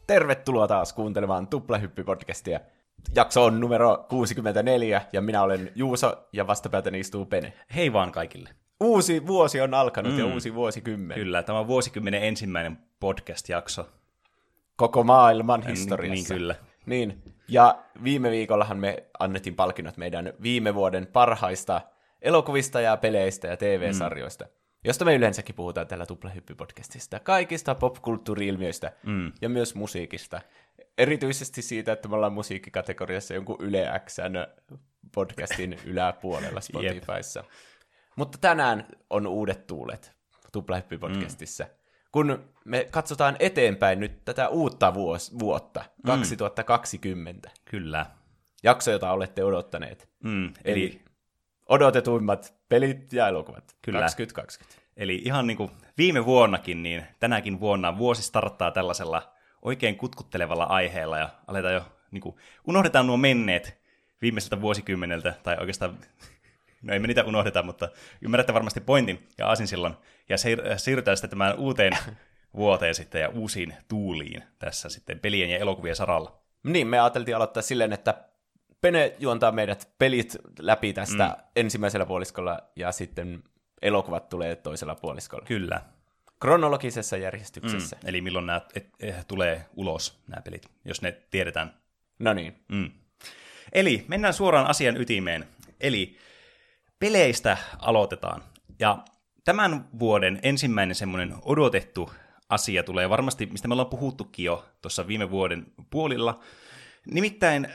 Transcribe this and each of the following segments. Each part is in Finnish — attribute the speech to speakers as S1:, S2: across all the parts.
S1: Tervetuloa taas kuuntelemaan Tuplahyppy-podcastia. Jakso on numero 64 ja minä olen Juuso ja vastapäätäni istuu Pene.
S2: Hei vaan kaikille.
S1: Uusi vuosi on alkanut ja uusi vuosikymmen.
S2: Kyllä, tämä on vuosikymmenen ensimmäinen podcast-jakso.
S1: Koko maailman historiassa.
S2: Niin kyllä.
S1: Niin, ja viime viikollahan me annettiin palkinnot meidän viime vuoden parhaista elokuvista ja peleistä ja TV-sarjoista, josta me yleensäkin puhutaan tällä Tuplahyppy-podcastista. Kaikista popkulttuuri-ilmiöistä ja myös musiikista. Erityisesti siitä, että me ollaan musiikkikategoriassa jonkun Yle X:n podcastin yläpuolella Spotifyssa. Mutta tänään on uudet tuulet Tuplahyppy-podcastissa. Kun me katsotaan eteenpäin nyt tätä uutta vuotta, 2020.
S2: Kyllä.
S1: Jakso, jota olette odottaneet.
S2: Eli
S1: odotetuimmat pelit ja elokuvat.
S2: Kyllä.
S1: 2020.
S2: Eli ihan niin kuin viime vuonnakin, niin tänäkin vuonna vuosi starttaa tällaisella oikein kutkuttelevalla aiheella ja aletaan jo, niin kuin, unohdetaan nuo menneet viimeiseltä vuosikymmeneltä, tai oikeastaan, no ei me niitä unohdeta, mutta ymmärrätte varmasti pointin ja aasinsillan, ja siirrytään sitten tämän uuteen vuoteen sitten ja uusiin tuuliin tässä sitten pelien ja elokuvien saralla.
S1: Niin, me ajateltiin aloittaa silleen, että Pene juontaa meidät pelit läpi tästä ensimmäisellä puoliskolla, ja sitten elokuvat tulee toisella puoliskolla.
S2: Kyllä.
S1: Kronologisessa järjestyksessä.
S2: Eli milloin nämä tulee ulos, nämä pelit, jos ne tiedetään.
S1: No niin.
S2: Eli mennään suoraan asian ytimeen. Eli peleistä aloitetaan. Ja tämän vuoden ensimmäinen semmoinen odotettu asia tulee varmasti, mistä me ollaan puhuttukin jo tuossa viime vuoden puolilla. Nimittäin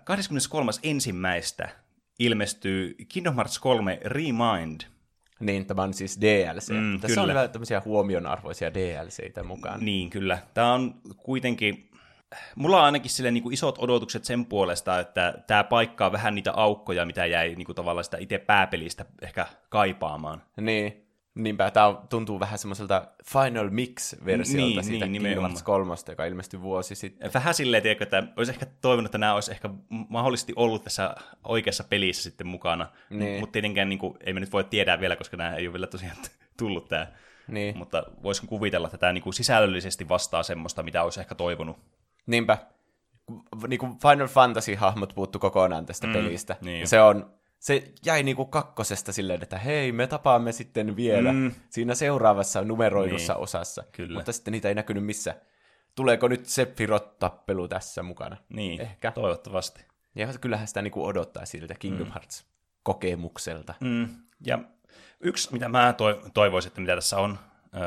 S2: 23.1. ilmestyy Kingdom Hearts 3 Remind.
S1: Niin, tämä on siis DLC. Tässä
S2: kyllä.
S1: on hyvä tämmöisiä huomionarvoisia DLCitä mukaan.
S2: Niin, kyllä. Tämä on kuitenkin, mulla on ainakin sille niin kuin isot odotukset sen puolesta, että tämä paikkaa vähän niitä aukkoja, mitä jäi niin kuin tavallaan sitä itse pääpelistä ehkä kaipaamaan.
S1: Niin, niinpä. Tämä tuntuu vähän semmoiselta Final Mix-versiolta siitä Kingdom Hearts 3, joka ilmestyi vuosi sitten.
S2: Vähän silleen, tiedätkö, että olisi ehkä toivonut, että nämä olisi ehkä mahdollisesti ollut tässä oikeassa pelissä sitten mukana.
S1: Niin.
S2: Mutta tietenkään niin kuin, ei me nyt voi tietää vielä, koska nämä ei ole vielä tosiaan tullut tämä.
S1: Niin.
S2: Mutta voisiko kuvitella, että tämä niin kuin sisällöllisesti vastaa semmoista, mitä olisi ehkä toivonut.
S1: Niinpä. Niin kuin Final Fantasy-hahmot puuttu kokonaan tästä pelistä.
S2: Niin.
S1: Se jäi niinku kakkosesta silleen, että hei, me tapaamme sitten vielä siinä seuraavassa numeroidussa osassa.
S2: Kyllä.
S1: Mutta sitten niitä ei näkynyt missä. Tuleeko nyt Sephiroth-tappelu tässä mukana?
S2: Niin,
S1: ehkä.
S2: Toivottavasti.
S1: Ja kyllähän sitä niinku odottaa siltä Kingdom Hearts-kokemukselta.
S2: Ja yksi, mitä mä toivoisin, että mitä tässä on,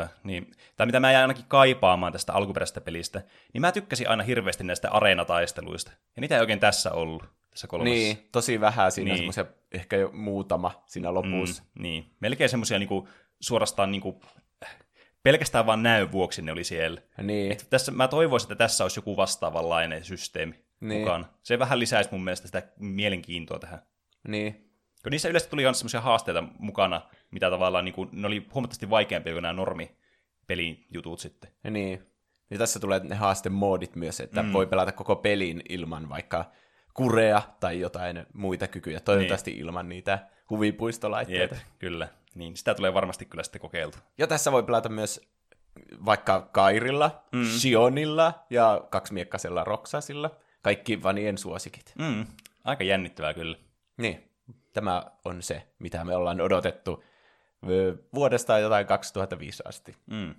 S2: tai mitä mä jäin ainakin kaipaamaan tästä alkuperäisestä pelistä, niin mä tykkäsin aina hirveästi näistä areenataisteluista. Ja niitä ei oikein tässä ollut.
S1: Niin, tosi vähän siinä, semmoisia ehkä jo muutama siinä lopussa.
S2: Niin, melkein semmoisia niinku, suorastaan niinku, pelkästään vaan näyn vuoksi ne oli siellä.
S1: Niin.
S2: Tässä, mä toivoisin, että tässä olisi joku vastaavanlainen systeemi mukaan. Se vähän lisäisi mun mielestä sitä mielenkiintoa tähän.
S1: Niin.
S2: Kun niissä yleensä tuli myös semmoisia haasteita mukana, mitä tavallaan niinku, ne oli huomattavasti vaikeampia kuin nämä normipelin jutut sitten.
S1: Niin. Ja tässä tulee ne haastemoodit myös, että voi pelata koko pelin ilman vaikka kurea tai jotain muita kykyjä, toivottavasti ilman niitä huvipuistolaitteita.
S2: Jep, kyllä. Niin, sitä tulee varmasti kyllä sitten kokeiltu.
S1: Ja tässä voi pelata myös vaikka Kairilla, Shionilla ja kaksimiekkaisella Roxasilla. Kaikki vanien suosikit.
S2: Aika jännittävää kyllä.
S1: Niin, tämä on se, mitä me ollaan odotettu vuodesta jotain 2005 asti.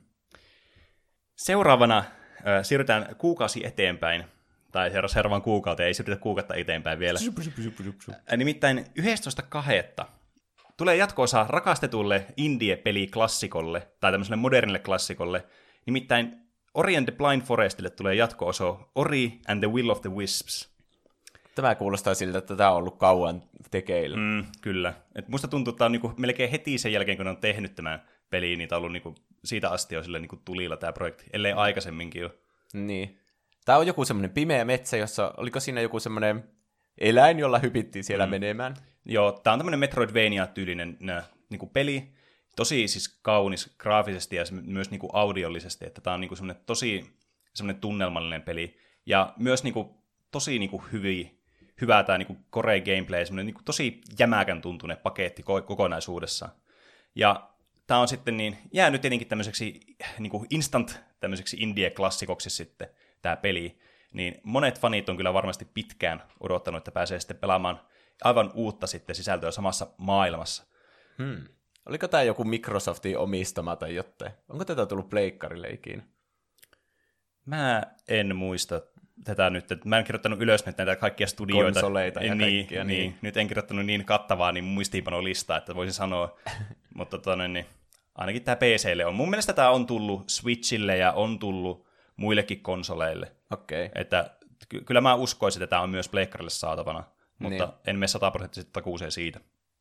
S2: Seuraavana siirrytään kuukausi eteenpäin. Tai seuraavan kuukauteen, ei siirrytä kuukautta eteenpäin vielä. Nimittäin 11.2. tulee jatko-osa rakastetulle indie-peliklassikolle, tai tämmöiselle modernille klassikolle. Nimittäin Ori and the Blind Forestille tulee jatko-osa Ori and the Will of the Wisps.
S1: Tämä kuulostaa siltä, että tämä on ollut kauan tekeillä.
S2: Kyllä. Et musta tuntuu, että tämä on niinku melkein heti sen jälkeen, kun ne on tehnyt tämän peliin, niin tämä on ollut niinku siitä asti jo niinku tulilla tämä projekti, ellei aikaisemminkin jo.
S1: Niin. Tämä on joku semmoinen pimeä metsä, jossa, oliko siinä joku semmoinen eläin, jolla hypittiin siellä menemään?
S2: Joo, tämä on tämmöinen Metroidvania-tyylinen niinku peli. Tosi siis kaunis graafisesti ja myös niinku audiollisesti, että tämä on niinku semmoinen tosi semmoinen tunnelmallinen peli. Ja myös niinku tosi niinku hyvä tämä niinku core gameplay, semmoinen niinku tosi jämäkän tuntunen paketti kokonaisuudessaan. Ja tämä on sitten jäänyt tietenkin tämmöiseksi niinku instant tämmöiseksi indie-klassikoksi sitten. tämä peli, niin monet fanit on kyllä varmasti pitkään odottanut, että pääsee sitten pelaamaan aivan uutta sitten sisältöä samassa maailmassa.
S1: Oliko tämä joku Microsoftin omistama tai jotain? Onko tätä tullut pleikkarille ikinä?
S2: Mä en muista tätä nyt, että mä en kirjoittanut ylös näitä kaikkia studioita.
S1: Konsoleita ja kaikkia.
S2: Niin. Nyt en kirjoittanut niin kattavaa niin muistiinpanolistaa, että voisin sanoa, mutta niin, ainakin tämä PC:lle on. Mun mielestä tämä on tullut Switchille ja on tullut muillekin konsoleille.
S1: Okei.
S2: Että kyllä mä uskoisin, että tämä on myös pleikkarille saatavana, mutta
S1: Niin.
S2: en mene 100% takuuseen siitä.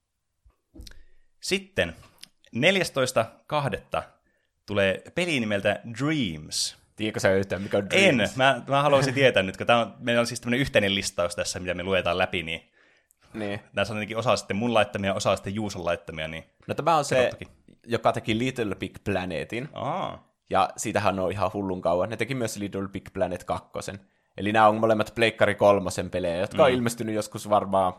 S2: Sitten 14.2. tulee peli nimeltä Dreams.
S1: Tiedätkö sä yhtään, mikä on Dreams?
S2: Mä haluaisin tietää nyt, kun meillä on siis tämmöinen yhteinen listaus tässä, mitä me luetaan läpi, niin tässä on ainakin osa sitten mun laittamia, osa sitten Juuson laittamia. Niin
S1: no tämä on se, joka teki Little Big Planetin. Ja siitähän on ihan hullun kauan. Ne teki myös Little Big Planet 2. Eli nämä on molemmat Pleikkari 3 pelejä, jotka on ilmestynyt joskus varmaan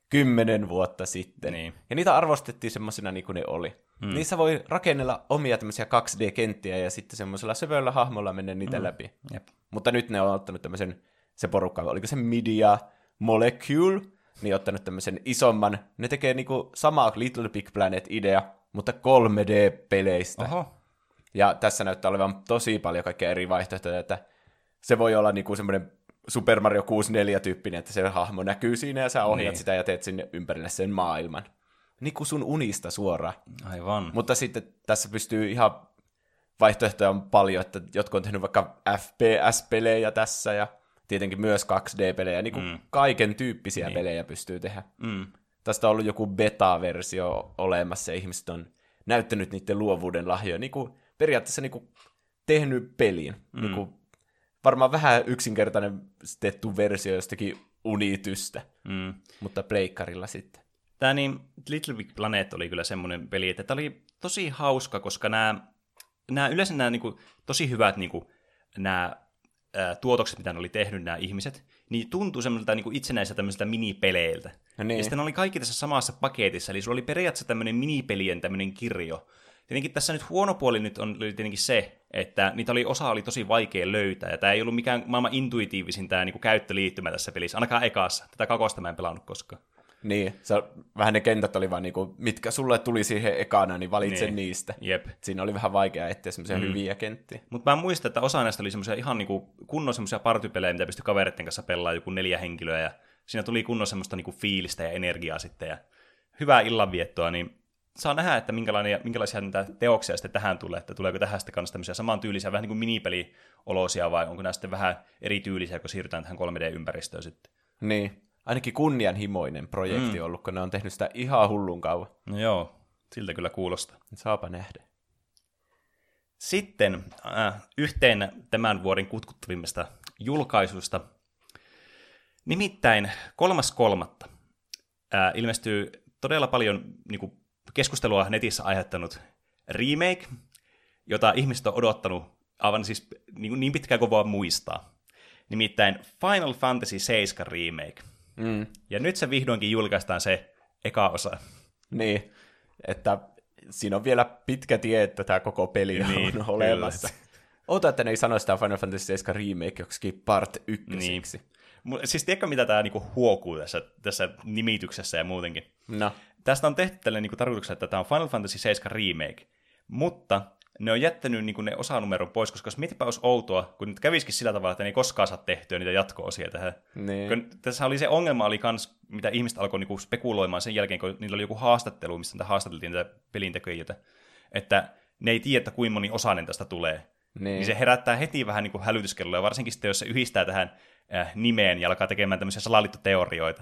S1: 10 vuotta sitten.
S2: Niin.
S1: Ja niitä arvostettiin semmoisina niin kuin ne oli. Niissä voi rakennella omia tämmöisiä 2D-kenttiä ja sitten semmoisella söpöllä hahmolla mennä niitä läpi.
S2: Jep.
S1: Mutta nyt ne on ottanut tämmöisen, se porukka, oliko se Media Molecule, niin ottanut tämmöisen isomman. Ne tekee niinku samaa Little Big Planet-idea, mutta 3D-peleistä.
S2: Oho.
S1: Ja tässä näyttää olevan tosi paljon kaikkea eri vaihtoehtoja, että se voi olla niinku semmoinen Super Mario 64-tyyppinen, että se hahmo näkyy siinä ja sä ohjat sitä ja teet sinne ympärille sen maailman. Niin kuin sun unista suoraan.
S2: Aivan.
S1: Mutta sitten tässä pystyy ihan vaihtoehtoja on paljon, että jotkut on tehnyt vaikka FPS-pelejä tässä ja tietenkin myös 2D-pelejä, niin kuin kaiken tyyppisiä pelejä pystyy tehdä. Tästä on ollut joku beta-versio olemassa ja ihmiset on näyttänyt niiden luovuuden lahjoja, niin kuin periaatteessa niin kuin tehnyt pelin. Niin kuin varmaan vähän yksinkertainen tettu versio jostakin Unitystä, mutta pleikkarilla sitten.
S2: Tämä niin, Little Big Planet oli kyllä semmoinen peli, että tämä oli tosi hauska, koska yleensä nämä niin kuin, tosi hyvät niin kuin, nämä tuotokset, mitä ne oli tehnyt nämä ihmiset, niin tuntui semmoiselta niin kuin itsenäiseltä tämmöiseltä minipeleiltä.
S1: No niin.
S2: Ja sitten ne oli kaikki tässä samassa paketissa, eli sulla oli periaatteessa tämmöinen minipelien tämmöinen kirjo. Tietenkin tässä nyt huono puoli nyt oli tietenkin se, että osa oli tosi vaikea löytää, ja tämä ei ollut mikään maailman intuitiivisin tämä niin kuin käyttöliittymä tässä pelissä, ainakaan ekassa. Tätä kakosta mä en pelannut koskaan.
S1: Niin, vähän ne kentät oli vaan niinku, mitkä sulle tuli siihen ekana, niin valitse niistä.
S2: Jep.
S1: Siinä oli vähän vaikea etsiä semmoisia hyviä kenttiä.
S2: Mutta mä muistan, että osa näistä oli semmoisia ihan niinku kunnon semmoisia partypelejä, mitä pystyi kavereiden kanssa pelaamaan joku 4 henkilöä, ja siinä tuli kunnon semmoista niinku fiilistä ja energiaa sitten, ja hyvää illanviettoa, niin saa nähdä, että minkälaisia niitä teoksia sitten tähän tulee, että tuleeko tähän sitten kanssa tämmöisiä samantyylisiä, vähän niin kuin minipeliolosia, vai onko nämä sitten vähän erityylisiä, kun siirrytään tähän 3D-ympäristöön sitten.
S1: Niin, ainakin kunnianhimoinen projekti ollut, kun ne on tehnyt sitä ihan hullun kauan.
S2: No joo, siltä kyllä kuulostaa.
S1: Saapa nähdä.
S2: Sitten yhteen tämän vuoden kutkuttavimmista julkaisuista. Nimittäin 3.3. Ilmestyy todella paljon niin keskustelua netissä aiheuttanut remake, jota ihmiset on odottanut aivan siis niin pitkään kuin vaan muistaa. Nimittäin Final Fantasy VII Remake. Ja nyt se vihdoinkin julkaistaan se eka osa.
S1: Niin, että siinä on vielä pitkä tie, että tämä koko peli on olemassa. Oota, että ne ei sano sitä Final Fantasy VII Remake joksikin part 1.
S2: Niin. Siis tiedätkö, mitä tämä niinku huokuu tässä nimityksessä ja muutenkin?
S1: No.
S2: Tästä on tehty tälle niinku tarkoituksena, että tämä on Final Fantasy VII Remake, mutta ne on jättänyt niinku ne osanumeron pois, koska jos mietipä olisi outoa, kun nyt kävisikin sillä tavalla, että ne ei koskaan saa tehtyä niitä jatko-osia tähän.
S1: Niin.
S2: Tässä oli se ongelma, oli kans, mitä ihmiset alkoi niinku spekuloimaan sen jälkeen, kun niillä oli joku haastattelu, missä haastateltiin näitä pelintekijöitä, että ne ei tiedä, että kuinka moni osainen tästä tulee. Niin se herättää heti vähän niinku hälytyskelloja, varsinkin sitten, jos se yhdistää tähän nimeen ja alkaa tekemään tämmöisiä salaliittoteorioita.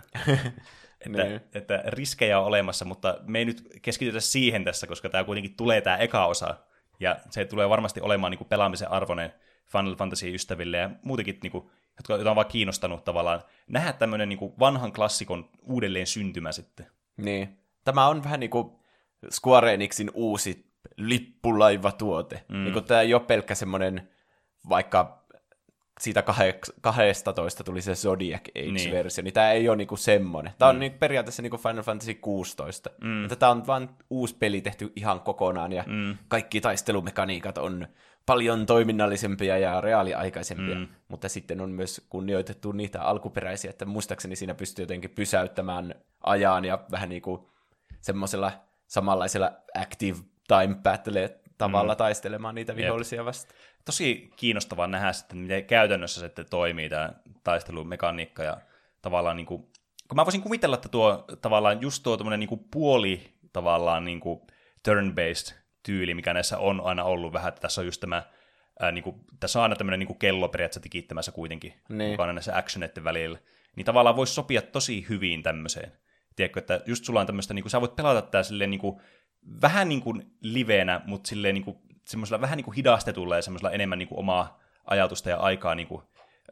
S2: että riskejä on olemassa, mutta me ei nyt keskitytä siihen tässä, koska tämä kuitenkin tulee tämä eka osa, ja se tulee varmasti olemaan niin kuin pelaamisen arvoinen Final Fantasy-ystäville ja muutenkin, niin kuin, jotka on vaan kiinnostanut tavallaan nähdä tämmöinen niin kuin vanhan klassikon uudelleen syntymä sitten.
S1: Niin. Tämä on vähän niin kuin Square Enixin uusi lippulaivatuote. Niin kuin tämä ei ole pelkkä semmoinen, vaikka siitä 12 tuli se Zodiac Age-versio, niin tämä ei ole niinku semmoinen. Tämä on niinku periaatteessa niinku Final Fantasy 16. Tämä on vain uusi peli tehty ihan kokonaan, ja kaikki taistelumekaniikat on paljon toiminnallisempia ja reaaliaikaisempia, mutta sitten on myös kunnioitettu niitä alkuperäisiä, että muistaakseni siinä pystyy jotenkin pysäyttämään ajan ja vähän niin kuin semmoisella samanlaisella active time battle tavalla taistelemaan niitä vihollisia vastaan.
S2: Tosi kiinnostavaa nähdä sitten, miten käytännössä sitten toimii tämä taistelumekaniikka ja tavallaan niin kuin, kun mä voisin kuvitella, että tuo tavallaan just tuo tämmöinen niin kuin puoli tavallaan niin kuin turn-based tyyli, mikä näissä on aina ollut vähän, että tässä on just tämä, niin kuin, tässä on aina tämmöinen niin kuin kello periaatteessa tikittämässä kuitenkin mukana näissä actioneiden välillä, niin tavallaan voisi sopia tosi hyvin tämmöiseen. Tiedätkö, että just sulla on tämmöistä, niin kuin, sä voit pelata tää silleen niin kuin, vähän niin kuin liveenä, mutta silleen niin kuin, semmoisella vähän niin kuin hidastetulla ja semmoisella enemmän niin kuin omaa ajatusta ja aikaa niin kuin,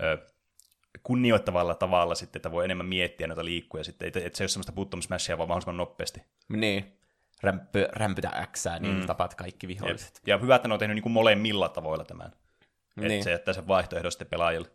S2: kunnioittavalla tavalla sitten, että voi enemmän miettiä noita liikkuja sitten, että se ei ole semmoista button smashia, vaan mahdollisimman nopeasti.
S1: Niin, rämpytä Xää, niin tapat kaikki viholliset.
S2: Ja hyvä, että ne on tehnyt niin kuin molemmilla tavoilla tämän.
S1: Niin.
S2: Että se jättää sen vaihtoehdon sitten pelaajille.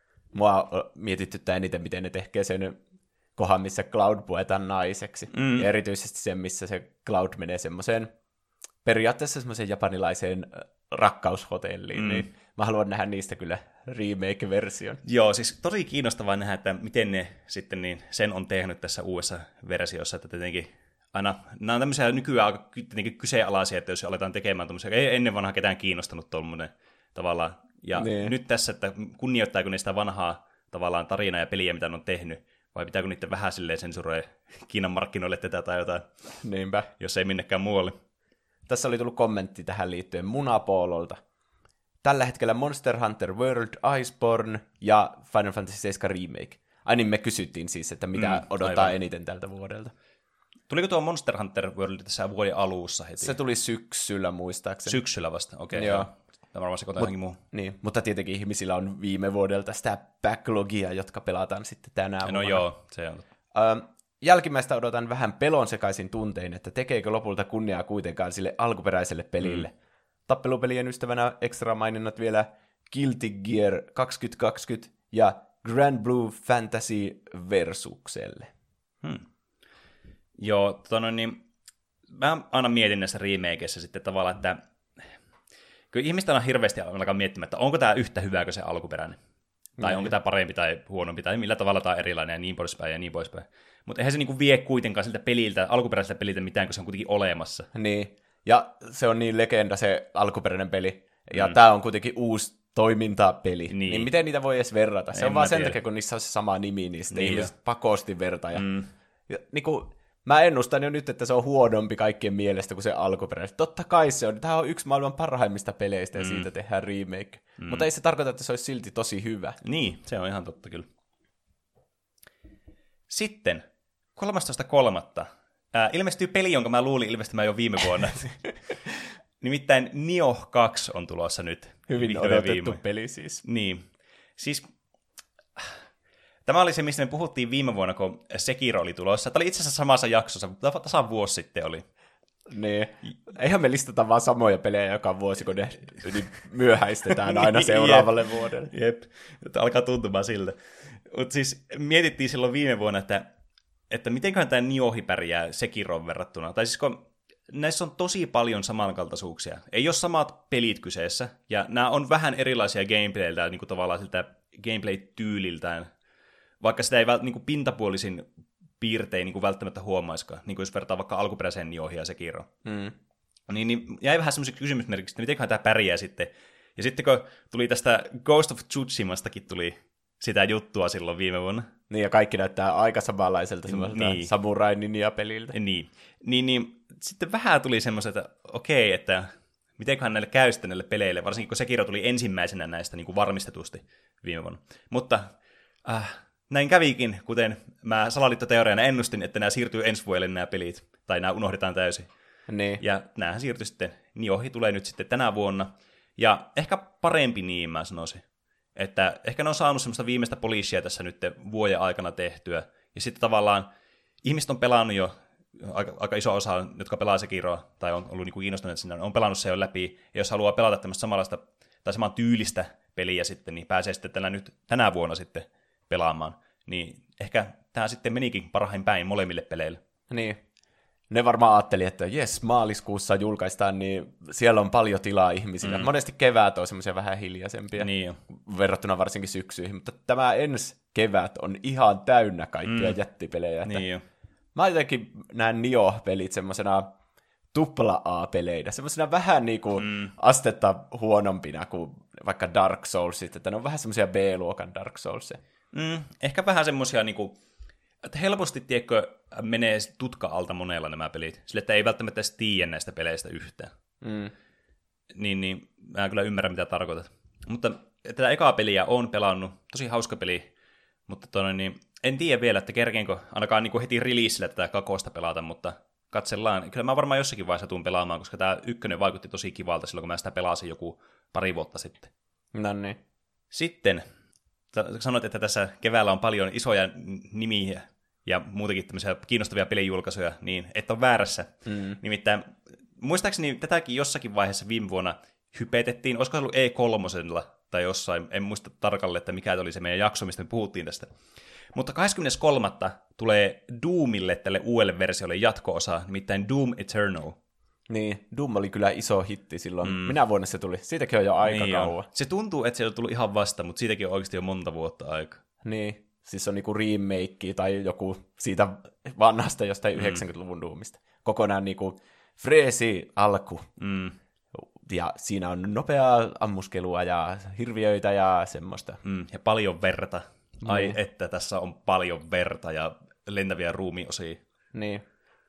S1: Mua mietityttää eniten, miten ne tekee sen kohan, missä Cloud puetaan naiseksi. Ja erityisesti sen, missä se Cloud menee semmoiseen, periaatteessa semmoiseen japanilaiseen rakkaushotelliin, niin mä haluan nähdä niistä kyllä remake-version.
S2: Joo, siis tosi kiinnostavaa nähdä, että miten ne sitten niin sen on tehnyt tässä uudessa versiossa, että tietenkin aina, nämä on tämmöisiä nykyään aika kyseenalaisia, että jos aletaan tekemään tämmöisiä, ei ennen vanhaa ketään kiinnostanut tuommoinen tavallaan, ja nyt tässä, että kunnioittaako ne sitä vanhaa tavallaan tarinaa ja peliä, mitä ne on tehnyt, vai pitääkö niiden vähän silleen sensuroida Kiinan markkinoille tätä tai jotain,
S1: Niinpä.
S2: Jos ei minnekään muualle.
S1: Tässä oli tullut kommentti tähän liittyen Munapoololta. Tällä hetkellä Monster Hunter World Iceborne ja Final Fantasy 7 Remake. Ai niin, me kysyttiin siis, että mitä odottaa
S2: aivan
S1: eniten tältä vuodelta.
S2: Tuliko tuo Monster Hunter World tässä vuoden alussa heti?
S1: Se tuli syksyllä muistaakseni.
S2: Syksyllä vasta, okei.
S1: Joo.
S2: Tämä varmaan sekoittaa johonkin muuhun.
S1: Niin, mutta tietenkin ihmisillä on viime vuodelta sitä backlogia, jotka pelataan sitten tänä vuonna.
S2: No joo, se on.
S1: Jälkimmäistä odotan vähän pelon sekaisin tuntein, että tekeekö lopulta kunniaa kuitenkaan sille alkuperäiselle pelille. Tappelupelien ystävänä ekstra maininnat vielä Guilty Gear 2020 ja Grand Blue Fantasy Versukselle.
S2: Joo, niin, mä aina mietin näissä remakeissa sitten tavallaan, että kyllä ihmistä on hirveästi alkaa miettimään, että onko tämä yhtä hyvä kuin se alkuperäinen. Tai onko tämä parempi tai huonompi, tai millä tavalla tämä on erilainen ja niin poispäin ja niin poispäin. Mutta eihän se niinku vie kuitenkaan siltä peliltä, alkuperäiseltä peliltä mitään, kun se on kuitenkin olemassa.
S1: Niin, ja se on niin legenda se alkuperäinen peli, ja tämä on kuitenkin uusi toimintapeli. Niin miten niitä voi edes verrata? Se on vaan sen takia, kun niissä on se sama nimi, niin sitten ihmiset pakosti verta. Ja niin kuin, mä ennustan jo nyt, että se on huonompi kaikkien mielestä kuin se alkuperäinen. Totta kai se on. Tämä on yksi maailman parhaimmista peleistä, ja siitä tehdään remake. Mutta ei se tarkoita, että se olisi silti tosi hyvä.
S2: Niin, se on ihan totta kyllä. Sitten 13.3. Ilmestyy peli, jonka mä luulin ilmestymään jo viime vuonna. Nimittäin Nioh 2 on tulossa nyt.
S1: Hyvin odotettu peli siis.
S2: Niin. Siis tämä oli se, mistä me puhuttiin viime vuonna, kun Sekiro oli tulossa. Tämä oli itse asiassa samassa jaksossa, tasan vuosi sitten oli.
S1: Niin. Eihän me listata vaan samoja pelejä joka vuosi, kun ne myöhäistetään aina seuraavalle vuodelle.
S2: Jep, alkaa tuntumaan siltä. Mutta siis mietittiin silloin viime vuonna, että mitenköhän tämä Niohi pärjää Sekiroon verrattuna. Tai siis kun näissä on tosi paljon samankaltaisuuksia. Ei ole samat pelit kyseessä, ja nämä on vähän erilaisia gameplayltä, niin kuin tavallaan siltä gameplay-tyyliltään. Vaikka sitä ei niin kuin pintapuolisin piirtein niin kuin välttämättä huomaisikaan, niin kuin jos vertaa vaikka alkuperäiseen Niohiin ja Sekiroon. Niin jäi vähän semmoiseksi kysymysmerkiksi, että mitenköhän tämä pärjää sitten. Ja sitten kun tuli tästä Ghost of Tsushimastakin tuli sitä juttua silloin viime vuonna.
S1: Niin, ja kaikki näyttää aika samanlaiselta semmoiselta Samurai Ninja-peliltä.
S2: Niin, sitten vähän tuli semmoiselta, että okei, että mitenköhän näille käy sitten näille peleille, varsinkin kun Sekiro tuli ensimmäisenä näistä niin kuin varmistetusti viime vuonna. Mutta näin kävikin, kuten mä salaliittoteoriana ennustin, että nämä siirtyy ensi vuodelle nämä pelit, tai nämä unohdetaan täysin.
S1: Niin.
S2: Ja näähän siirtyi sitten, Niohi tulee nyt sitten tänä vuonna, ja ehkä parempi niin mä sanoisin. Että ehkä ne on saanut semmoista viimeistä poliisia tässä nyt vuoden aikana tehtyä, ja sitten tavallaan ihmiset on pelannut jo, aika iso osa, jotka pelaa Sekiroa, tai on ollut niinku kiinnostuneet sinne, on pelannut se jo läpi, ja jos haluaa pelata tämmöistä samanlaista, tai saman tyylistä peliä sitten, niin pääsee sitten tänä vuonna sitten pelaamaan. Niin ehkä tämä sitten menikin parhain päin molemmille peleille.
S1: Niin. ne varmaan ajatteli, että jes, maaliskuussa julkaistaan, niin siellä on paljon tilaa ihmisille. Monesti kevät on semmoisia vähän hiljaisempia, verrattuna varsinkin syksyihin, mutta tämä ensi kevät on ihan täynnä kaikkia jättipelejä.
S2: Niin
S1: mä jotenkin näen Nioh-pelit semmoisena tupla-A-peleinä, semmoisena vähän niinku astetta huonompina kuin vaikka Dark Soulsit, että ne on vähän semmoisia B-luokan Dark Soulsia.
S2: Ehkä vähän semmoisia niinku, että helposti, tiedätkö, menee tutka-alta monella nämä pelit, sille että ei välttämättä edes tiedä näistä peleistä yhtään. Niin, mä kyllä ymmärrän, mitä tarkoitat. Mutta tätä ekaa peliä on pelannut, tosi hauska peli, mutta niin, en tiedä vielä, että kerkeenkö ainakaan niin kuin heti releasellä tätä kakosta pelata, mutta katsellaan. Kyllä mä varmaan jossakin vaiheessa tuun pelaamaan, koska tämä ykkönen vaikutti tosi kivalta silloin, kun mä sitä pelasin joku pari vuotta sitten.
S1: No niin.
S2: Sitten sanoit, että tässä keväällä on paljon isoja nimiä ja muutenkin tämmöisiä kiinnostavia pelijulkaisuja, niin et ole väärässä. Nimittäin muistaakseni tätäkin jossakin vaiheessa viime vuonna hypetettiin, olisiko se ollut E3 tai jossain, en muista tarkalleen, että mikä oli se meidän jakso, mistä me puhuttiin tästä. Mutta 23. tulee Doomille, tälle uudelle versiolle jatko-osa, nimittäin Doom Eternal.
S1: Niin, Doom oli kyllä iso hitti silloin. Minä vuonna se tuli? Siitäkin on jo aika kauan.
S2: Se tuntuu, että se on tullut ihan vasta, mutta siitäkin on oikeasti jo monta vuotta aikaa.
S1: Niin, siis on niinku remake tai joku siitä vanhasta jostain 90-luvun Doomista. Kokonaan niinku freesi alku. Ja siinä on nopeaa ammuskelua ja hirviöitä ja semmoista.
S2: Ja paljon verta. Ai että tässä on paljon verta ja lentäviä ruumiosia.
S1: Niin.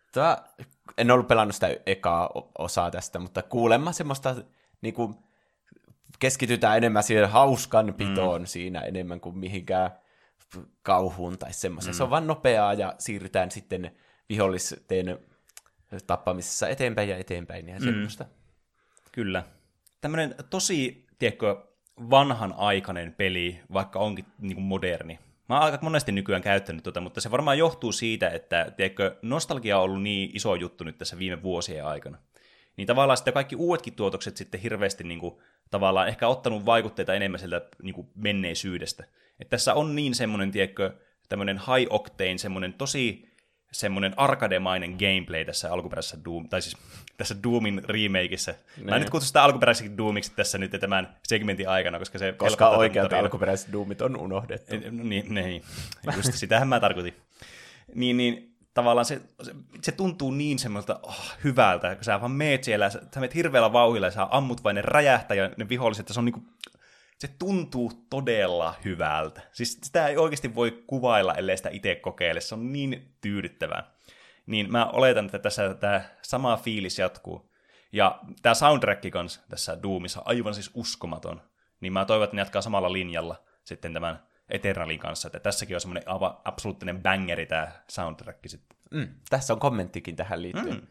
S1: En ollut pelannut sitä ekaa osaa tästä, mutta kuulemma semmoista niinku, keskitytään enemmän siihen hauskanpitoon siinä enemmän kuin mihinkään kauhuun tai semmoiseen. Se on vaan nopeaa ja siirrytään sitten vihollisten tappamisessa eteenpäin ja semmoista.
S2: Kyllä. Tämmöinen tosi, tiedätkö, vanhanaikainen peli, vaikka onkin niin kuin moderni. Mä oon aika monesti nykyään käyttänyt mutta se varmaan johtuu siitä, että tiedätkö, nostalgia on ollut niin iso juttu nyt tässä viime vuosien aikana. Niin tavallaan sitten kaikki uudetkin tuotokset sitten hirveästi niin kuin, tavallaan ehkä ottanut vaikutteita enemmän sieltä niin kuin menneisyydestä. Että tässä on niin semmoinen, tiedätkö, tämmöinen high octane, semmoinen tosi semmoinen arcade-mainen gameplay tässä alkuperäisessä Doom, tai siis tässä Doomin remakeissa. Mä en nyt kutsu sitä alkuperäiseksi Doomiksi tässä nyt tämän segmentin aikana, koska
S1: oikeat alkuperäiset Doomit on unohdettu.
S2: Niin, just sitähän mä tarkoitin. Niin tavallaan se tuntuu niin semmoilta hyvältä, kun sä vaan meet siellä, sä meet hirveällä vauhdilla ja sä ammut vain ne räjähtää ja ne viholliset, se on niinku, se tuntuu todella hyvältä. Siis sitä ei oikeasti voi kuvailla, ellei sitä itse kokeile. Se on niin tyydyttävää. Niin mä oletan, että tässä tämä sama fiilis jatkuu. Ja tämä soundtrack kanssa tässä Doomissa on aivan siis uskomaton. Niin mä toivon, että ne jatkaa samalla linjalla sitten tämän Eternalin kanssa. Että tässäkin on semmoinen absoluuttinen bangeri tämä soundtrack sitten.
S1: Tässä on kommenttikin tähän liittyen.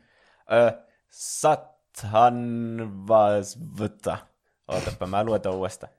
S1: Sathan vasvta. Ootapa, mä luetan uudestaan.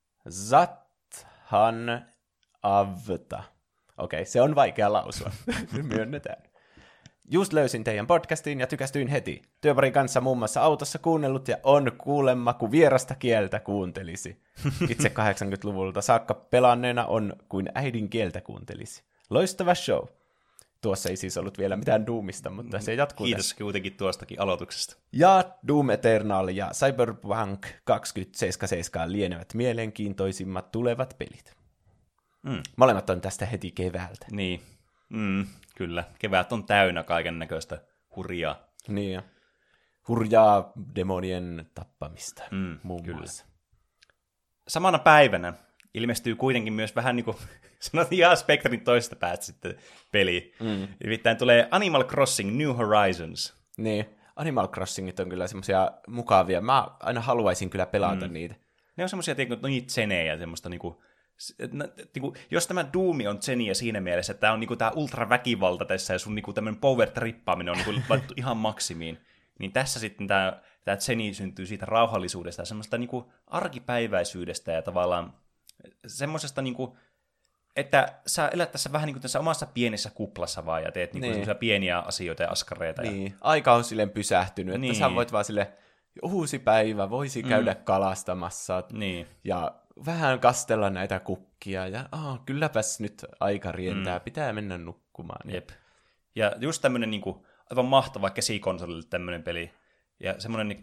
S1: Zathan avta. Okei, se on vaikea lausua. Myönnetään. Just löysin teidän podcastiin ja tykästyin heti. Työparin kanssa muun muassa autossa kuunnellut ja on kuulemma, kun vierasta kieltä kuuntelisi. Itse 80-luvulta saakka pelanneena on kuin äidin kieltä kuuntelisi. Loistava show. Tuossa ei siis ollut vielä mitään Doomista, mutta se jatkuu.
S2: Kiitos kuitenkin tuostakin aloituksesta.
S1: Ja Doom Eternal ja Cyberpunk 2077 lienevät mielenkiintoisimmat tulevat pelit. Molemmat on tästä heti keväältä.
S2: Niin, kyllä. Kevät on täynnä kaiken näköistä hurjaa.
S1: Niin ja hurjaa demonien tappamista muun muassa.
S2: Samana päivänä ilmestyy kuitenkin myös vähän niin kuin sanottiin ihan Spectrin toisesta päästä sitten peli. Nimittäin tulee Animal Crossing New Horizons.
S1: Niin, Animal Crossingit on kyllä semmoisia mukavia. Mä aina haluaisin kyllä pelata niitä. Ne
S2: on semmoisia niitä tsenejä, semmoista niinku, jos tämä Doom on tseniä siinä mielessä, että tämä on niinku tämä ultraväkivalta tässä ja sun niinku tämmöinen power-trippaaminen on niinku laitettu ihan maksimiin, niin tässä sitten tämä tseni syntyy siitä rauhallisuudesta ja semmoista niinku arkipäiväisyydestä ja tavallaan semmoisesta niinku, että sä elät tässä vähän niin kuin tässä omassa pienessä kuplassa vaan ja teet niin semmoisia pieniä asioita ja askareita.
S1: Niin, ja aika on silleen pysähtynyt, että sä voit vaan silleen, uusi päivä, voisi käydä kalastamassa ja vähän kastella näitä kukkia ja kylläpäs nyt aika rientää, pitää mennä nukkumaan.
S2: Jep. Ja just tämmöinen niinku aivan mahtava käsikonsolille tämmöinen peli. Ja semmoinen,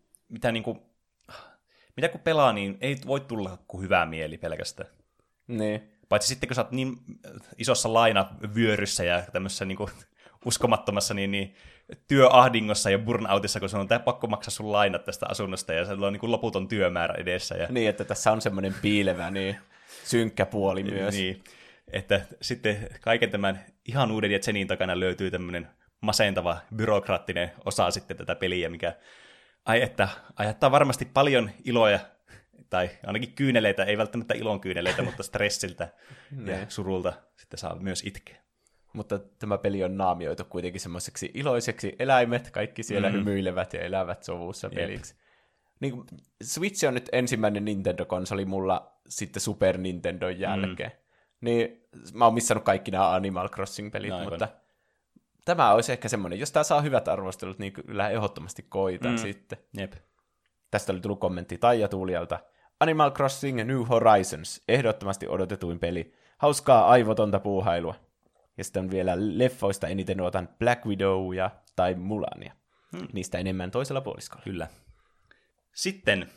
S2: mitä kun pelaa, niin ei voi tulla kuin hyvää mieli pelkästään.
S1: Niin.
S2: Paitsi sitten, kun sä oot niin isossa lainavyöryssä ja tämmöisessä niin kuin uskomattomassa niin työahdingossa ja burnoutissa, kun sun on pakko maksaa sun lainat tästä asunnosta ja se on niin kuin loputon työmäärä edessä. Ja...
S1: Niin, että tässä on semmoinen piilevä, niin synkkä puoli myös.
S2: Niin, että sitten kaiken tämän ihan uuden ja Zenin takana löytyy tämmöinen masentava byrokraattinen osa sitten tätä peliä, mikä aiheuttaa varmasti paljon iloja, tai ainakin kyyneleitä, ei välttämättä ilon kyyneleitä, mutta stressiltä ja surulta sitten saa myös itkeä.
S1: Mutta tämä peli on naamioitu kuitenkin semmoiseksi iloiseksi eläimet, kaikki siellä hymyilevät ja elävät sovussa peliksi. Niin, Switch on nyt ensimmäinen Nintendo-konsoli mulla sitten Super Nintendon jälkeen. Niin mä oon missannut kaikki nämä Animal Crossing-pelit, mutta tämä olisi ehkä semmoinen, jos tää saa hyvät arvostelut, niin kyllä ehdottomasti koitan sitten.
S2: Jep.
S1: Tästä oli tullut kommentti Taija Tuulialta. Animal Crossing New Horizons, ehdottomasti odotetuin peli. Hauskaa aivotonta puuhailua. Ja sitten on vielä leffoista eniten otan Black Widow tai Mulania. Niistä enemmän toisella puoliskolla.
S2: Kyllä. Sitten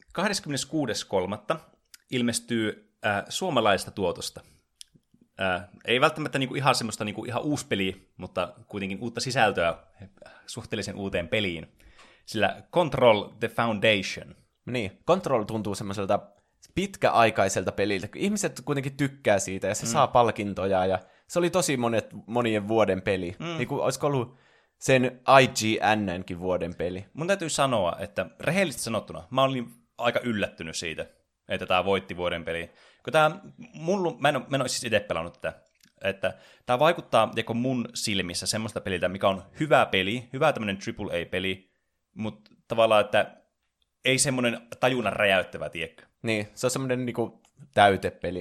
S2: 26.3. ilmestyy suomalaista tuotosta. Ei välttämättä niinku ihan semmoista niinku ihan uusi peli, mutta kuitenkin uutta sisältöä suhteellisen uuteen peliin. Sillä Control the Foundation.
S1: Niin, Control tuntuu semmoiselta pitkäaikaiselta peliltä. Ihmiset kuitenkin tykkää siitä ja se saa palkintoja ja se oli tosi monien vuoden peli. Niin kuin olisiko ollut sen IGN:nkin vuoden peli.
S2: Mun täytyy sanoa, että rehellisesti sanottuna mä olin aika yllättynyt siitä, että tämä voitti vuoden peli. Mä en ole siis itse pelannut tätä. Että tämä vaikuttaa mun silmissä semmoista peliltä, mikä on hyvä peli, hyvä tämmöinen AAA-peli, mutta tavallaan, että ei semmoinen tajunnan räjäyttävä, tiedäkö?
S1: Niin, se on semmoinen niinku täytepeli,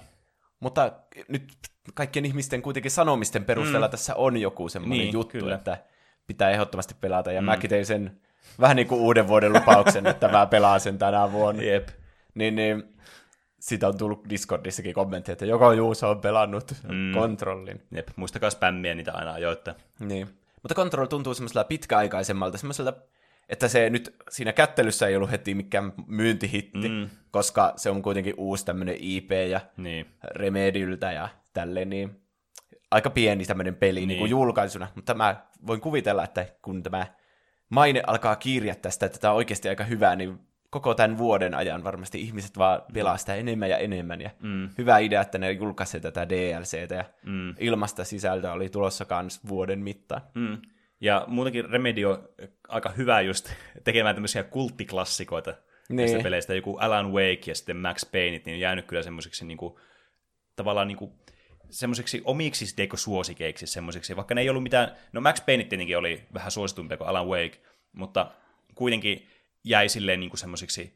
S1: mutta nyt kaikkien ihmisten kuitenkin sanomisten perusteella tässä on joku semmoinen juttu, kyllä, että pitää ehdottomasti pelata, ja mäkin tein sen vähän niin kuin uuden vuoden lupauksen, että mä pelaan sen tänä vuonna.
S2: Jep.
S1: Niin siitä on tullut Discordissakin kommentti, että joko Juuso on pelannut Controlin.
S2: Jep, muistakaa spämmiä niitä aina ajoittaa.
S1: Niin, mutta Control tuntuu semmoisella pitkäaikaisemmalta, semmoiselta, että se nyt siinä kättelyssä ei ollut heti mikään myyntihitti, koska se on kuitenkin uusi tämmöinen IP ja Remedyltä ja tälleen, niin aika pieni tämmöinen peli niin kuin julkaisuna, mutta mä voin kuvitella, että kun tämä maine alkaa kiiriä tästä, että tämä on oikeasti aika hyvä, niin koko tämän vuoden ajan varmasti ihmiset vaan pelaa sitä enemmän ja enemmän, ja hyvä idea, että ne julkaisivat tätä DLCtä, ja ilmasta sisältöä oli tulossa kans vuoden mittaan.
S2: Ja muutenkin Remedy on aika hyvä just tekemään tämmöisiä kulttiklassikoita näistä peleistä. Joku Alan Wake ja sitten Max Payneit, niin on jäänyt kyllä semmoisiksi niinku, tavallaan niinku, semmoisiksi omiksi suosikeiksi semmoisiksi, vaikka ne ei ollut mitään, no Max Payne tietenkin oli vähän suositumpia kuin Alan Wake, mutta kuitenkin jäi silleen niinku semmoisiksi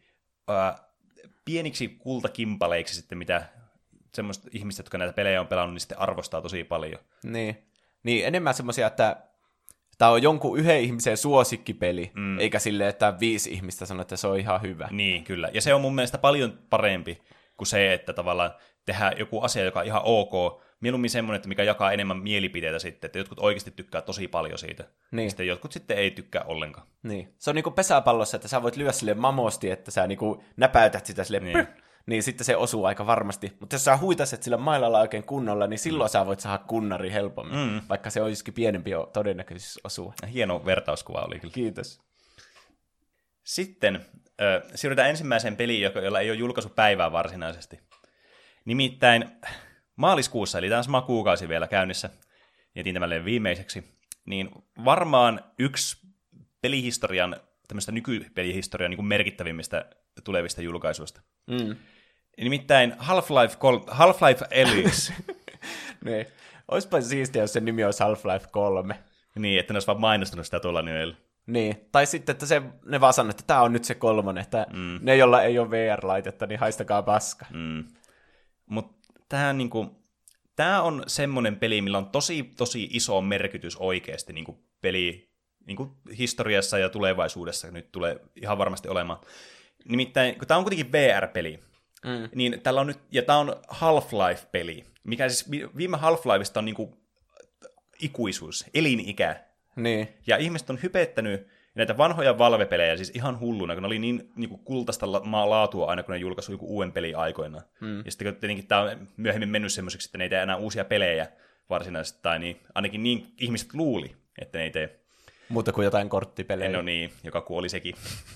S2: pieniksi kultakimpaleiksi sitten, mitä semmoiset ihmiset, jotka näitä pelejä on pelannut, niin sitten arvostaa tosi paljon.
S1: Niin enemmän semmoisia, että tämä on jonkun yhden ihmisen suosikkipeli, eikä silleen, että 5 ihmistä sanoo, että se on ihan hyvä.
S2: Niin, kyllä. Ja se on mun mielestä paljon parempi kuin se, että tavallaan tehdään joku asia, joka on ihan ok, mieluummin semmoinen, että mikä jakaa enemmän mielipiteitä sitten, että jotkut oikeasti tykkää tosi paljon siitä, ja sitten jotkut sitten ei tykkää ollenkaan.
S1: Niin. Se on niin kuin pesäpallossa, että sä voit lyödä sille mamosti, että sä niin kuin näpäytät sitä sille niin sitten se osuu aika varmasti. Mutta jos sä huitaset sillä mailalla oikein kunnolla, niin silloin sä voit saada kunnari helpommin, vaikka se olisikin pienempi todennäköisyys osua.
S2: Hieno vertauskuva oli kyllä.
S1: Kiitos.
S2: Sitten siirrytään ensimmäiseen peliin, jolla ei ole julkaisupäivää varsinaisesti. Nimittäin maaliskuussa, eli tämä sama kuukausi vielä käynnissä, jätin tämälleen viimeiseksi, niin varmaan yksi pelihistorian, tämmöistä nykypelihistorian niin kuin merkittävimmistä tulevista julkaisuista. Nimittäin Half-Life Alyx.
S1: Niin. Olisipa siistiä, jos sen nimi olisi Half-Life 3.
S2: Niin, että ne olisi vaan mainostanut sitä tuolla nimellä.
S1: Niin, tai sitten, että ne vaan sanoo, että tämä on nyt se 3, että ne, jolla ei ole VR-laitetta, niin haistakaa paska.
S2: Mutta tämä on semmoinen peli, millä on tosi iso merkitys oikeasti niin kuin peli niin kuin historiassa ja tulevaisuudessa nyt tulee ihan varmasti olemaan. Nimittäin, kun tämä on kuitenkin VR-peli, niin tällä on nyt, ja tämä on Half-Life-peli, mikä siis viime Half-Lifesta on niin kuin ikuisuus, elinikä
S1: Niin.
S2: Ja ihmiset on hypettänyt näitä vanhoja Valve-pelejä siis ihan hulluna, kun ne oli niin kuin kultaista laatua aina, kun ne julkaisivat joku uuden pelin aikoina. Ja sitten kun tietenkin tämä on myöhemmin mennyt semmoiseksi, että ne ei tee enää uusia pelejä varsinaisesti, tai niin ainakin niin ihmiset luuli, että ne ei tee.
S1: Muuta kuin jotain korttipelejä.
S2: No niin, joka kuoli sekin.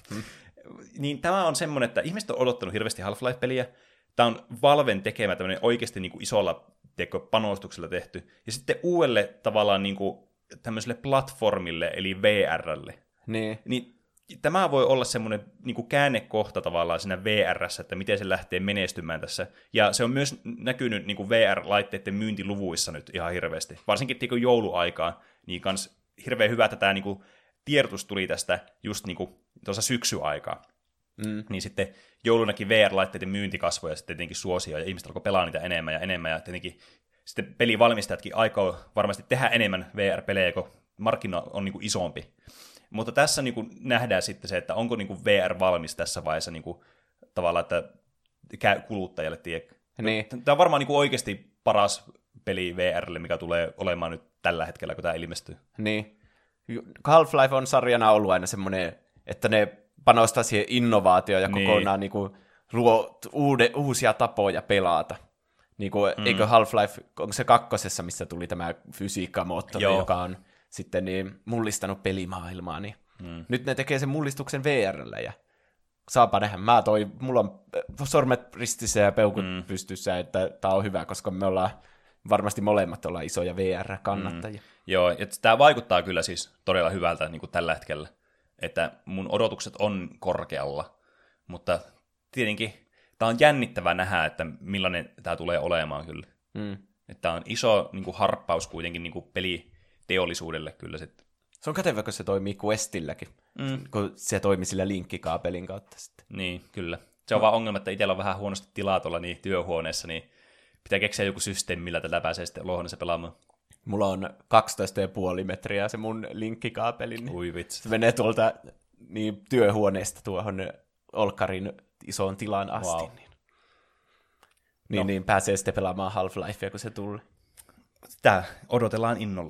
S2: Niin tämä on semmoinen, että ihmiset on odottanut hirveästi Half-Life-peliä. Tämä on Valven tekemä tämmöinen oikeasti niin kuin isolla panostuksella tehty. Ja sitten uudelle tavallaan niin kuin tämmöiselle platformille, eli VRlle. Niin tämä voi olla semmoinen niin kuin käännekohta tavallaan siinä VR:ssä, että miten se lähtee menestymään tässä. Ja se on myös näkynyt niin kuin VR-laitteiden myyntiluvuissa nyt ihan hirveästi. Varsinkin niin kuin jouluaikaan, niin kans hirveän hyvä, että tämä niin kuin tiedotus tuli tästä just niin kuin tuossa syksyaikaa. Niin sitten joulunakin VR-laitteiden myynti kasvoi ja sitten tietenkin suosio, ja ihmiset alkoi pelaa niitä enemmän ja enemmän, ja tietenkin sitten pelivalmistajatkin aikoo varmasti tehdä enemmän VR-pelejä, kun markkina on niin kuin isompi. Mutta tässä niin kuin nähdään sitten se, että onko niin kuin VR valmis tässä vaiheessa niin kuin, tavallaan, että kuluttajalle.
S1: Niin.
S2: Tämä on varmaan niin kuin oikeasti paras peli VRlle, mikä tulee olemaan nyt tällä hetkellä, kun tämä ilmestyy.
S1: Niin. Half-Life on sarjana ollut aina semmoinen, että ne panostaa siihen innovaatioon ja kokonaan niin kuin luo uusia tapoja pelata. Niin kuin, eikö Half-Life, onko se kakkosessa, missä tuli tämä fysiikkamoottori, joka on sitten niin mullistanut pelimaailmaa, niin nyt ne tekee sen mullistuksen VR:llä ja saapa nähdä. Mulla on sormet ristissä ja peukut pystyssä, että tää on hyvä, koska me ollaan varmasti molemmat ollaan isoja VR-kannattajia.
S2: Joo, ja tämä vaikuttaa kyllä siis todella hyvältä niin kuin tällä hetkellä, että mun odotukset on korkealla, mutta tietenkin tämä on jännittävää nähdä, että millainen tämä tulee olemaan kyllä. Että tämä on iso niin kuin harppaus kuitenkin niin kuin peliteollisuudelle kyllä sitten.
S1: Se on kätevä, kun se toimii Questilläkin, kun se toimii sillä linkkikaapelin kautta sitten.
S2: Niin, kyllä. Se on vaan ongelma, että itsellä on vähän huonosti tilaa tuolla niin työhuoneessa, niin pitää keksiä joku systeemi, millä tätä pääsee sitten olohuoneessa pelaamaan.
S1: Mulla on 12,5 metriä se mun linkkikaapeli. Niin
S2: ui vitsi.
S1: se menee tuolta niin työhuoneesta tuohon olkkarin isoon tilaan asti.
S2: Wow.
S1: Niin pääsee sitten pelaamaan Half-Lifea, kun se tuli.
S2: Sitä odotellaan innolla.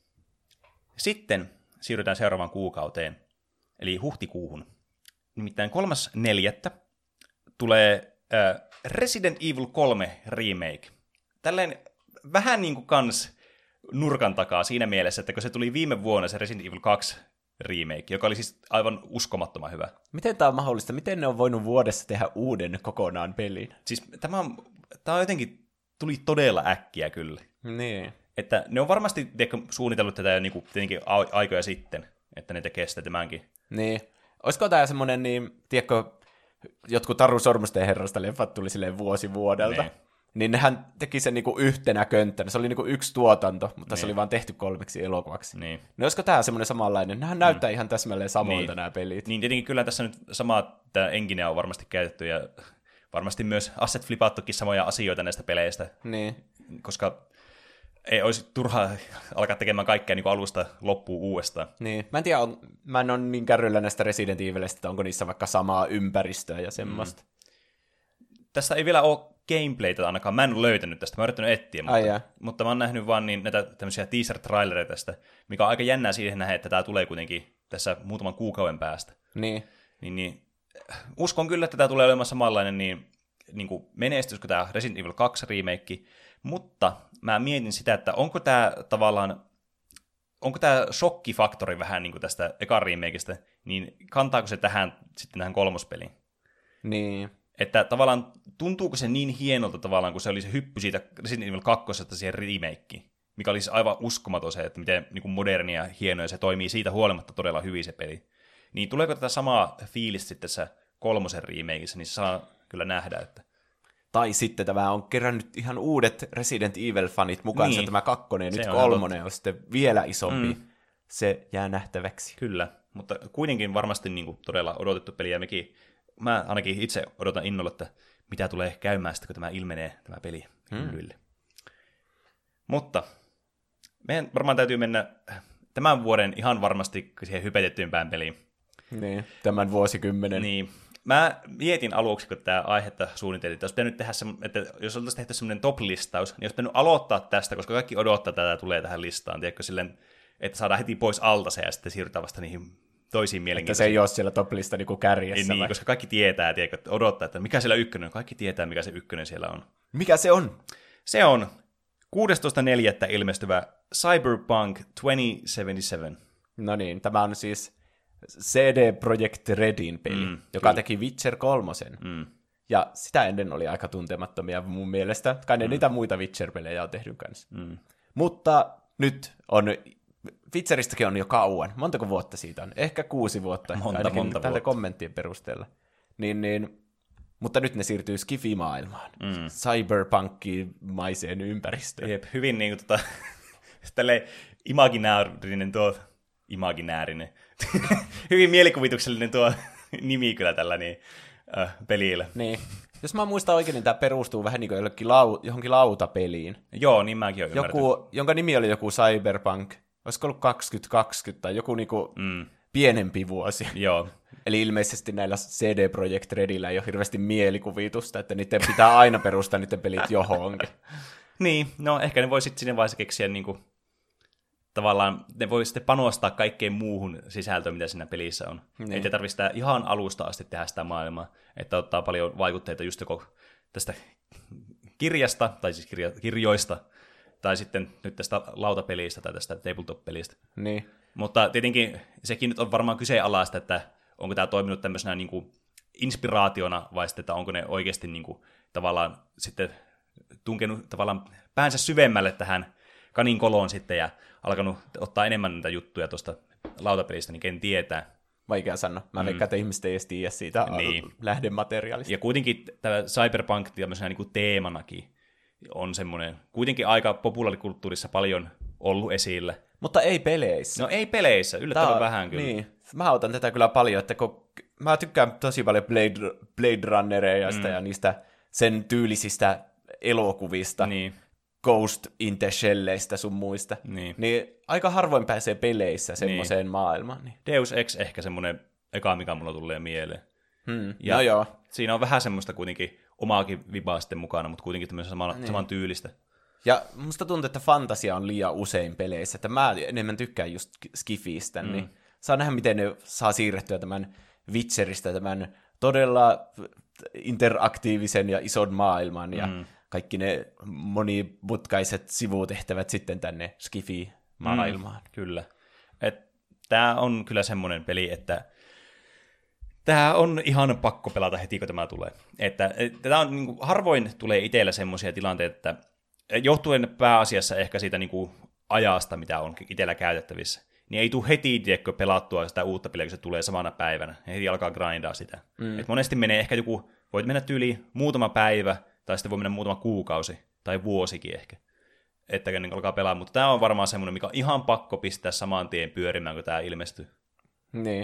S2: Sitten siirrytään seuraavaan kuukauteen, eli huhtikuuhun. Nimittäin 3.4. tulee Resident Evil 3 remake. Tälleen vähän niin kuin kans nurkan takaa siinä mielessä, että kun se tuli viime vuonna se Resident Evil 2 remake, joka oli siis aivan uskomattoman hyvä.
S1: Miten tämä on mahdollista? Miten ne on voinut vuodessa tehdä uuden kokonaan pelin?
S2: Siis tämä on jotenkin, tuli todella äkkiä kyllä.
S1: Niin.
S2: Että ne on varmasti suunnitellut tätä jo niinku, tietenkin aikoja sitten, että ne tekee sitä tämänkin.
S1: Niin. Olisiko tämä semmoinen, niin, tiedätkö, jotkut Taru Sormusten herrasta leffat tuli silleen vuosi vuodelta. Niin nehän teki sen niinku yhtenä könttänä. Se oli niinku yksi tuotanto, mutta se oli vaan tehty 3 elokuvaksi. Niin olisiko tämä semmoinen samanlainen? Nehän näyttää ihan täsmälleen samoilta nämä pelit.
S2: Niin tietenkin kyllä tässä nyt sama tämä engine on varmasti käytetty ja varmasti myös asset flipattukin samoja asioita näistä peleistä.
S1: Niin.
S2: Koska ei olisi turhaa alkaa tekemään kaikkea niin kuin alusta loppuun uudestaan.
S1: Niin. Mä en tiedä, mä en ole niin kärryllä näistä Resident Evilistä, että onko niissä vaikka samaa ympäristöä ja semmoista.
S2: Tässä ei vielä ole gameplaytä ainakaan. Mä en ole löytänyt tästä. Mä oon yrittänyt etsiä, mutta mä oon nähnyt vaan niin näitä tämmöisiä teaser-trailereita tästä, mikä on aika jännää siihen nähdä, että tämä tulee kuitenkin tässä muutaman kuukauden päästä. Niin, uskon kyllä, että tämä tulee olemaan samanlainen niin kuin menestys kuin tämä Resident Evil 2 remake, mutta mä mietin sitä, että onko tämä shokkifaktori vähän niin kuin tästä ekan remakeista, niin kantaako se tähän kolmospeliin?
S1: Niin.
S2: Että tavallaan tuntuuko se niin hienolta tavallaan, kun se oli se hyppy siitä Resident Evil 2 siihen remakeen, mikä olisi aivan uskomaton se, että miten niin kuin modernia ja hienoja se toimii siitä huolimatta todella hyvin se peli. Niin tuleeko tätä samaa fiilistä sitten tässä kolmosen remakeissa, niin se saa kyllä nähdä, että
S1: tai sitten tämä on kerännyt ihan uudet Resident Evil-fanit mukaan, niin. Tämä kakkonen ja nyt kolmonen on sitten vielä isompi. Se jää nähtäväksi.
S2: Kyllä, mutta kuitenkin varmasti niin kuin todella odotettu peli, ja mä ainakin itse odotan innolla, että mitä tulee käymään sitten, kun tämä ilmenee, tämä peli hyllyille. Mutta meidän varmaan täytyy mennä tämän vuoden ihan varmasti siihen hypetettyimpään peliin.
S1: Niin, tämän vuosikymmenen.
S2: Niin. Mä mietin aluksi, kun tämä aihetta suunniteltiin, että olisi pitänyt tehdä että jos oltaisiin tehty semmoinen top-listaus, niin olisi pitänyt aloittaa tästä, koska kaikki odottaa, että tämä tulee tähän listaan. Tiedätkö, silleen, että saadaan heti pois alta se ja sitten siirrytään vasta niihin toisiin
S1: Että
S2: mielenkiintoisiin.
S1: se ei ole siellä top-lista niinku kärjessä.
S2: Niin, koska kaikki tietää, että odottaa, että mikä siellä ykkönen on. Kaikki tietää, mikä se ykkönen siellä on.
S1: Mikä se on?
S2: Se on 16.4. ilmestyvä Cyberpunk 2077.
S1: No niin, tämä on siis CD Projekt Redin peli, joka teki Witcher 3. Ja sitä ennen oli aika tuntemattomia mun mielestä. Kai ne niitä muita Witcher-pelejä on tehnyt kanssa. Mutta nyt on, Witcheristäkin on jo kauan. Montako vuotta siitä on? Ehkä 6 vuotta.
S2: Monta vuotta.
S1: Kommenttien perusteella. Mutta nyt ne siirtyy Skifi-maailmaan. Cyberpunk-maiseen ympäristöön.
S2: Jep, hyvin niin kuin tälleen imaginäärinen. Hyvin mielikuvituksellinen tuo nimi kyllä tällä pelillä.
S1: Niin. Jos mä muistan oikein, niin tämä perustuu vähän niin kuin johonkin lautapeliin.
S2: Joo, niin mäkin olen ymmärtänyt.
S1: Jonka nimi oli joku Cyberpunk. Olisiko ollut 2020 tai joku niinku pienempi vuosi.
S2: Joo.
S1: Eli ilmeisesti näillä CD Projekt Redillä ei ole hirveästi mielikuvitusta, että niiden pitää aina perustaa niiden pelit johonkin.
S2: Niin, no ehkä ne voi sitten sinne vaiheessa keksiä niinku, tavallaan, ne voi sitten panostaa kaikkeen muuhun sisältöön, mitä siinä pelissä on. Niin. Ei tarvitse sitä ihan alusta asti tehdä sitä maailmaa, että ottaa paljon vaikutteita just joko tästä kirjasta, tai siis kirjoista, tai sitten nyt tästä lautapelistä tai tästä tabletop-pelistä.
S1: Niin.
S2: Mutta tietenkin sekin nyt on varmaan kyseenalaista, että onko tämä toiminut tämmöisenä niin kuin inspiraationa, vai sitten, että onko ne oikeasti niin kuin, tavallaan sitten tunkenut tavallaan päänsä syvemmälle tähän kanin koloon sitten ja alkanut ottaa enemmän näitä juttuja tuosta lautapelistä, niin ken tietää.
S1: Vaikea sanoa. Mä veikkaan, että ihmiset ei edes tiedä siitä lähdemateriaalista.
S2: Ja kuitenkin tämä cyberpunk tämmöisenä niin kuin teemanakin on semmoinen kuitenkin aika populaarikulttuurissa paljon ollut esillä.
S1: Mutta ei peleissä.
S2: No ei peleissä, yllättävän vähän kyllä.
S1: Niin. Mä otan tätä kyllä paljon, että mä tykkään tosi paljon Blade Runnereista ja niistä sen tyylisistä elokuvista, Ghost in the Shelleistä sun muista. Niin aika harvoin pääsee peleissä semmoiseen maailmaan. Niin.
S2: Deus Ex ehkä semmoinen eka, mikä mulla tulee mieleen.
S1: Ja no joo.
S2: Siinä on vähän semmoista kuitenkin omaakin vibaa sitten mukana, mutta kuitenkin tämmöistä saman tyylistä.
S1: Ja musta tuntuu, että fantasia on liian usein peleissä, että mä enemmän tykkään just Skifistä, niin saa nähdä, miten ne saa siirrettyä tämän Witcheristä, tämän todella interaktiivisen ja ison maailman, ja kaikki ne monimutkaiset sivutehtävät sitten tänne Skifi-maailmaan.
S2: Kyllä. Tämä on kyllä semmoinen peli, että tämä on ihan pakko pelata heti, kun tämä tulee. Tämä on, niin kuin, harvoin tulee itsellä semmoisia tilanteita, että johtuen pääasiassa ehkä siitä niin kuin ajasta, mitä on itsellä käytettävissä, niin ei tule heti pelattua sitä uutta peliä, kun se tulee samana päivänä. Ja heti alkaa grindaa sitä. Et monesti menee ehkä voit mennä tyyliin muutama päivä, tai sitten voi mennä muutama kuukausi, tai vuosikin ehkä, että niin alkaa pelaa. Mutta tämä on varmaan semmoinen, mikä on ihan pakko pistää saman tien pyörimään, kun tämä ilmestyy.
S1: Niin.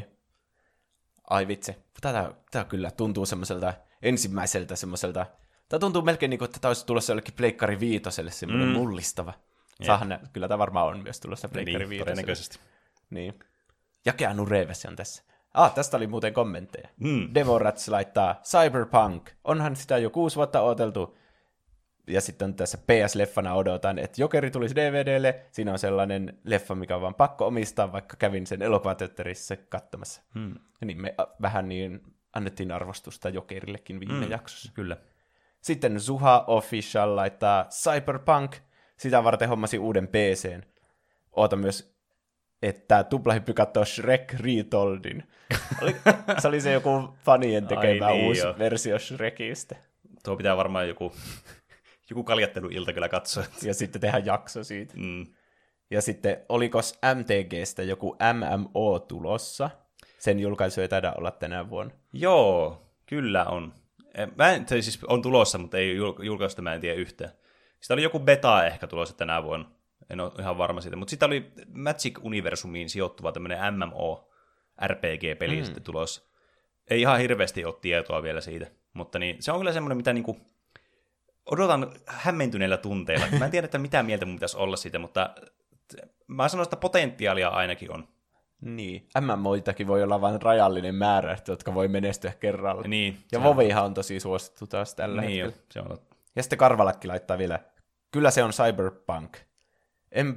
S1: Ai vitsi. Tämä kyllä tuntuu semmoiselta ensimmäiseltä semmoiselta. Tämä tuntuu melkein niin kuin, että tämä olisi tulossa jollekin Pleikkari Viitoselle semmoinen mullistava. Kyllä tämä varmaan on myös tulossa Pleikkari Viitoselle.
S2: Todennäköisesti.
S1: Niin. Ja Keanu Reeves on tässä. Tästä oli muuten kommentteja. Devorats laittaa Cyberpunk. Onhan sitä jo 6 vuotta odoteltu. Ja sitten tässä PS-leffana odotan, että Jokeri tulisi DVDlle. Siinä on sellainen leffa, mikä on vaan pakko omistaa, vaikka kävin sen elokuvateatterissa katsomassa. Ja niin me vähän niin annettiin arvostusta Jokerillekin viime jaksossa.
S2: Kyllä.
S1: Sitten Zuha Official laittaa Cyberpunk. Sitä varten hommasi uuden PC:n. Oota myös, että tuplahyppy katsoo Shrek Retoldin. Se oli se joku fanien tekemä uusi versio Shrekistä.
S2: Tuo pitää varmaan joku kaljatteluilta kyllä katsoa.
S1: Ja sitten tehdä jakso siitä. Ja sitten olikos MTGstä joku MMO tulossa? Sen julkaisu ei taida olla tänä vuonna.
S2: Joo, kyllä on. Siis on tulossa, mutta ei julkaista, mä en tiedä yhtään. Sitä oli joku beta ehkä tulossa tänä vuonna. En ole ihan varma siitä. Mutta sitten oli Magic-universumiin sijoittuva tämmöinen MMO-RPG-peli sitten tulossa. Ei ihan hirveästi ole tietoa vielä siitä. Mutta niin, se on kyllä semmoinen, mitä niinku odotan hämmentyneillä tunteilla. Mä en tiedä, että mitä mieltä mun pitäisi olla siitä, mutta mä sanon, että potentiaalia ainakin on.
S1: Niin, MMOitakin voi olla vain rajallinen määrä, jotka voi menestyä kerralla.
S2: Niin,
S1: ja WoWihan on tosi suosittu taas tällä hetkellä.
S2: Se on.
S1: Ja sitten Karvalakki laittaa vielä, kyllä se on Cyberpunk. Enpä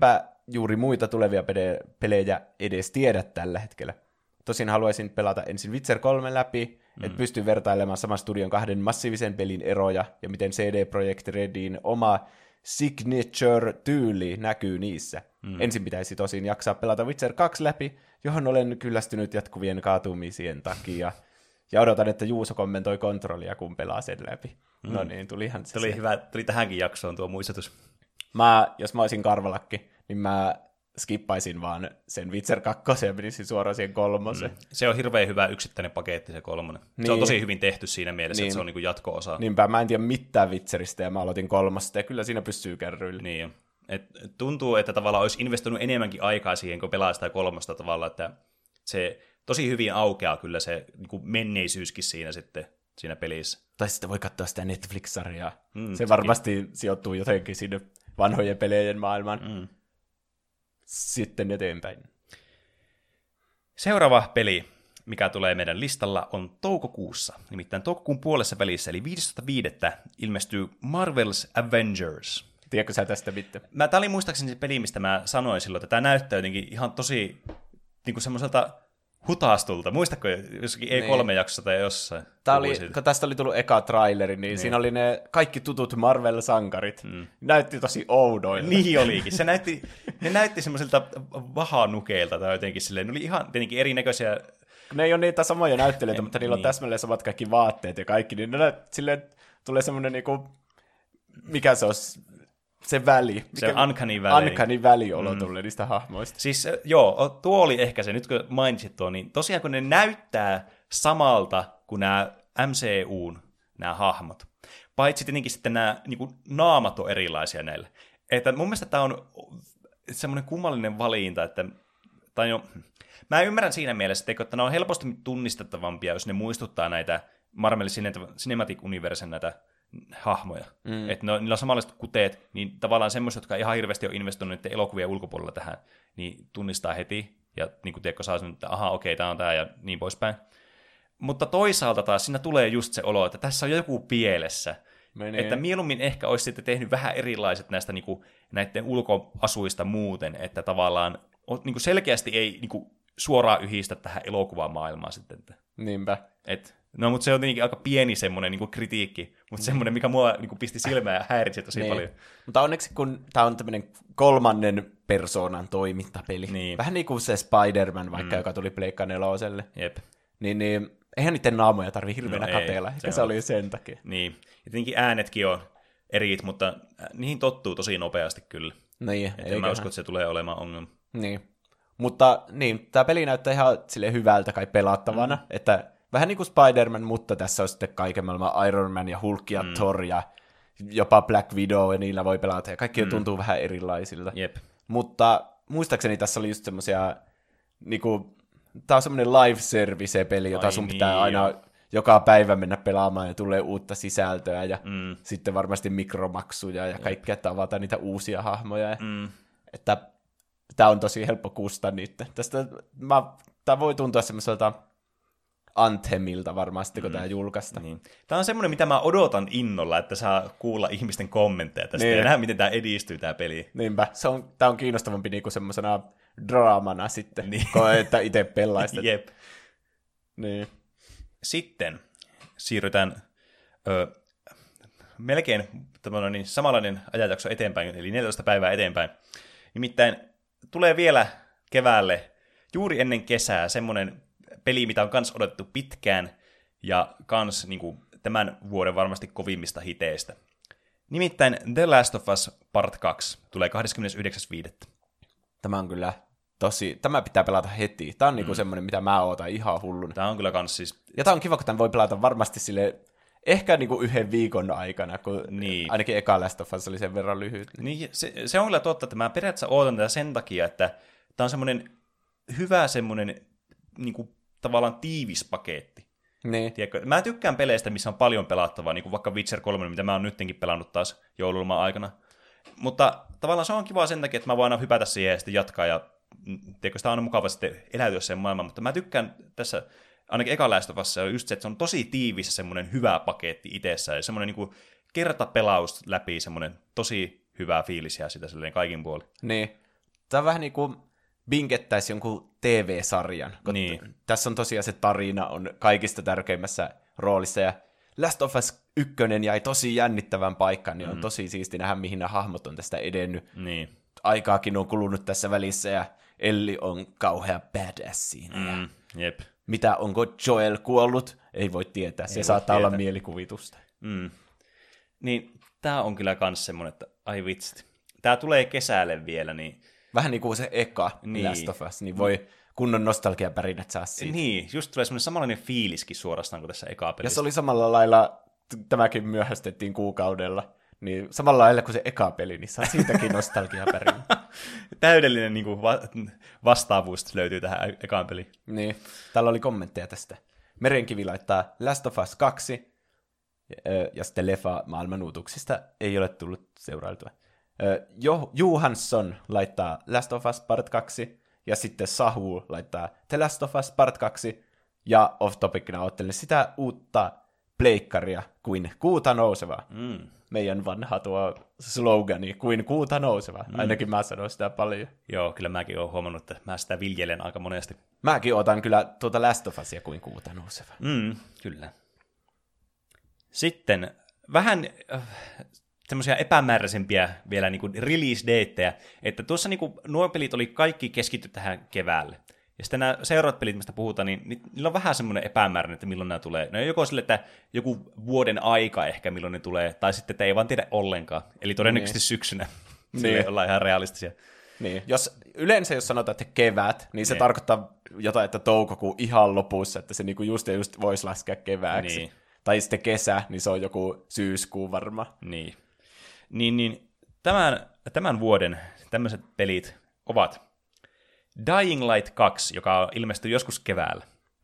S1: juuri muita tulevia pelejä edes tiedä tällä hetkellä. Tosin haluaisin pelata ensin Witcher 3 läpi, että pystyn vertailemaan saman studion 2 massiivisen pelin eroja, ja miten CD Projekt Redin oma signature-tyyli näkyy niissä. Ensin pitäisi tosin jaksaa pelata Witcher 2 läpi, johon olen kyllästynyt jatkuvien kaatumisien takia. Ja odotan, että Juuso kommentoi kontrollia, kun pelaa sen läpi. No niin, tulihan se.
S2: Tuli tähänkin jaksoon tuo muistutus.
S1: Jos mä olisin Karvalakki, niin mä skippaisin vaan sen Witcher 2 ja menisin suoraan siihen 3.
S2: Se on hirveän hyvä yksittäinen paketti, se 3. Niin. Se on tosi hyvin tehty siinä mielessä, että se on niin kuin jatko-osa.
S1: Niinpä, mä en tiedä mitään Witcheristä ja mä aloitin 3. ja kyllä siinä pysyy kärryillä.
S2: Niin. Tuntuu, että tavallaan olisi investoinut enemmänkin aikaa siihen, kun pelaa sitä 3 tavalla, että se tosi hyvin aukeaa kyllä se niin kuin menneisyyskin siinä pelissä.
S1: Tai sitten voi katsoa sitä Netflix-sarjaa. Se varmasti sijoittuu jotenkin sinne vanhojen pelejen maailmaan. Sitten eteenpäin.
S2: Seuraava peli, mikä tulee meidän listalla, on toukokuussa. Nimittäin toukokuun puolessa välissä, eli 15.5. ilmestyy Marvel's Avengers.
S1: Tiedätkö sä tästä mitään?
S2: Tämä oli muistaakseni se peli, mistä mä sanoin silloin, että tämä näyttää jotenkin ihan tosi niin kuin semmoiselta hutaastulta. Muistatko jossakin E3-jaksossa tai jossain?
S1: Kun tästä oli tullut eka traileri, niin siinä oli ne kaikki tutut Marvel-sankarit. Näytti tosi oudoilta.
S2: Niin olikin. Ne näytti semmoisilta vahanukeilta tai jotenkin silleen. Ne oli ihan tietenkin erinäköisiä.
S1: Ne ei ole niitä samoja näyttelijöitä, mutta niillä on täsmälleen samat kaikki vaatteet ja kaikki. Niin silleen tulee semmoinen niinku, mikä se on? Se väli.
S2: Se on
S1: uncanny väliolo tulee niistä hahmoista.
S2: Siis joo, tuo oli ehkä se, nyt kun mainitsit tuo, niin tosiaan kun ne näyttää samalta kuin nämä MCUn nämä hahmot. Paitsi tietenkin sitten nämä niin kuin naamat on erilaisia näille. Että mun mielestä tämä on semmoinen kummallinen valinta, että mä ymmärrän siinä mielessä, että ne on helposti tunnistettavampia, jos ne muistuttaa näitä Marvel Cinematic Universen näitä hahmoja. Että niillä on samanlaiset kuteet, niin tavallaan semmoiset, jotka ihan hirveästi on investoinut elokuvien ulkopuolella tähän, niin tunnistaa heti, ja niin kuin tiedätkö, saa sen, että aha, okei, tämä on tämä, ja niin poispäin. Mutta toisaalta taas siinä tulee just se olo, että tässä on joku pielessä. Että mieluummin ehkä olisi sitten tehnyt vähän erilaiset näistä niin kuin, näiden ulkoasuista muuten, että tavallaan niin kuin selkeästi ei niin kuin, suoraan yhdistä tähän elokuvamaailmaan sitten.
S1: Niinpä.
S2: No, mutta se on tietenkin aika pieni semmoinen niin kuin kritiikki, mutta semmoinen, mikä mua niin kuin pisti silmään ja häiritsi tosi paljon. Mutta
S1: onneksi, kun tämä on tämmöinen 3. persoonan toimintapeli, vähän niin kuin se Spider-Man vaikka, joka tuli Pleikka 4:lle, niin eihän niiden naamoja tarvitse hirveänä kateella, eikä se oli sen takia.
S2: Niin, ja tietenkin äänetkin on eri, mutta niihin tottuu tosi nopeasti kyllä.
S1: Niin,
S2: en mä usko, että se tulee olemaan ongelma.
S1: Niin, mutta tämä peli näyttää ihan silleen hyvältä kai pelattavana, että vähän niin kuin Spider-Man, mutta tässä on sitten kaiken maailman Iron Man ja Hulk ja Thor ja jopa Black Widow, ja niillä voi pelata, ja kaikki tuntuu vähän erilaisilta. Mutta muistaakseni tässä oli just semmoisia, niinku, tää on semmoinen live service-peli, jota sun pitää aina joka päivä mennä pelaamaan, ja tulee uutta sisältöä, ja sitten varmasti mikromaksuja, ja kaikkea, että avata niitä uusia hahmoja. Että tää on tosi helppo kustaa niitä. Tää voi tuntua semmoiselta Anthemilta varmaan sitten, kun tämä julkaistaan.
S2: Niin. Tämä on semmoinen, mitä mä odotan innolla, että saa kuulla ihmisten kommentteja tästä ja nähdä, miten tämä edistyy, tämä peli.
S1: Niinpä. Tämä on kiinnostavampi niinku semmoisena draamana sitten, kun että itse pelaista.
S2: Jep.
S1: Niin.
S2: Sitten siirrytään melkein samanlainen ajanjakso eteenpäin, eli 14 päivää eteenpäin. Nimittäin tulee vielä keväälle, juuri ennen kesää, semmoinen peli, mitä on kans odotettu pitkään, ja kans niin kuin, tämän vuoden varmasti kovimmista hiteistä. Nimittäin The Last of Us Part 2 tulee 29.5.
S1: Tämä on kyllä tämä pitää pelata heti. Tämä on niinku semmoinen, mitä mä ootan ihan hullun.
S2: Tämä on kyllä kans siis.
S1: Ja tämä on kiva, kun tämän voi pelata varmasti sille ehkä niinku 1 viikon aikana, kun ainakin eka Last of Us oli sen verran lyhyt.
S2: Niin, se on kyllä totta, että mä periaatteessa ootan tätä sen takia, että tämä on semmoinen hyvä semmoinen niinku tavallaan tiivis paketti.
S1: Niin.
S2: Tiedätkö? Mä tykkään peleistä, missä on paljon pelattavaa, niin kuin vaikka Witcher 3, mitä mä oon nyttenkin pelannut taas joululoman aikana. Mutta tavallaan se on kiva sen takia, että mä voin aina hypätä siihen ja sitten jatkaa, ja tiedätkö, sitä on aina mukava sitten eläytyä sen maailman, mutta mä tykkään tässä, ainakin eka Last of Us, on just se, että se on tosi tiivis semmoinen hyvä paketti itsessään, ja semmoinen niin kuin kertapelaus läpi, semmoinen tosi hyvä fiilis jää sitä silleen kaikin puolin.
S1: Niin. Tämä on vähän niin kuin bingettäisi jonkun TV-sarjan.
S2: Niin.
S1: Tässä on tosiaan se tarina on kaikista tärkeimmässä roolissa, ja Last of Us 1 jäi tosi jännittävän paikkaan, niin on tosi siisti nähdä, mihin nämä hahmot on tästä edennyt.
S2: Niin.
S1: Aikaakin on kulunut tässä välissä, ja Elli on kauhea badass siinä.
S2: Jep.
S1: Mitä, onko Joel kuollut? Ei voi tietää, se saattaa olla mielikuvitusta.
S2: Niin, tää on kyllä kans semmonen, että ai vitsit. Tää tulee kesälle vielä, niin...
S1: Vähän niin kuin se eka Last of Us, niin voi kunnon nostalgiapärinät saa siitä.
S2: Niin, just tulee semmoinen samanlainen fiiliskin suorastaan kuin tässä eka pelissä.
S1: Ja se oli samalla lailla, tämäkin myöhästettiin kuukaudella, niin samalla lailla kuin se eka peli, niin saa siitäkin nostalgiapärinä.
S2: Täydellinen niin kuin vastaavuus löytyy tähän ekaan peliin.
S1: Niin, täällä oli kommentteja tästä. Merenkivi laittaa Last of Us 2, ja sitten leffa maailman uutuksista ei ole tullut seurailtua. Johansson laittaa Last of Us Part 2, ja sitten Sahu laittaa The Last of Us Part 2, ja off-topicina ottelen sitä uutta pleikkaria kuin kuuta nouseva. Meidän vanha tuo slogani, kuin kuuta nouseva. Ainakin mä sanon sitä paljon.
S2: Joo, kyllä mäkin olen huomannut, että mä sitä viljelen aika monesti.
S1: Mäkin otan kyllä tuota Last of Usia kuin kuuta nouseva.
S2: Kyllä. Sitten vähän semmoisia epämääräisempiä vielä niin kuin release-dateja, että tuossa niin kuin, nuo pelit oli kaikki keskitty tähän keväälle. Ja sitten nämä seuraavat pelit, mistä puhutaan, niin niillä on vähän semmoinen epämääräinen, että milloin nämä tulee. Ne on joko sille, että joku vuoden aika ehkä, milloin ne tulee, tai sitten, että ei vaan tiedä ollenkaan. Eli todennäköisesti syksynä. Sille ollaan ihan realistisia.
S1: Niin. Yleensä jos sanotaan, että kevät, niin se tarkoittaa jotain, että toukokuu ihan lopussa, että se niinku just voisi laskea kevääksi. Niin. Tai sitten kesä, niin se on joku syyskuu varmaan.
S2: Niin, tämän vuoden tämmöiset pelit ovat Dying Light 2, joka ilmestyi joskus keväällä.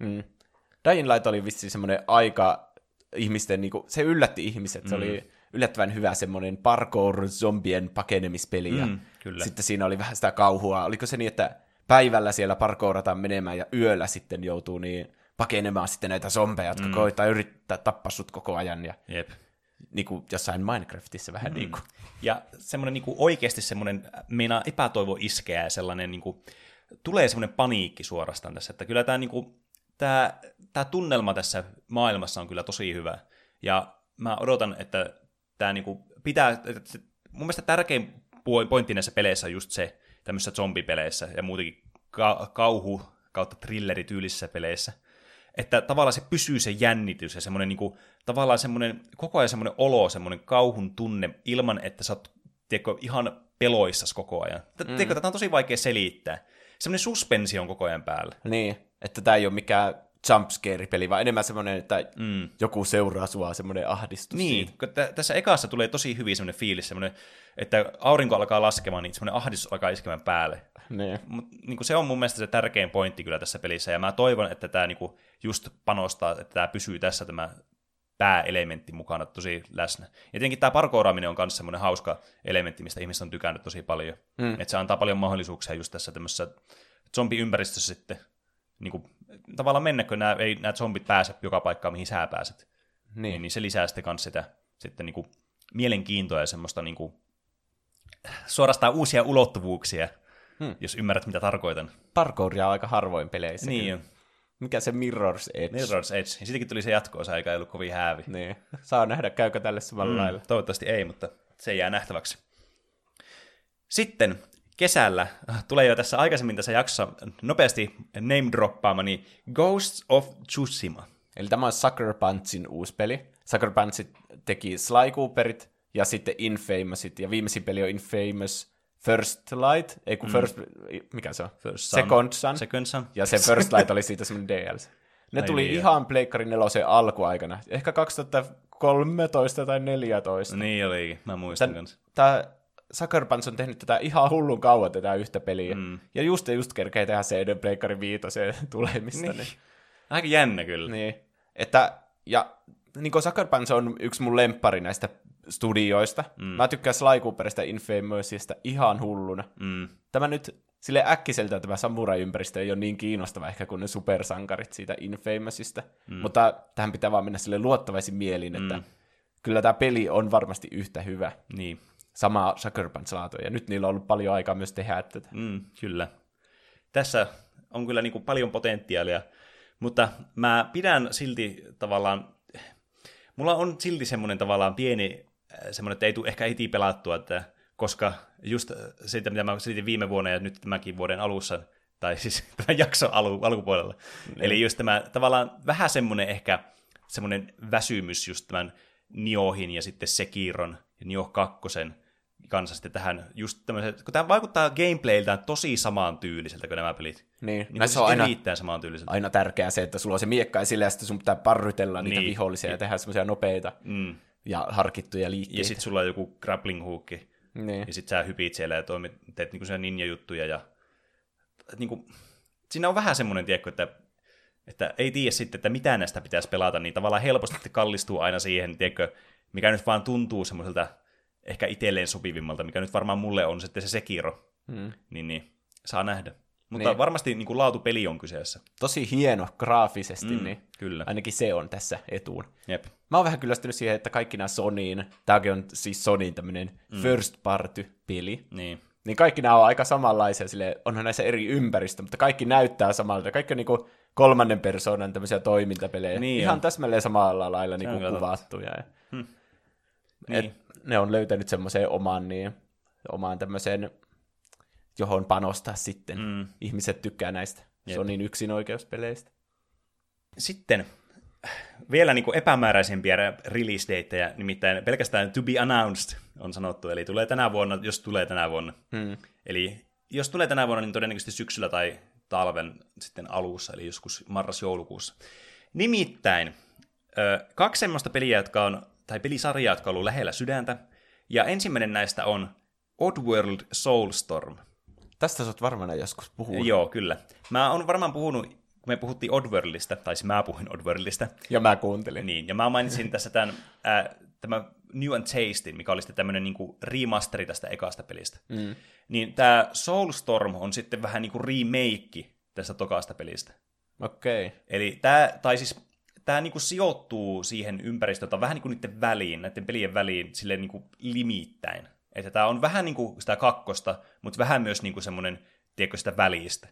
S1: Dying Light oli vissiin semmoinen aika ihmisten, niinku, se yllätti ihmiset, se oli yllättävän hyvä semmoinen parkour-zombien pakenemispeli, ja
S2: kyllä.
S1: Sitten siinä oli vähän sitä kauhua. Oliko se niin, että päivällä siellä parkourataan menemään, ja yöllä sitten joutuu niin pakenemaan sitten näitä zombeja, jotka koittaa yrittää tappaa sut koko ajan, ja niin kuin jossain Minecraftissa vähän niin kuin.
S2: Ja semmoinen niin kuin oikeasti semmoinen meinaa epätoivo iskeä, ja sellainen niin kuin, tulee semmoinen paniikki suorastaan tässä, että kyllä tämä, niin kuin, tämä tunnelma tässä maailmassa on kyllä tosi hyvä, ja mä odotan, että tämä niin kuin pitää, että mun mielestä tärkein pointti näissä peleissä on just se, tämmöisissä zombipeleissä ja muutenkin kauhu kautta thrillerityylisissä peleissä, että tavallaan se pysyy se jännitys ja semmoinen niin kuin, tavallaan semmoinen, koko ajan semmoinen olo, semmoinen kauhun tunne ilman, että sä oot, tiedätkö, ihan peloissas koko ajan. Tiedätkö, tätä on tosi vaikea selittää. Semmoinen suspensi on koko ajan päällä.
S1: Niin, että tämä ei ole mikään jumpscare-peli, vaan enemmän semmoinen, että joku seuraa sua, semmoinen ahdistus.
S2: Niin, tässä ekassa tulee tosi hyvin semmoinen fiilis, semmoinen, että aurinko alkaa laskemaan, niin semmoinen ahdistus alkaa iskemään päälle.
S1: Niin.
S2: Mut, niin se on mun mielestä se tärkein pointti kyllä tässä pelissä, ja mä toivon, että tämä niin just panostaa, että tämä pysyy tässä tämä pääelementti mukana tosi läsnä. Ja tietenkin tämä parkouraaminen on myös semmoinen hauska elementti, mistä ihmiset on tykännyt tosi paljon. Että se antaa paljon mahdollisuuksia just tässä tämmöisessä zombiympäristössä sitten niin kuin, tavallaan mennä, kun nämä zombit pääse joka paikkaan, mihin sä pääset. Niin se lisää sitten myös sitä sitten niin kuin mielenkiintoa ja semmoista niin kuin, suorastaan uusia ulottuvuuksia, jos ymmärrät, mitä tarkoitan.
S1: Parkouria on aika harvoin peleissä.
S2: Niin jo.
S1: Mikä se Mirror's Edge?
S2: Mirror's Edge. Ja sittenkin tuli se jatko-osa, eikä ollut kovin häävi.
S1: Niin. Saa nähdä, käykö tälle samalla lailla.
S2: Toivottavasti ei, mutta se jää nähtäväksi. Sitten kesällä tulee jo tässä aikaisemmin tässä jaksossa nopeasti name-droppaamani Ghosts of Tsushima.
S1: Eli tämä on Sucker Punchin uusi peli. Sucker Punch teki Sly Cooperit ja sitten Infamousit, ja viimeisin peli on Infamous First Light, ei kun First, mikä se on? Second Son. Ja se First Light oli siitä semmoinen DLC. Ne tuli ihan Pleikkarin 4 alkuaikana, ehkä 2013 tai 2014.
S2: Niin oli, mä muistan kanssa.
S1: Tämä Sucker Punch on tehnyt tätä ihan hullun kauan tätä yhtä peliä, ja just kerkee tehdä se ennen Pleikkarin 5 tulemista. Niin.
S2: Aika jännä kyllä.
S1: Niin, että, ja niin kuin Sucker Punch on yksi mun lemppari näistä studioista. Mä tykkään Sly Cooperista ja Infamousista ihan hulluna. Tämä nyt sille äkkiseltä tämä samurai-ympäristö ei ole niin kiinnostava ehkä kuin ne supersankarit siitä Infamousista. Mutta tähän pitää vaan mennä sille luottavaisin mielin, että kyllä tämä peli on varmasti yhtä hyvä.
S2: Niin.
S1: samaa Sucker Punch-laatua, ja nyt niillä on ollut paljon aikaa myös tehdä tätä.
S2: Kyllä. Tässä on kyllä niin kuin paljon potentiaalia, mutta mä pidän silti tavallaan, mulla on silti semmoinen tavallaan pieni, semmoinen, että ei tule ehkä heti pelattua, että koska just siitä, mitä mä selitin viime vuonna ja nyt tämänkin vuoden alussa, tai siis tämän jakson alkupuolella, eli just tämä tavallaan vähän semmoinen ehkä semmoinen väsymys just tämän Niohin ja sitten Sekiron ja Nioh 2 kanssa sitten tähän just tämmöisen, kun tämä vaikuttaa gameplayltään tosi samantyyliseltä kuin nämä pelit.
S1: Niin
S2: se on
S1: aina tärkeää se, että sulla on se miekka esille ja sitten sun pitää parrytella niitä vihollisia ja tehdä semmoisia nopeita ja harkittuja liikkeitä.
S2: Ja sitten sulla on joku grappling hookki.
S1: Niin.
S2: Ja sitten sä hypit siellä ja teet niinku ninja-juttuja. Ja, niinku, siinä on vähän semmoinen, tiedätkö, että ei tiedä sitten, että mitä näistä pitäisi pelata, niin tavallaan helposti kallistuu aina siihen, tiedätkö, mikä nyt vaan tuntuu semmoiselta ehkä itselleen sopivimmalta, mikä nyt varmaan mulle on sitten se Sekiro. Niin, saa nähdä. Mutta niin. Varmasti niin kuin laatupeli on kyseessä.
S1: Tosi hieno graafisesti, niin
S2: kyllä.
S1: Ainakin se on tässä etuun.
S2: Jep.
S1: Mä oon vähän kyllästynyt siihen, että kaikki nämä Sonyin, tämäkin on siis Sonyin tämmöinen first party-peli, niin kaikki nämä on aika samanlaisia, silleen, onhan näissä eri ympäristö, mutta kaikki näyttää samalta. Kaikki on niinku kolmannen persoonan tämmöisiä toimintapelejä. Niin ihan täsmälleen samalla lailla niinku kuvattuja. Niin. Ne on löytänyt semmoisen oman tämmöisen, johon panostaa sitten. Ihmiset tykkää näistä Sonyin yksinoikeuspeleistä. Sitten vielä niin kuin epämääräisempiä release-dateja, nimittäin pelkästään to be announced on sanottu, eli tulee tänä vuonna, jos tulee tänä vuonna. Eli jos tulee tänä vuonna, niin todennäköisesti syksyllä tai talven sitten alussa, eli joskus marras-joulukuussa. Nimittäin 2 semmoista peliä, tai pelisarjaa, jotka on ollut lähellä sydäntä, ja ensimmäinen näistä on Oddworld Soulstorm. Tästä sä oot varmaan joskus puhunut.
S2: Joo, kyllä. Mä oon varmaan puhunut, kun me puhuttiin Oddworldista, tai mä puhuin Oddworldista.
S1: Ja mä kuuntelin.
S2: Niin, ja mä mainitsin tässä tämän New and Tastin, mikä oli sitten tämmöinen niinku remasteri tästä ekasta pelistä. Niin tämä Soulstorm on sitten vähän niinku remake tästä tokasta pelistä.
S1: Okei.
S2: Eli tämä niinku sijoittuu siihen ympäristöön, vähän niinku niiden väliin, näiden pelien väliin, silleen niinku limittäin. Että tämä on vähän niinku sitä kakkosta, mutta vähän myös niinku semmoinen, tiedätkö, sitä välistä.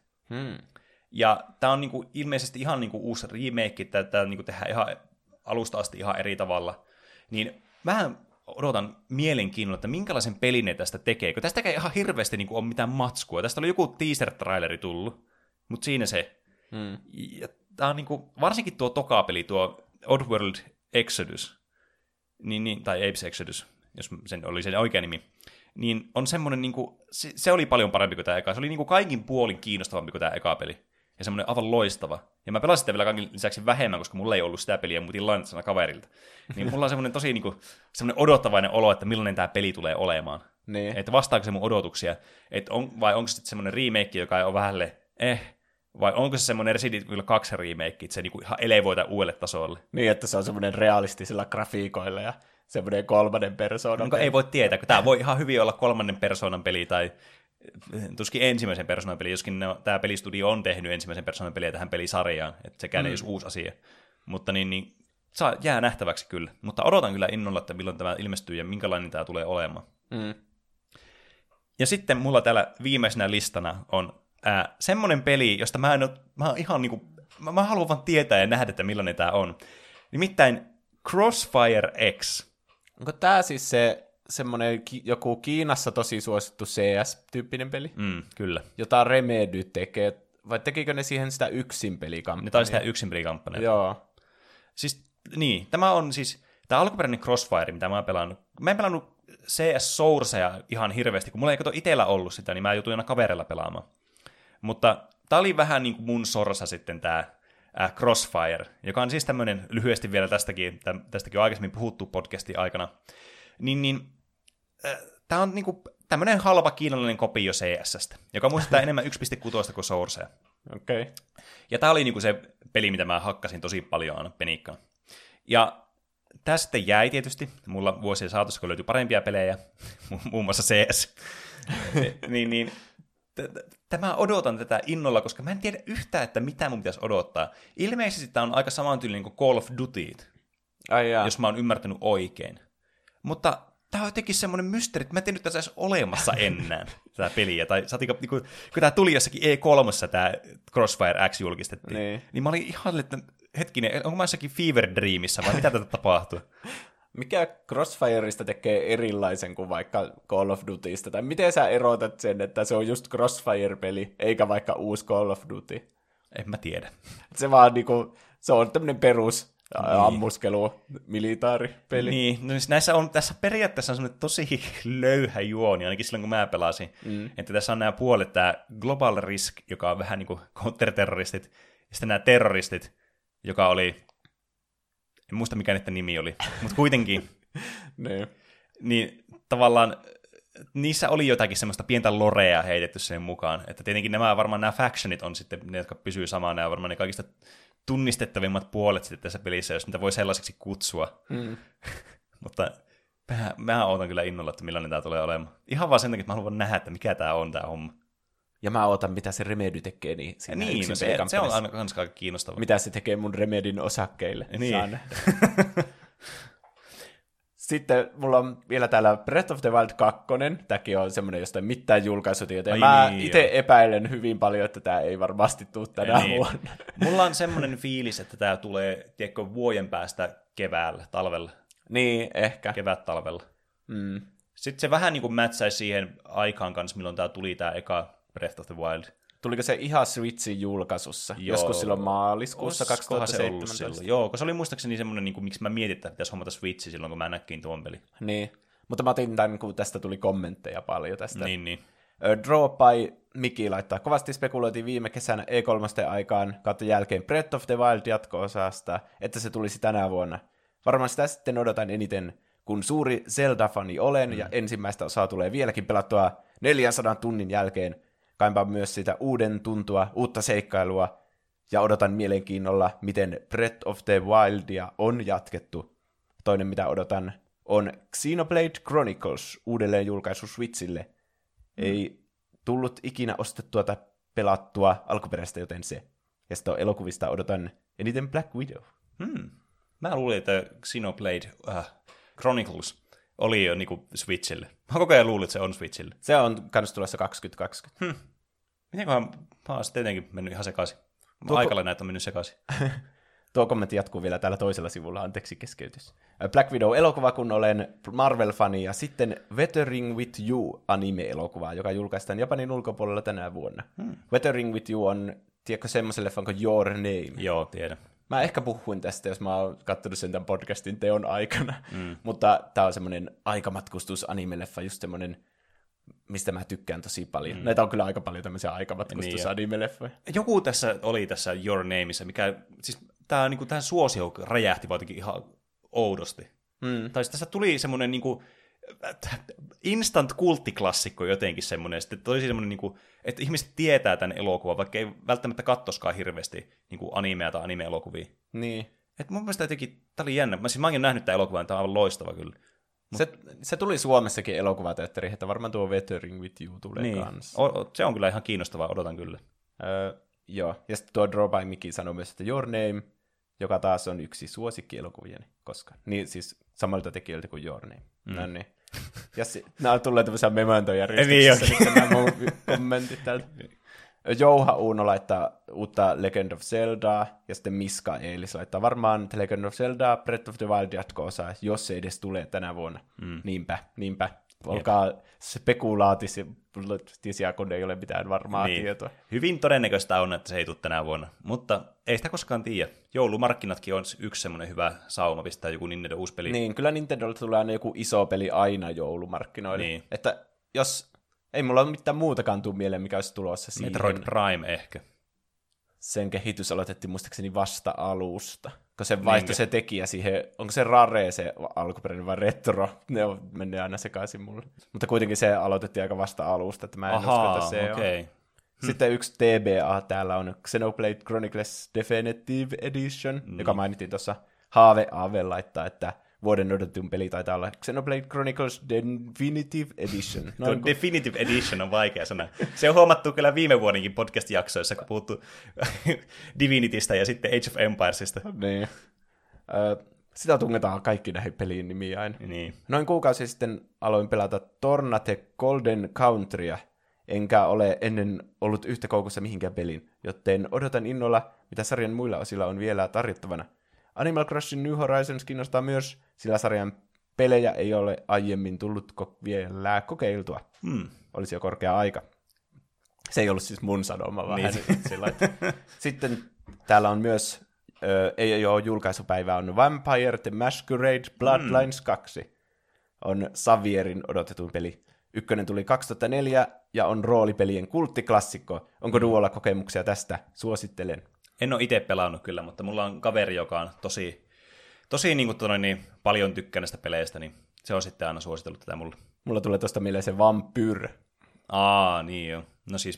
S2: Ja tämä on niinku ilmeisesti ihan niinku uusi remake, tämä niinku tehdään ihan alusta asti ihan eri tavalla. Niin vähän odotan mielenkiinnolla, että minkälaisen pelin ne tästä tekee, kun tästäkään ei ihan hirveästi niinku ole mitään matskua. Tästä oli joku teaser-traileri tullut, mutta siinä se. Ja tämä on niinku, varsinkin tuo toka peli, tuo Oddworld Exodus, tai Apes Exodus, jos sen oli sen oikea nimi, niin on semmoinen, niinku, se oli paljon parempi kuin tämä eka. Se oli niinku kaikin puolin kiinnostavampi kuin tämä eka peli. Ja semmoinen aivan loistava. Ja mä pelasin sitä vielä kaiken lisäksi vähemmän, koska mulla ei ollut sitä peliä, mutta lainat sana kaverilta. Niin mulla on semmoinen tosi niinku, semmoinen odottavainen olo, että millainen tämä peli tulee olemaan.
S1: Niin.
S2: Että vastaako se mun odotuksia, vai onko se sitten semmoinen remake, joka on vähälle vai onko se semmoinen Resident Evil 2 remake, että se niinku ihan elevoita uudelle tasolle.
S1: Niin, että se on semmoinen realistisilla grafiikoilla ja semmoinen kolmannen persoonan
S2: peli. Ei voi tietää, kun tämä voi ihan hyvin olla kolmannen persoonan peli tai tuskin ensimmäisen persoonan peli, joskin tämä pelistudio on tehnyt ensimmäisen persoonan peliä tähän pelisarjaan, että sekään ei olisi uusi asia. Mutta niin jää nähtäväksi kyllä. Mutta odotan kyllä innolla, että milloin tämä ilmestyy ja minkälainen tämä tulee olemaan. Ja sitten mulla täällä viimeisenä listana on semmoinen peli, josta mä haluan vaan tietää ja nähdä, että millainen tämä on. Nimittäin Crossfire X.
S1: Onko tämä siis se semmoinen joku Kiinassa tosi suosittu CS-tyyppinen peli?
S2: Kyllä.
S1: Jota Remedy tekee, vai tekikö ne siihen sitä yksinpelikampanjaa?
S2: Ne taisi tehdä yksinpelikampanjaa.
S1: Joo.
S2: Siis, niin, tämä on siis, tämä alkuperäinen Crossfire, mitä mä oon pelannut. Mä en pelannut CS Sourcea ihan hirveästi, kun mulla ei kato itsellä ollut sitä, niin mä joutuin aina kavereilla pelaamaan. Mutta tämä oli vähän niin kuin mun sorsa sitten tämä Crossfire, joka on siis tämmöinen, lyhyesti vielä tästäkin on aikaisemmin puhuttu podcastin aikana, tämä on niinku tämmöinen halpa kiinalainen kopio CS:stä, joka muistuttaa enemmän 1.6 kuin Sourcea.
S1: Okay.
S2: Ja tämä oli niinku se peli, mitä mä hakkasin tosi paljon aina penikkana. Ja tämä sitten jäi tietysti, mulla vuosien saatossa, kun löytyi parempia pelejä, muun muassa CS, Tämä odotan tätä innolla, koska mä en tiedä yhtään, että mitä mun pitäisi odottaa. Ilmeisesti tämä on aika samantyylinen kuin Call of Duty, jos mä oon ymmärtänyt oikein. Mutta tämä on jotenkin semmoinen mysteeri, että mä en tiennyt tässä edes olemassa enää tätä peliä. Tai saatiin, niin kun tämä tuli jossakin E3, tämä Crossfire X julkistettiin, niin mä olin ihan, että hetkinen, onko mä jossakin Fever Dreamissa vai mitä tätä tapahtuu?
S1: Mikä Crossfireista tekee erilaisen kuin vaikka Call of Dutysta? Tai miten sä erotat sen, että se on just Crossfire-peli, eikä vaikka uusi Call of Duty?
S2: En mä tiedä.
S1: Se vaan niinku, se on tämmöinen perus ammuskelu, militaaripeli.
S2: Niin, no siis tässä periaatteessa on semmoinen tosi löyhä juoni, ainakin silloin kun mä pelasin. Että tässä on nämä puolet, tämä Global Risk, joka on vähän niin kuin counter-terroristit, ja sitten nämä terroristit, joka oli, en muista mikä niiden nimi oli, mutta kuitenkin, niin tavallaan niissä oli jotakin semmoista pientä lorea heitetty sen mukaan, että tietenkin varmaan nämä factionit on sitten ne, jotka pysyy samana, ja varmaan ne kaikista tunnistettavimmat puolet sitten tässä pelissä, jos niitä voi sellaiseksi kutsua. Mutta mä ootan kyllä innolla, että millainen tämä tulee olemaan. Ihan vaan sen takia, että mä haluan nähdä, että mikä tämä on tämä homma.
S1: Ja mä ootan, mitä se Remedy tekee. Niin,
S2: no se on aina aika kiinnostavaa.
S1: Mitä se tekee mun Remedyn osakkeille.
S2: Niin.
S1: Sitten mulla on vielä täällä Breath of the Wild 2. Tämäkin on semmoinen, josta ei mitään julkaisutietoja. Mä itse epäilen hyvin paljon, että tämä ei varmasti tule tänä vuonna.
S2: Mulla on semmoinen fiilis, että tämä tulee, tiedätkö, vuoden päästä keväällä, talvella.
S1: Niin, ehkä.
S2: Kevät-talvella. Sitten se vähän niin kuin mätsäisi siihen aikaan kanssa, milloin tämä tuli tämä eka Breath of the Wild.
S1: Tuliko se ihan Switchin julkaisussa? Joo. Joskus silloin maaliskuussa 2017?
S2: Joo, koska se oli muistaakseni semmoinen, niin kuin, miksi mä mietin, että pitäisi hommata Switchi silloin, kun mä näkin tuon pelin.
S1: Niin, mutta mä otin tämän, kun tästä tuli kommentteja paljon tästä.
S2: Niin.
S1: Draw by Miki laittaa. Kovasti spekuloitiin viime kesänä E3 aikaan kautta jälkeen Breath of the Wild jatko-osasta, että se tulisi tänä vuonna. Varmaan sitä sitten odotan eniten, kun suuri Zelda-fani olen, ja ensimmäistä osaa tulee vieläkin pelattua 400 tunnin jälkeen. Kaipaan myös sitä uuden tuntua, uutta seikkailua, ja odotan mielenkiinnolla, miten Breath of the Wildia on jatkettu. Toinen, mitä odotan, on Xenoblade Chronicles, uudelleen julkaisu Switchille. Ei tullut ikinä ostettua tai pelattua alkuperäistä, joten se. Ja sitten elokuvista odotan eniten Black Widow.
S2: Mä luulin, että Xenoblade Chronicles oli jo niinku Switchille. Mä koko ajan luulin, että se on Switchille.
S1: Se on kans tulossa 2020.
S2: Mitenköhän mä oon sitten jotenkin mennyt ihan sekaisin. Aikalla näitä on mennyt sekaisin.
S1: Tuo kommentti jatkuu vielä täällä toisella sivulla, anteeksi keskeytys. Black Widow-elokuva, kun olen Marvel-fani, ja sitten Weathering with You anime-elokuva, joka julkaistaan Japanin ulkopuolella tänä vuonna. Weathering with You on, tiedätkö, semmoisen leffan kuin Your Name?
S2: Joo, tiedän.
S1: Mä ehkä puhuin tästä, jos mä oon katsonut sen tämän podcastin teon aikana, mutta tää on semmoinen aikamatkustus-anime-leffa, just semmoinen, mistä mä tykkään tosi paljon. Näitä on kyllä aika paljon tämmöisiä aikamatkustus-anime-leffoja.
S2: Joku tässä oli tässä Your Nameissa, mikä, siis tää niinku, tähän suosio räjähti jotenkin ihan oudosti. Tai tässä tuli semmoinen niinku, instant kulttiklassikko jotenkin semmoinen, sitten tosi semmoinen, niinku, että ihmiset tietää tämän elokuvan, vaikka ei välttämättä kattoskaan hirveästi niinku animea tai anime-elokuvia.
S1: Niin.
S2: Et mun mielestä jotenkin, tää oli jännä. Mä oon nähnyt tämän elokuvan, tämä on aivan loistava kyllä.
S1: Se tuli Suomessakin elokuvateatteriin, että varmaan tuo Weathering with You tulee kanssa.
S2: Se on kyllä ihan kiinnostavaa, odotan kyllä.
S1: Joo, ja sitten tuo Draw by Miki sanoi myös, että Your Name, joka taas on yksi suosikkielokuvien koskaan. Niin siis samalta tekijöiltä kuin Your Name. No niin. Ja nämä on tulleet tämmöisiä mementojärjestyksessä, niin nämä mun kommentit täältä. Jouha Uuno laittaa uutta Legend of Zeldaa, ja sitten Miska Eelis laittaa varmaan The Legend of Zelda Breath of the Wild jatko-osa, jos se edes tulee tänä vuonna. Niinpä. Olkaa spekulaatisia, kun ei ole mitään varmaa tietoa.
S2: Hyvin todennäköistä on, että se ei tule tänä vuonna, mutta ei sitä koskaan tiedä. Joulumarkkinatkin on yksi semmoinen hyvä sauma, pistää joku Nintendo uusi peli.
S1: Niin, kyllä Nintendolla tulee aina joku iso peli aina joulumarkkinoille. Niin. Että jos ei mulla ole mitään muutakaan tuu mieleen, mikä olisi tulossa siihen.
S2: Metroid Prime ehkä.
S1: Sen kehitys aloitettiin muistaakseni vasta alusta. Kun se vaihtoi se tekijä siihen, onko se Rare se alkuperäinen vai Retro? Ne on mennyt aina sekaisin mulle. Mutta kuitenkin se aloitettiin aika vasta alusta, että mä en usko, että se on. Sitten yksi TBA täällä on Xenoblade Chronicles Definitive Edition, joka mainittiin tuossa Haave laittaa, että vuoden odotetun peli taitaa olla Xenoblade Chronicles Definitive Edition.
S2: No, Definitive Edition on vaikea sana. Se on huomattu kyllä viime vuodenkin podcast-jaksoissa, kun puhuttu Divinitystä ja sitten Age of Empiresista.
S1: Niin. Sitä tungetaan kaikki näihin peliin nimiä aina.
S2: Niin.
S1: Noin kuukausi sitten aloin pelata Tornate Golden Countrya, enkä ole ennen ollut yhtä koukussa mihinkään peliin, joten odotan innolla, mitä sarjan muilla osilla on vielä tarjottavana. Animal Crossing New Horizons kiinnostaa myös, sillä sarjan pelejä ei ole aiemmin tullut vielä kokeiltua. Olisi jo korkea aika. Se ei ollut siis mun sanoma, vaan hän sillä Sitten täällä on myös, ei ole julkaisupäivää, on Vampire the Masquerade Bloodlines 2. On Xavierin odotetun peli. Ykkönen tuli 2004 ja on roolipelien kulttiklassikko. Onko Duolla kokemuksia tästä? Suosittelen.
S2: En ole itse pelannut kyllä, mutta mulla on kaveri, joka on tosi niin paljon tykkää näistä peleistä, niin se on sitten aina suositellut tätä mulle.
S1: Mulla tulee tosta mieleen se Vampyr.
S2: Niin joo. No siis,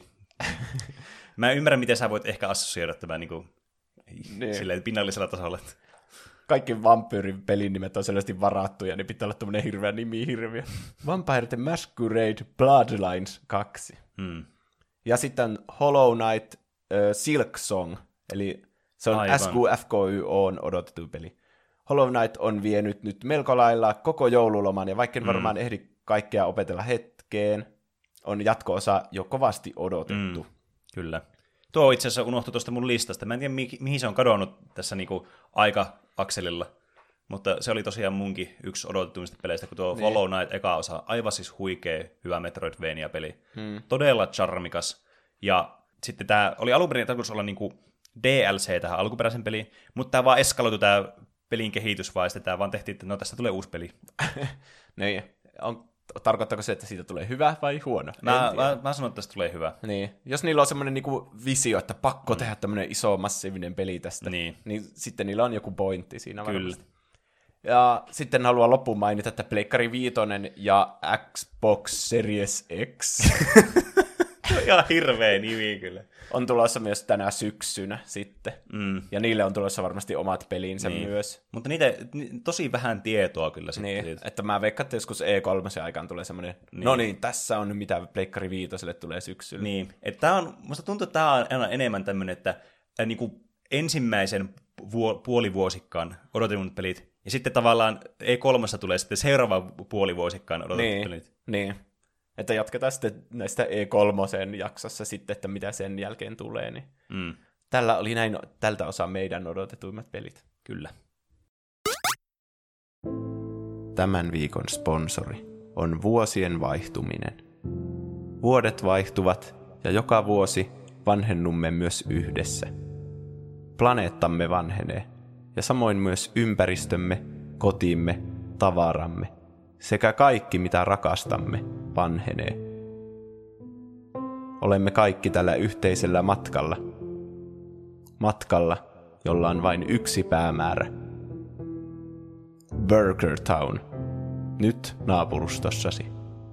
S2: mä ymmärrän, miten sä voit ehkä assosioida tämän niin. Silleen pinnallisella tasolla.
S1: Kaikki vampyyrin pelin nimet on selvästi varattuja, niin pitää olla tämmönen hirveä nimi-hirviö. Vampire the Masquerade Bloodlines 2. Ja sitten Hollow Knight Silk Song, eli se on SQFKYOn odotettu peli. Hollow Knight on vienyt nyt melko lailla koko joululoman, ja vaikka en varmaan ehdi kaikkea opetella hetkeen, on jatko-osa jo kovasti odotettu.
S2: Kyllä. Tuo itse asiassa unohtui tuosta mun listasta. Mä en tiedä, mihin se on kadonnut tässä niinku aika-akselilla, mutta se oli tosiaan munkin yksi odotetuimmista peleistä, kun tuo Hollow Knight eka osa, aivan siis huikea, hyvä Metroidvania-peli. Todella charmikas. Ja sitten tämä oli alun perin tarkoitus olla niinku DLC tähän alkuperäisen peliin, mutta tämä vaan eskaloitui tämä pelin kehitys, vaan sitten tämä vaan tehtiin, että no tästä tulee uusi peli.
S1: Niin, tarkoittaako se, että siitä tulee hyvä vai huono?
S2: Mä sanon, että tästä tulee hyvä.
S1: Niin. Jos niillä on semmoinen niinku visio, että pakko tehdä tämmöinen iso, massiivinen peli tästä, niin sitten niillä on joku pointti siinä varmasti. Kyllä. Ja sitten haluan loppuun mainita, että Pleikkari 5 ja Xbox Series X
S2: ihan hirveä nimi kyllä.
S1: On tulossa myös tänä syksynä sitten. Ja niille on tulossa varmasti omat pelinsä myös.
S2: Mutta niitä tosi vähän tietoa kyllä sitten.
S1: Niin,
S2: siitä.
S1: että mä veikkaan, että joskus E3 aikaan tulee semmoinen, no niin, tässä on mitä Pleikkari 5 tulee syksyllä.
S2: Niin, että tää on, musta tuntuu, että tämä on enemmän tämmöinen, että niinku ensimmäisen puolivuosikkaan odotetut pelit, ja sitten tavallaan E3 tulee sitten seuraava puolivuosikkaan odotetut pelit.
S1: Niin. Että jatketaan sitten näistä E3 jaksossa sitten, että mitä sen jälkeen tulee. Niin. Tällä oli näin tältä osaa meidän odotetuimmat pelit.
S2: Kyllä.
S1: Tämän viikon sponsori on vuosien vaihtuminen. Vuodet vaihtuvat ja joka vuosi vanhennumme myös yhdessä. Planeettamme vanhenee ja samoin myös ympäristömme, kotimme, tavaramme sekä kaikki mitä rakastamme vanhenee. Olemme kaikki tällä yhteisellä matkalla. Matkalla, jolla on vain yksi päämäärä. Burger Town. Nyt naapurustossasi.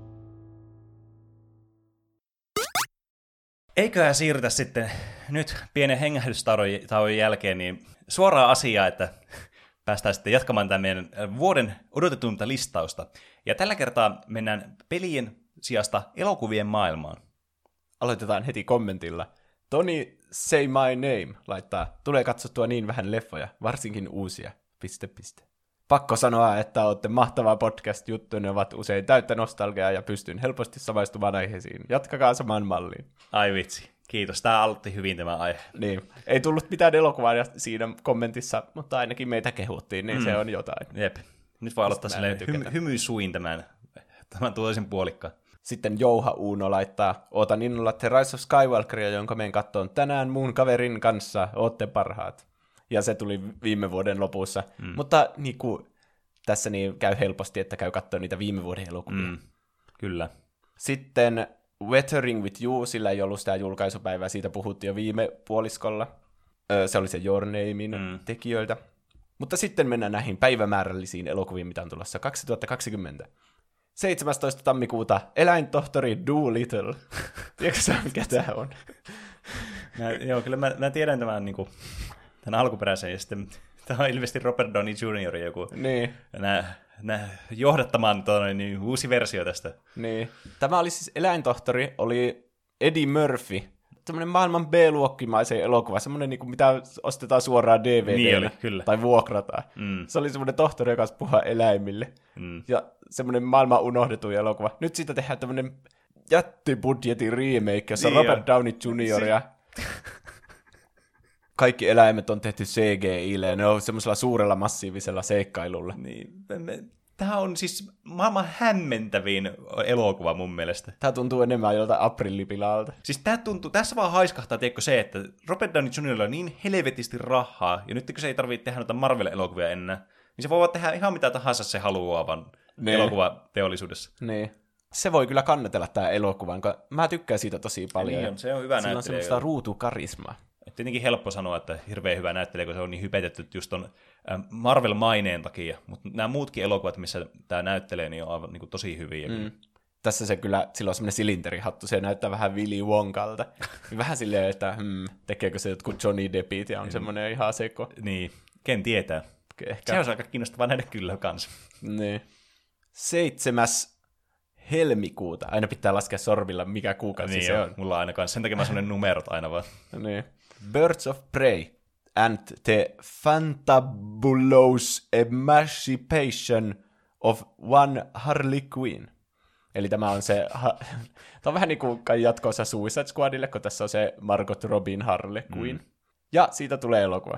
S2: Eiköhän siirrytä sitten nyt pienen hengähdystauon jälkeen niin suoraan asiaan, että päästään sitten jatkamaan tämän meidän vuoden odotetuinta listausta. Ja tällä kertaa mennään pelien sijasta elokuvien maailmaan.
S1: Aloitetaan heti kommentilla. Toni Say My Name laittaa, tulee katsottua niin vähän leffoja, varsinkin uusia, ... Pakko sanoa, että olette mahtava podcast-juttu, ne ovat usein täyttä nostalgiaa ja pystyn helposti samaistumaan aiheisiin. Jatkakaa saman malliin.
S2: Ai vitsi, kiitos. Tämä aloitti hyvin tämä aihe.
S1: Niin, ei tullut mitään elokuvaa siinä kommentissa, mutta ainakin meitä kehuttiin, niin se on jotain.
S2: Jep, nyt voi aloittaa silleen hymysuin tämän toisen puolikkaan.
S1: Sitten Jouha Uuno laittaa, ootan innolla The Rise of Skywalkeria, jonka menen kattoon tänään mun kaverin kanssa, ootte parhaat. Ja se tuli viime vuoden lopussa. Mutta niin kuin, tässä niin käy helposti, että käy katsoa niitä viime vuoden elokuvia.
S2: Kyllä.
S1: Sitten Weathering with You, sillä ei ollut sitä julkaisupäivää, siitä puhuttiin jo viime puoliskolla. Se oli se Your Namein tekijöiltä. Mutta sitten mennään näihin päivämäärällisiin elokuviin, mitä on tulossa 2020. 17. tammikuuta Eläintohtori Dolittle. Tiedätkö sä, mikä tämä on?
S2: Joo, kyllä mä tiedän tämän, niin kuin, tämän alkuperäisen, ja sitten tämä on ilmeisesti Robert Downey Jr. joku.
S1: Niin.
S2: Johdattamaan niin uusi versio tästä.
S1: Niin. Tämä oli siis Eläintohtori, oli Eddie Murphy semmoinen maailman B-luokkimaisen elokuva, semmoinen, niin kuin, mitä ostetaan suoraan DVD
S2: Niin oli, kyllä.
S1: tai vuokrataan. Se oli semmoinen tohtori, joka puhua eläimille. Ja semmoinen maailman unohdetuin elokuva. Nyt siitä tehdään tämmöinen jättibudjetin remake, jossa
S2: Niin
S1: Robert Downey Jr. ja kaikki eläimet on tehty CGI:lle, ja ne on semmoisella suurella massiivisella seikkailulla.
S2: Niin, tämä on siis maailman hämmentävin elokuva mun mielestä.
S1: Tämä tuntuu enemmän joltain aprillipilalta.
S2: Siis tässä vaan haiskahtaa, tiedätkö se, että Robert Downey Jr. on niin helvetisti rahaa, ja nyt kun se ei tarvitse tehdä noita Marvel-elokuvia enää, niin se voi tehdä ihan mitä tahansa se haluaa vaan elokuvateollisuudessa.
S1: Niin. Se voi kyllä kannatella tämä elokuva, mä tykkään siitä tosi paljon.
S2: Niin, se on hyvä näyttelijä.
S1: Sillä on semmoista ruutukarismaa.
S2: Tietenkin helppo sanoa, että hirveän hyvä näyttelijä, kun se on niin hypetetty just ton Marvel-maineen takia, mutta nämä muutkin elokuvat, missä tämä näyttelee, niin on aivan niin kuin, tosi hyviä.
S1: Tässä se kyllä, sillä on semmoinen silinterihattu, se näyttää vähän Willy Wonkalta. Vähän silleen, että tekeekö se jotkut Johnny Deppit ja on semmoinen ihan seko.
S2: Niin, ken tietää.
S1: Ehkä.
S2: Se on aika kiinnostavaa nähdä kyllä kanssa.
S1: Niin. 7. helmikuuta. Aina pitää laskea sormilla, mikä kuukausi
S2: niin
S1: se on.
S2: Mulla on aina kanssa. Sen takia mä sanon numerot aina vaan.
S1: Niin. Birds of Prey and the Fantabulous Emancipation of One Harley Quinn. Eli tämä on se, tämä on vähän niin kuin jatkoosa Suicide Squadille, kun tässä on se Margot Robin Harley Quinn. Ja siitä tulee elokuva.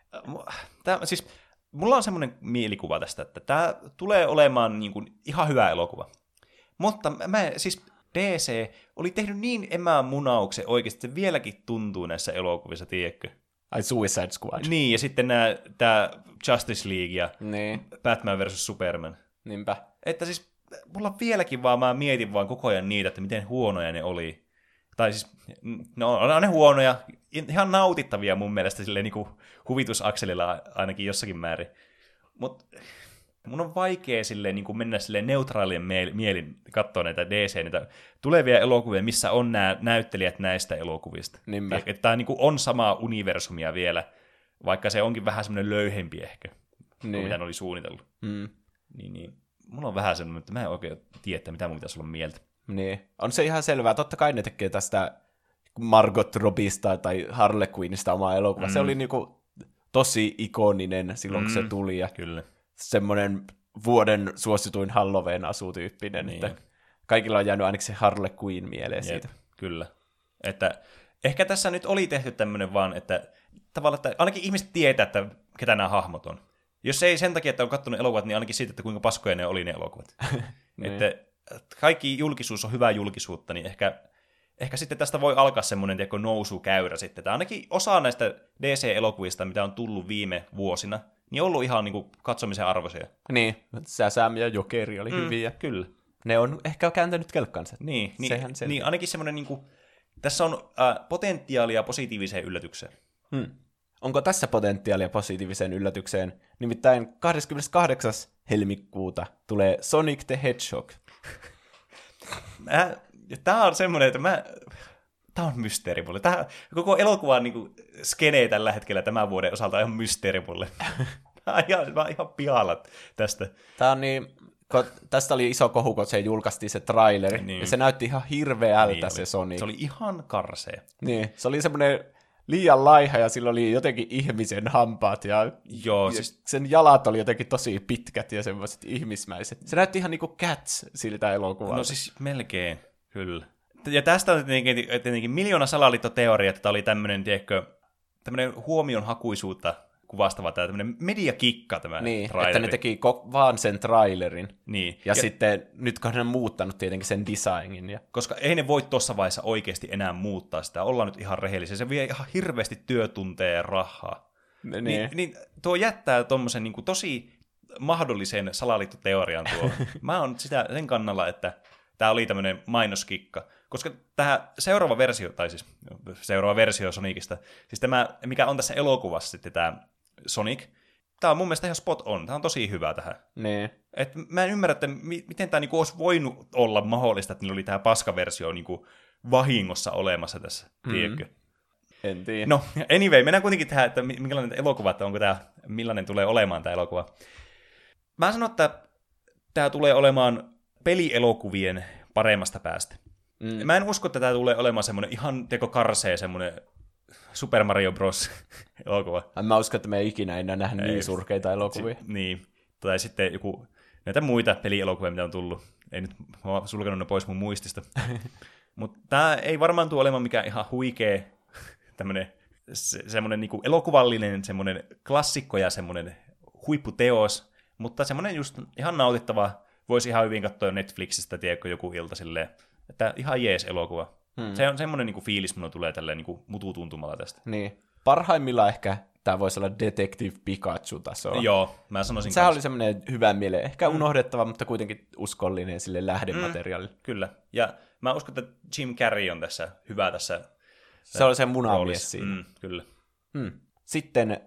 S2: Siis, mulla on semmoinen mielikuva tästä, että tämä tulee olemaan niin kuin ihan hyvä elokuva. Mutta siis DC oli tehnyt niin emämunauksen oikeasti, että se vieläkin tuntuu näissä elokuvissa, tiedätkö?
S1: Ai Suicide Squad.
S2: Niin, ja sitten tämä Justice League ja
S1: niin.
S2: Batman vs. Superman.
S1: Niinpä.
S2: Että siis mulla vieläkin vaan, mä mietin vaan koko ajan niitä, että miten huonoja ne oli. Tai siis, no on ne huonoja, ihan nautittavia mun mielestä silleen niin kuin huvitusakselilla ainakin jossakin määrin. Mutta mun on vaikea silleen, niin kuin mennä silleen neutraalien mielin katsoa näitä DC, niitä tulevia elokuvia, missä on nämä näyttelijät näistä elokuvista. Että tämä niin kuin on samaa universumia vielä, vaikka se onkin vähän semmoinen löyhempi ehkä, kuin mitä ne oli suunnitellut. Niin. Mulla on vähän semmoinen, että mä en oikein tiedä, mitä mun pitäisi olla mieltä.
S1: Niin, on se ihan selvää. Totta kai ne tekee tästä Margot Robista tai Harley Quinnista omaa elokuvaa. Se oli niinku tosi ikoninen silloin, kun se tuli. Ja
S2: kyllä.
S1: Semmoinen vuoden suosituin Halloween-asutyyppinen. Niin. Että kaikilla on jäänyt ainakin se Harley Quinn mieleen siitä.
S2: Kyllä. Että ehkä tässä nyt oli tehty tämmöinen vaan, että tavallaan, että ainakin ihmiset tietää, että ketä nämä hahmot on. Jos ei sen takia, että on katsonut elokuvat, niin ainakin siitä, että kuinka paskoja ne oli ne elokuvat.
S1: niin.
S2: Että kaikki julkisuus on hyvää julkisuutta, niin ehkä sitten tästä voi alkaa semmoinen nousukäyrä sitten. Tai ainakin osa näistä DC-elokuvista, mitä on tullut viime vuosina, niin on ollut ihan niin kuin katsomisen arvoisia.
S1: Niin, Shazam ja Jokeri oli hyviä.
S2: Kyllä.
S1: Ne on ehkä kääntänyt kelkkansa.
S2: Niin ainakin semmoinen, niin kuin, tässä on potentiaalia positiiviseen yllätykseen.
S1: Onko tässä potentiaalia positiiviseen yllätykseen? Nimittäin 28. helmikuuta tulee Sonic the Hedgehog.
S2: Tämä on semmoinen, että tämä on mysteeri mulle. Tämä koko elokuvan niin skenee tällä hetkellä tämän vuoden osalta on ihan mysteeri mulle. Mä oon ihan pihalla tästä.
S1: Tämä on niin, tästä oli iso kohu, kun se julkaistiin se traileri, ja se näytti ihan hirveältä se Sonic.
S2: Se oli ihan karsea.
S1: Niin, se oli semmoinen liian laiha, ja sillä oli jotenkin ihmisen hampaat, ja
S2: siis
S1: sen jalat oli jotenkin tosi pitkät ja semmoiset ihmismäiset. Se näytti ihan niin kuin Cats siltä elokuvalta.
S2: No siis melkein, kyllä. Ja tästä on tietenkin miljoona salaliittoteoria, että tämä oli tämmöinen huomionhakuisuutta kuvastava tämmöinen mediakikka tämä
S1: niin,
S2: traileri.
S1: Että ne teki vaan sen trailerin.
S2: Niin.
S1: Ja sitten nyt kun ne on muuttanut tietenkin sen designin. Ja
S2: koska ei ne voi tuossa vaiheessa oikeasti enää muuttaa sitä. Ollaan nyt ihan rehellisiä. Se vie ihan hirveästi työtunteja ja rahaa. Niin tuo jättää tuommoisen niin tosi mahdollisen salaliittoteorian tuo. Mä oon sen kannalla, että tämä oli tämmöinen mainoskikka. Koska tämä seuraava versio Sonicista, siis tämä, mikä on tässä elokuvassa sitten tämä Sonic, tämä on mun mielestä ihan spot on. Tämä on tosi hyvä tähän.
S1: Niin.
S2: Et mä en ymmärrä, että miten tämä niinku olisi voinut olla mahdollista, että niillä oli tämä paskaversio niinku vahingossa olemassa tässä, tiedätkö?
S1: En tiedä.
S2: No, anyway, mennään kuitenkin tähän, että minkälainen elokuva, että onko tämä, millainen tulee olemaan tämä elokuva. Mä sanon, että tämä tulee olemaan pelielokuvien paremmasta päästä. Mä en usko, että tämä tulee olemaan semmoinen ihan karsee semmoinen Super Mario Bros. elokuva.
S1: Mä uskon, että me ei ikinä enää nähdä niin surkeita elokuvia.
S2: Niin. Tai sitten joku näitä muita pelielokuvia, mitä on tullut. Ei nyt, mä oon sulkenut ne pois mun muistista. Mutta tämä ei varmaan tule olemaan mikään ihan huikea tämmönen semmoinen niinku elokuvallinen semmoinen klassikko ja semmoinen huipputeos, mutta semmoinen just ihan nautittava. Voisi ihan hyvin katsoa Netflixistä, tiedätkö, joku ilta silleen, että ihan jees elokuva. Se on semmoinen niinku fiilis, minulla tulee tälleen niinku mututuntumalla tästä.
S1: Niin. Parhaimmillaan ehkä tämä voisi olla Detective Pikachu-tasoa.
S2: Joo, mä sanoisin
S1: sehän oli semmoinen hyvä mieleen. Ehkä unohdettava, mutta kuitenkin uskollinen sille lähdemateriaalille.
S2: Kyllä. Ja mä uskon, että Jim Carrey on tässä hyvä tässä.
S1: Se on se munamies siinä.
S2: Kyllä.
S1: Sitten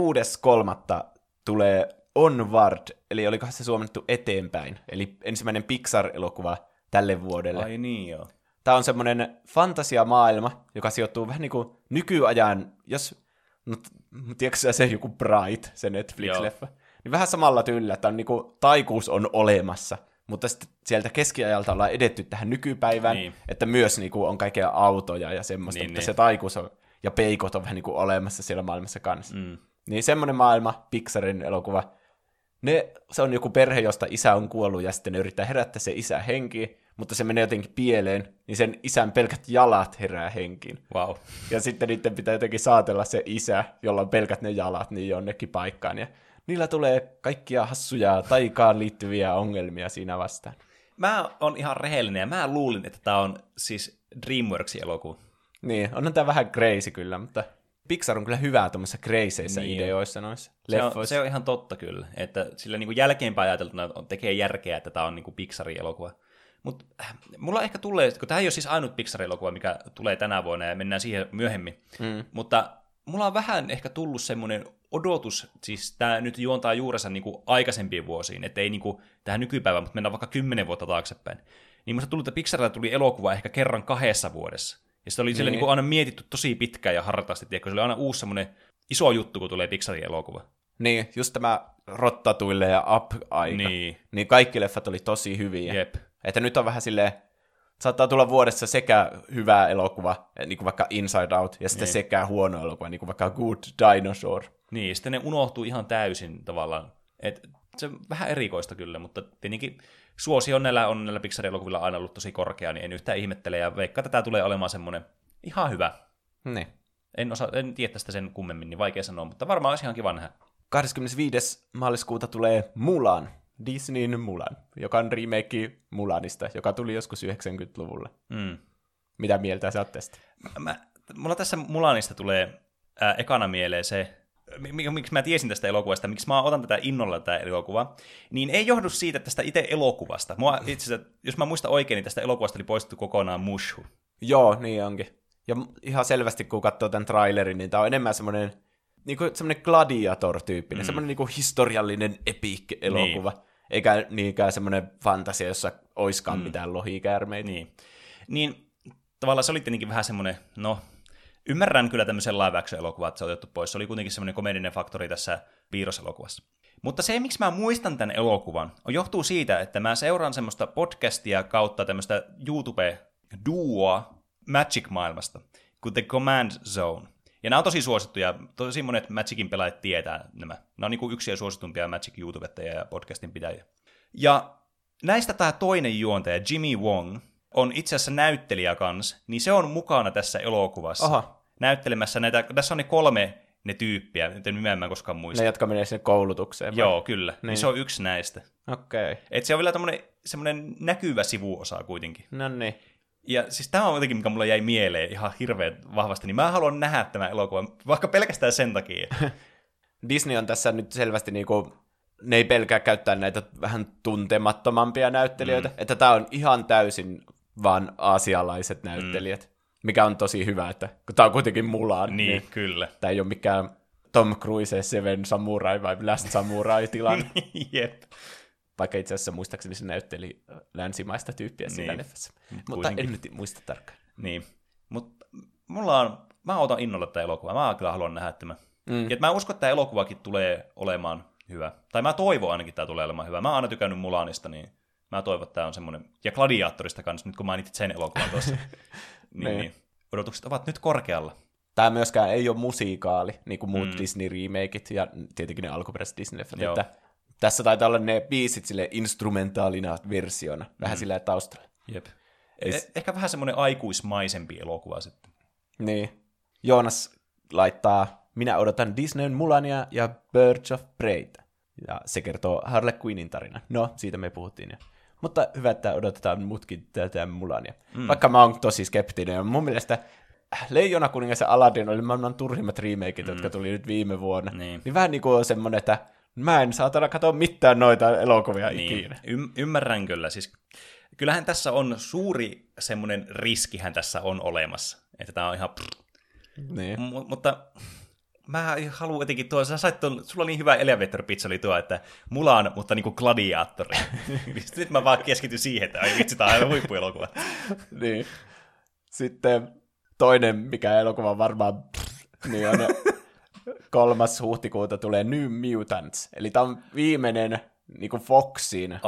S1: 6.3. tulee Onward, eli olikohan se suomennettu eteenpäin. Eli ensimmäinen Pixar-elokuva tälle vuodelle.
S2: Ai niin, joo.
S1: Tämä on semmoinen fantasiamaailma, joka sijoittuu vähän niin kuin nykyajan, jos, tiedätkö se joku Bright, se Netflix-leffa, niin vähän samalla tyylillä, että on niin kuin, taikuus on olemassa, mutta sitten sieltä keskiajalta ollaan edetty tähän nykypäivään, että myös niin kuin, on kaikkea autoja ja semmoista, mutta se taikuus on, ja peikot on vähän niin kuin olemassa siellä maailmassa kanssa. Niin semmoinen maailma, Pixarin elokuva, se on joku perhe, josta isä on kuollut, ja sitten ne yrittää herättää se isä henkiin, mutta se menee jotenkin pieleen, niin sen isän pelkät jalat herää henkiin.
S2: Wow.
S1: Ja sitten niiden pitää jotenkin saatella se isä, jolla on pelkät ne jalat, niin jonnekin paikkaan. Ja niillä tulee kaikkia hassuja taikaan liittyviä ongelmia siinä vastaan.
S2: Mä oon ihan rehellinen, ja mä luulin, että tää on siis DreamWorksin elokuva.
S1: Niin, onhan tää vähän crazy kyllä, mutta Pixar on kyllä hyvää tuommoisissa crazeissä ideoissa noissa leffoissa.
S2: Se on ihan totta kyllä, että sillä niin kuin jälkeenpäin ajateltuna tekee järkeä, että tää on niin kuin Pixarin elokuva. Mutta mulla ehkä tulee, kun tämä ei ole siis ainut Pixar-elokuva, mikä tulee tänä vuonna, ja mennään siihen myöhemmin, mutta mulla on vähän ehkä tullut semmoinen odotus, siis tämä nyt juontaa juurensa niinku aikaisempiin vuosiin, ettei niinku tähän nykypäivään, mutta mennään vaikka 10 vuotta taaksepäin. Niin musta tullut, että Pixarilla tuli elokuva ehkä kerran 2 vuodessa. Ja se oli sille niinku aina mietitty tosi pitkään ja hartaasti, tiedätkö, se oli aina uusi semmoinen iso juttu, kun tulee Pixarin elokuva.
S1: Niin, just tämä Ratatouille ja Up-aika. Niin kaikki leffat oli tosi hyviä.
S2: Jep.
S1: Että nyt on vähän silleen, saattaa tulla vuodessa sekä hyvä elokuva, niin kuin vaikka Inside Out, ja sitten sekä huono elokuva, niin kuin vaikka Good Dinosaur.
S2: Niin, sitten ne unohtuu ihan täysin tavallaan. Et se on vähän erikoista kyllä, mutta tietenkin suosio on näillä Pixar-elokuvilla aina ollut tosi korkea, niin en yhtään ihmettele, ja veikkaa, että tämä tulee olemaan semmoinen ihan hyvä.
S1: Niin.
S2: En tiedä tästä sen kummemmin, niin vaikea sanoa, mutta varmaan olisi ihan kiva nähdä.
S1: 25. maaliskuuta tulee Mulan, Disneyn Mulan, joka on remake Mulanista, joka tuli joskus 90-luvulla. Mitä mieltä sä oot tästä?
S2: Mulla tässä Mulanista tulee ekana mieleen se, miksi mä tiesin tästä elokuvasta, miksi mä otan tätä innolla tätä elokuvaa, niin ei johdu siitä tästä itse elokuvasta. Itse asiassa, jos mä muistan oikein, niin tästä elokuvasta oli poistettu kokonaan Mushu.
S1: Joo, niin onkin. Ja ihan selvästi, kun katsoo tämän trailerin, niin tää on enemmän semmoinen gladiator-tyyppinen, semmoinen historiallinen epic-elokuva, eikä niinkään semmoinen fantasia, jossa oiskaan mitään lohikäärmeitä.
S2: Niin tavallaan se oli tietenkin vähän semmoinen, ymmärrän kyllä tämmöisen live action-elokuvan, että se on otettu pois. Se oli kuitenkin semmoinen komedinen faktori tässä piirroselokuvassa. Mutta se, miksi mä muistan tämän elokuvan, johtuu siitä, että mä seuraan semmoista podcastia kautta tämmöistä YouTube-duoa Magic-maailmasta, kuin The Command Zone. Ja nämä on tosi suosittuja, tosi monet Magicin pelaajat tietää nämä. Nämä on niin kuin yksiä suositumpia Magic-YouTubettajia ja podcastin pitäjiä. Ja näistä tämä toinen juontaja, Jimmy Wong, on itse asiassa näyttelijä kanssa, niin se on mukana tässä elokuvassa.
S1: Aha.
S2: Näyttelemässä näitä, tässä on ne 3 tyyppiä, nyt en nimeä mä koskaan muista.
S1: Ne, jotka menee sinne koulutukseen. Vai?
S2: Joo, kyllä. Niin se on yksi näistä.
S1: Okei.
S2: Et se on vielä semmoinen näkyvä sivuosa kuitenkin.
S1: No niin.
S2: Ja siis tämä on jotenkin, mikä mulla jäi mieleen ihan hirveän vahvasti, niin mä haluan nähdä tämän elokuvan, vaikka pelkästään sen takia.
S1: Disney on tässä nyt selvästi ne ei pelkää käyttää näitä vähän tuntemattomampia näyttelijöitä, että tämä on ihan täysin vaan aasialaiset näyttelijät, mikä on tosi hyvä, että kun tämä on kuitenkin Mulan,
S2: niin kyllä.
S1: Tämä ei ole mikään Tom Cruise Seven Samurai vai Last Samurai tilanne.
S2: Jep.
S1: Vaikka itse asiassa muistaakseni se näytteli länsimaista tyyppiä siinä leffassa. Mutta en nyt muista tarkkaan.
S2: Niin. Mutta mä otan innolla tätä elokuvaa. Mä kyllä haluan nähdä tämän. Ja mä uskon, että tämä elokuvakin tulee olemaan hyvä. Tai mä toivon ainakin, että tämä tulee olemaan hyvä. Mä oon aina tykännyt Mulanista, niin mä toivon, että tämä on semmoinen, ja Gladiatorista kanssa, nyt kun mainitsit sen elokuvan tuossa, niin odotukset ovat nyt korkealla.
S1: Tämä myöskään ei ole musiikaali, niin kuin muut Disney-remakeit, ja tietenkin ne alkuperäiset Disney-leffat, että tässä taitaa olla ne biisit sille instrumentaalina versiona, vähän silleen taustalla.
S2: Jep. Ehkä vähän semmoinen aikuismaisempi elokuva sitten.
S1: Niin. Joonas laittaa, minä odotan Disneyn Mulania ja Birds of Preytä. Ja se kertoo Harley Quinnin tarina. No, siitä me puhuttiin jo. Mutta hyvä, että odotetaan muutkin tätä Mulania. Vaikka mä oon tosi skeptinen. Mun mielestä Leijona kuningas ja Aladdin oli maailman turhimmat remakeit, jotka tuli nyt viime vuonna. Niin vähän niin kuin on semmoinen, että mä en saatana katsoa mitään noita elokuvia ikinä.
S2: Ymmärrän kyllä. Siis, kyllähän tässä on suuri semmoinen riskihän tässä on olemassa. Että tää on ihan...
S1: Niin.
S2: Mutta mä haluan jotenkin tuo, sulla on niin hyvä elevator pitch oli tuo, että Mulan, mutta niinku gladiaattori. Nyt mä vaan keskityn siihen, että ai vitsi, tää on aivan huippuelokuva.
S1: Niin. Sitten toinen, mikä elokuva on varmaan, niin on 3. huhtikuuta tulee New Mutants. Eli tää on viimeinen niinku Foxin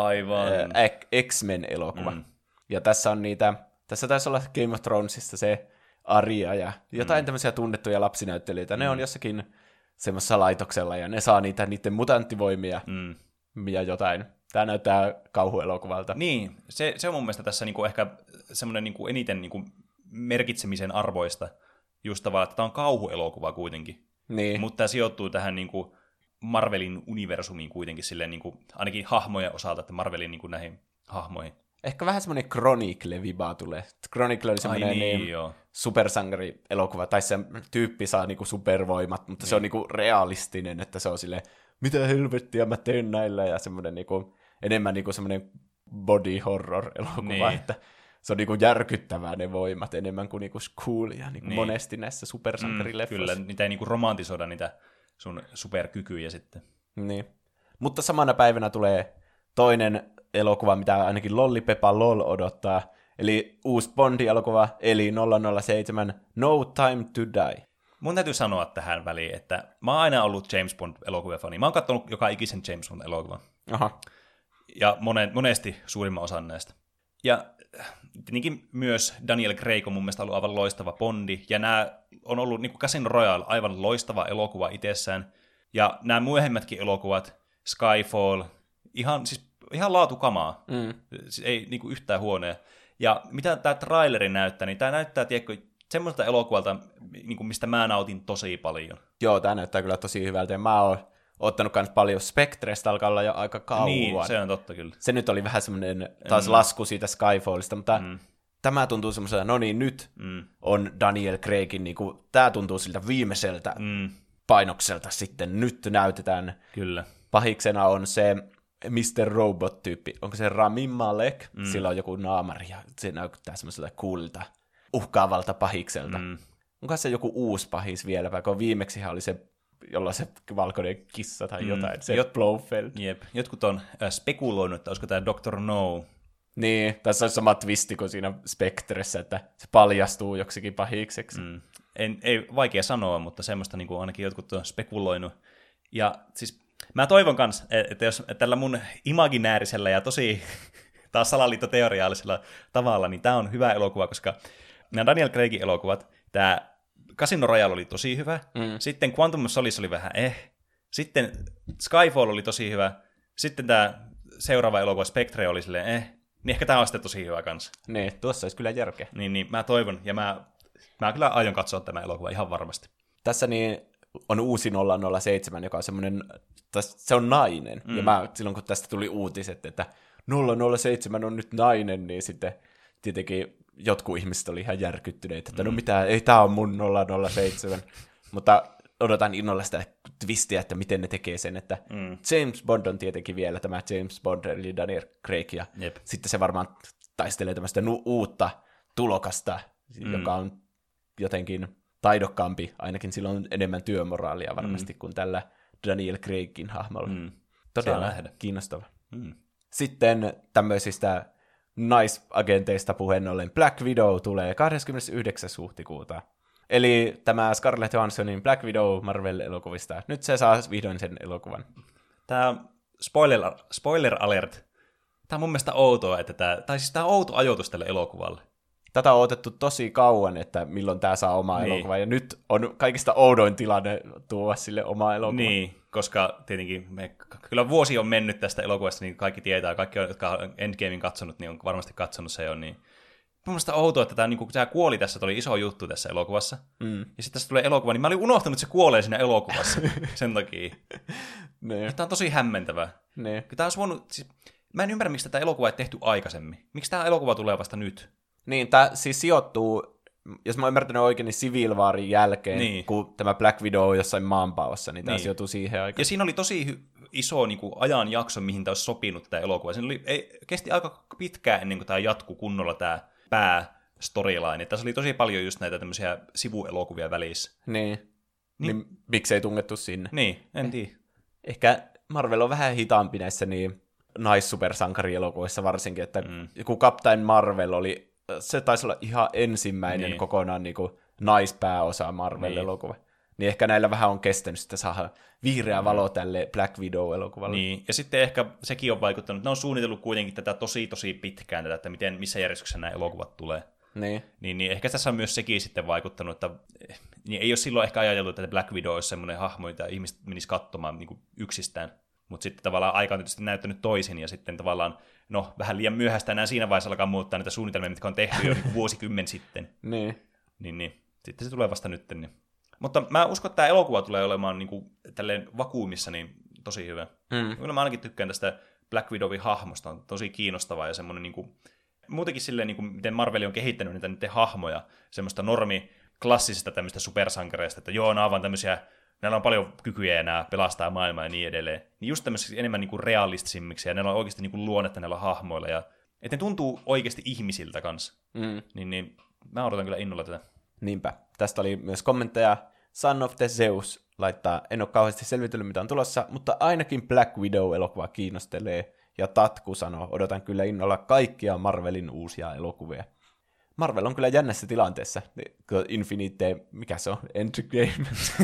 S1: X-Men-elokuva. Ja tässä on niitä, tässä taisi olla Game of Thronesista se Arya ja jotain tämmöisiä tunnettuja lapsinäyttelijöitä. Ne on jossakin semmoisessa laitoksella ja ne saa niiden mutanttivoimia ja jotain. Tämä näyttää kauhuelokuvalta.
S2: Niin, se on mun mielestä tässä niinku ehkä semmoinen niinku eniten niinku merkitsemisen arvoista, just tavallaan, että tämä on kauhuelokuva kuitenkin.
S1: Niin.
S2: Mutta tämä sijoittuu tähän niinku Marvelin universumiin kuitenkin, silleen niinku, ainakin hahmojen osalta, että Marvelin niinku näihin hahmoihin.
S1: Ehkä vähän semmoinen Chronicle-vibaa tulee. Chronicle oli semmoinen supersankari-elokuva, tai se tyyppi saa niinku supervoimat, mutta se on niinku realistinen, että se on silleen, mitä helvettiä mä teen näillä, ja semmoinen niinku, enemmän niinku semmoinen body horror-elokuva, että se on niinku järkyttävää ne voimat enemmän kuin niinku coolia, niinku monesti näissä supersankarileffoissa.
S2: Kyllä, niitä ei niinku romantisoida niitä sun superkykyjä sitten.
S1: Niin. Mutta samana päivänä tulee toinen elokuva, mitä ainakin Lollipeppa LOL odottaa, eli uusi Bondi-elokuva, eli 007 No Time to Die.
S2: Mun täytyy sanoa tähän väliin, että mä oon aina ollut James Bond-elokuvia-fani. Mä oon katsonut joka ikisen James Bond-elokuvan.
S1: Aha.
S2: Ja monesti suurimman osan näistä. Ja tietenkin myös Daniel Craig on mun mielestä ollut aivan loistava Bondi, ja nämä on ollut niin kuin Casino Royale aivan loistava elokuva itsessään. Ja nämä myöhemmätkin elokuvat, Skyfall, ihan laatukamaa. Ei niin kuin yhtään huonoja. Ja mitä tämä traileri näyttää, niin tämä näyttää, tiedätkö, semmoiselta elokuvalta, niin kuin mistä mä nautin tosi paljon.
S1: Joo, tämä näyttää kyllä tosi hyvältä, ja mä oon ottanut myös paljon Spectresta, alkaa olla jo aika kauan.
S2: Niin, se on totta kyllä.
S1: Se nyt oli vähän semmoinen taas lasku siitä Skyfallista, mutta tämä tuntuu semmoiselta, no niin, nyt on Daniel Craigin, niin kuin, tämä tuntuu siltä viimeiseltä painokselta sitten, nyt näytetään.
S2: Kyllä.
S1: Pahiksena on se Mr. Robot-tyyppi, onko se Rami Malek, sillä on joku naamari, ja se näyttää semmoiselta coolilta, uhkaavalta pahikselta. Onko se joku uusi pahis vielä, vaikka viimeksihän oli se, jolla se valkoinen kissa tai jotain, se Blofeld.
S2: Jep, jotkut on spekuloinut, että olisiko tämä Dr. No.
S1: Niin, tässä on sama twisti kuin siinä Spectressä, että se paljastuu joksikin pahikseksi.
S2: Ei vaikea sanoa, mutta semmoista niin kuin ainakin jotkut on spekuloinut. Ja siis mä toivon kanssa, että jos tällä mun imaginäärisellä ja tosi taas salaliittoteoriaalisella tavalla, niin tää on hyvä elokuva, koska nämä Daniel Craigin elokuvat, tää Casino Royale oli tosi hyvä, sitten Quantum of Solace oli vähän sitten Skyfall oli tosi hyvä, sitten tää seuraava elokuva Spectre oli silleen niin ehkä tää on sitten tosi hyvä kanssa.
S1: Niin, tuossa olisi kyllä järkeä.
S2: Niin mä toivon, ja mä kyllä aion katsoa tämä elokuva ihan varmasti.
S1: Tässä niin on uusi 007, joka on semmoinen, se on nainen. Ja silloin kun tästä tuli uutiset, että 007 on nyt nainen, niin sitten tietenkin jotkut ihmiset oli ihan järkyttyneitä, että no mitä, ei tää on mun 007. Mutta odotan innolla sitä twistiä, että miten ne tekee sen, että James Bond on tietenkin vielä tämä James Bond, eli Daniel Craig, ja sitten se varmaan taistelee tämmöistä uutta tulokasta, joka on jotenkin taidokkaampi, ainakin sillä on enemmän työmoraalia varmasti kuin tällä Daniel Craigin hahmolla. Todella kiinnostava. Sitten tämmöisistä naisagenteista puheen ollen Black Widow tulee 29. huhtikuuta. Eli tämä Scarlett Johanssonin Black Widow Marvel-elokuvista. Nyt se saa vihdoin sen elokuvan.
S2: Tämä spoiler alert. Tämä on mun mielestä outoa, että tämä on outo ajoitus tälle elokuvalle.
S1: Tätä on otettu tosi kauan, että milloin tämä saa oma elokuva, ja nyt on kaikista oudoin tilanne tuoda sille oma elokuva.
S2: Niin, koska tietenkin kyllä vuosi on mennyt tästä elokuvasta, niin kaikki tietää, kaikki, jotka on Endgamein katsonut, niin on varmasti katsonut se jo, niin mun mielestä outoa, että tämä kuoli tässä, tämä oli iso juttu tässä elokuvassa, ja sitten tässä tulee elokuva, niin mä olin unohtanut, että se kuolee siinä elokuvassa sen takia. Tämä on tosi hämmentävää. Tämä olisi voinut, siis, mä en ymmärrä, miksi tätä elokuvaa ei tehty aikaisemmin. Miksi tämä elokuva tulee vasta nyt?
S1: Niin, tämä siis sijoittuu, jos mä oon ymmärtänyt oikein, niin Civil Warin jälkeen, kun tämä Black Widow on jossain maanpaossa, niin tämä sijoittuu siihen aikaan.
S2: Ja siinä oli tosi iso niin kuin, ajanjakso, mihin tämä olisi sopinut tämä elokuva. Siinä kesti aika pitkään ennen kuin tämä jatkui kunnolla tämä päästoryline. Tässä oli tosi paljon just näitä tämmöisiä sivuelokuvia välissä.
S1: Niin miksei tungettu sinne?
S2: Niin, en tiedä.
S1: Ehkä Marvel on vähän hitaampi näissä niin naissupersankarielokuvissa varsinkin, että kun Captain Marvel oli, se taisi olla ihan ensimmäinen kokonaan niin kuin naispääosa Marvel-elokuva. Niin ehkä näillä vähän on kestänyt sitten saada vihreä valo tälle Black Widow-elokuvalle.
S2: Niin, ja sitten ehkä sekin on vaikuttanut, ne on suunnitellut kuitenkin tätä tosi pitkään, tätä, että missä järjestyksessä nämä elokuvat tulee. Niin ehkä tässä on myös sekin sitten vaikuttanut, että niin ei ole silloin ehkä ajateltu, että Black Widow olisi semmoinen hahmo, jota ihmiset menisivät katsomaan niin kuin yksistään. Mutta sitten tavallaan aika on tietysti näyttänyt toisin, ja sitten tavallaan, vähän liian myöhäistä enää siinä vaiheessa alkaa muuttaa niitä suunnitelmia, mitkä on tehty jo niin vuosikymmen sitten. Niin. Sitten se tulee vasta nyt. Niin. Mutta mä uskon, että tämä elokuva tulee olemaan niin kuin, tälleen vakuumissa niin tosi hyvä. Kyllä mä ainakin tykkään tästä Black Widowin hahmosta, on tosi kiinnostavaa ja semmoinen niin kuin, muutenkin silleen, niin kuin, miten Marvel on kehittänyt niiden hahmoja, semmoista klassisesta tämmöistä supersankareista, että joo, nämä on vaan tämmöisiä, näillä on paljon kykyjä ja nämä pelastaa maailmaa ja niin edelleen. Niin just tämmöisiksi enemmän niin kuin realistisimmiksi ja näillä on oikeasti niin kuin luonnetta näillä hahmoilla ja että ne tuntuu oikeasti ihmisiltä kanssa. Niin mä odotan kyllä innolla tätä.
S1: Niinpä. Tästä oli myös kommentteja. Son of the Zeus laittaa, en ole kauheasti selvitellyt mitä on tulossa, mutta ainakin Black Widow-elokuva kiinnostelee. Ja Tatku sanoo, odotan kyllä innolla kaikkia Marvelin uusia elokuvia. Marvel on kyllä jännässä tilanteessa. Infinite, mikä se on? Endgame.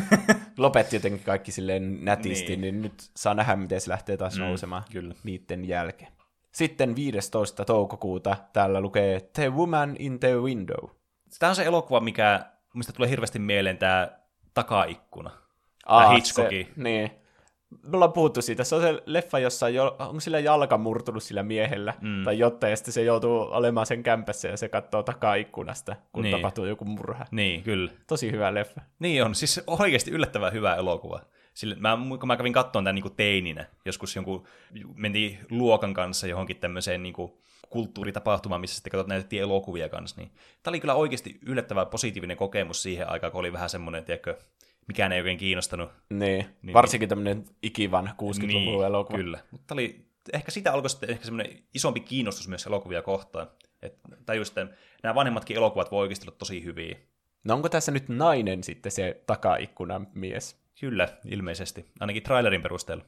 S1: Lopetti jotenkin kaikki silleen nätisti, niin nyt saa nähdä, miten se lähtee taas nousemaan niiden jälkeen. Sitten 15. toukokuuta täällä lukee The Woman in the Window.
S2: Tämä on se elokuva, mistä tulee hirveästi mieleen tämä takaikkuna. Hitchcocki.
S1: Niin. Me ollaan puhuttu siitä. Se on se leffa, jossa onko sillä jalka murtunut sillä miehellä, tai jotta, ja sitten se joutuu olemaan sen kämpässä, ja se katsoo takaikkunasta, kun tapahtuu joku murha.
S2: Niin, kyllä.
S1: Tosi hyvä leffa.
S2: Niin on, siis oikeasti yllättävän hyvä elokuva. Sillä, kun mä kävin katsomaan tämän niin teininä, joskus mentiin luokan kanssa johonkin tämmöiseen niin kulttuuritapahtumaan, missä sitten näytettiin elokuvia kanssa, niin tämä oli kyllä oikeasti yllättävän positiivinen kokemus siihen aikaan, kun oli vähän semmoinen, tiedätkö, mikään ei oikein kiinnostanut.
S1: Niin. Varsinkin tämmöinen ikivan 60-luvun elokuva.
S2: Kyllä, mutta oli, ehkä siitä alkoi sitten ehkä semmoinen isompi kiinnostus myös elokuvia kohtaan. Tai just nämä vanhemmatkin elokuvat voi oikeasti olla tosi hyviä.
S1: No onko tässä nyt nainen sitten se takaikkunan mies?
S2: Kyllä, ilmeisesti. Ainakin trailerin perusteella.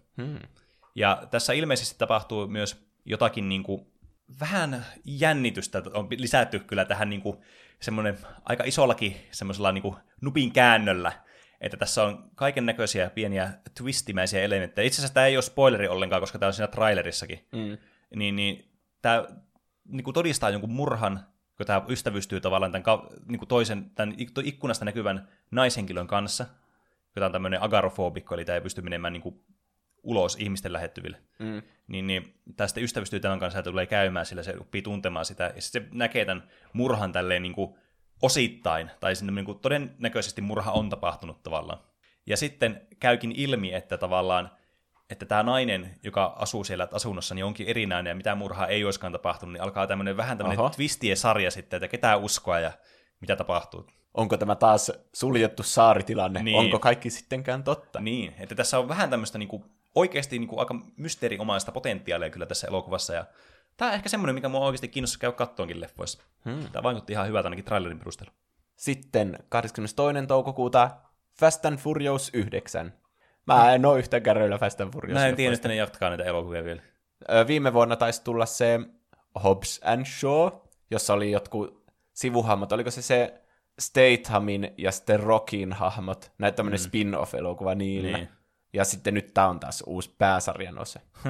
S2: Ja tässä ilmeisesti tapahtuu myös jotakin niin kuin vähän jännitystä on lisätty kyllä tähän niin kuin semmoinen aika isollakin semmoisella niin kuin nupin käännöllä, että tässä on kaiken näköisiä pieniä twistimäisiä elementtejä. Itse asiassa tämä ei ole spoileri ollenkaan, koska tämä on siinä trailerissakin. Niin tämä niin kuin todistaa jonkun murhan, kun tämä ystävystyy tavallaan tämän, niin kuin tämän ikkunasta näkyvän naishenkilön kanssa, joka on tämmöinen agarofobikko, eli tämä ei pysty menemään niin kuin ulos ihmisten lähettyville. Niin tämä sitten ystävystyy tämän kanssa, että tulee käymään, sillä se oppii tuntemaan sitä, ja sitten se näkee tämän murhan tälleen niin kuin osittain, tai sinne niin kuin todennäköisesti murha on tapahtunut tavallaan. Ja sitten käykin ilmi, että tavallaan, että tämä nainen, joka asuu siellä asunnossa, niin onkin erinäinen, ja mitä murhaa ei olisikaan tapahtunut, niin alkaa vähän tämmöinen twistien-sarja sitten, että ketään uskoa ja mitä tapahtuu.
S1: Onko tämä taas suljettu saaritilanne?
S2: Niin.
S1: Onko kaikki sittenkään totta?
S2: Niin, että tässä on vähän tämmöistä niin kuin oikeasti niin kuin aika mysteeriomaista potentiaalia kyllä tässä elokuvassa, ja tämä on ehkä semmoinen, mikä mua oikeasti kiinnostaa käydä kattoonkin leffoissa. Tämä vaikutti ihan hyvältä ainakin trailerin perusteella.
S1: Sitten 22. toukokuuta Fast and Furious 9. Mä en ole yhtään kärryillä Fast and Furious.
S2: Mä en tiedä, että ne jatkaa näitä elokuvia vielä.
S1: Viime vuonna taisi tulla se Hobbs and Shaw, jossa oli jotkut sivuhahmot. Oliko se Stathamin ja sitten Rockin hahmot? Näitä tämmöinen spin-off-elokuva niillä. Niin. Ja sitten nyt tää on taas uusi pääsarjan osa.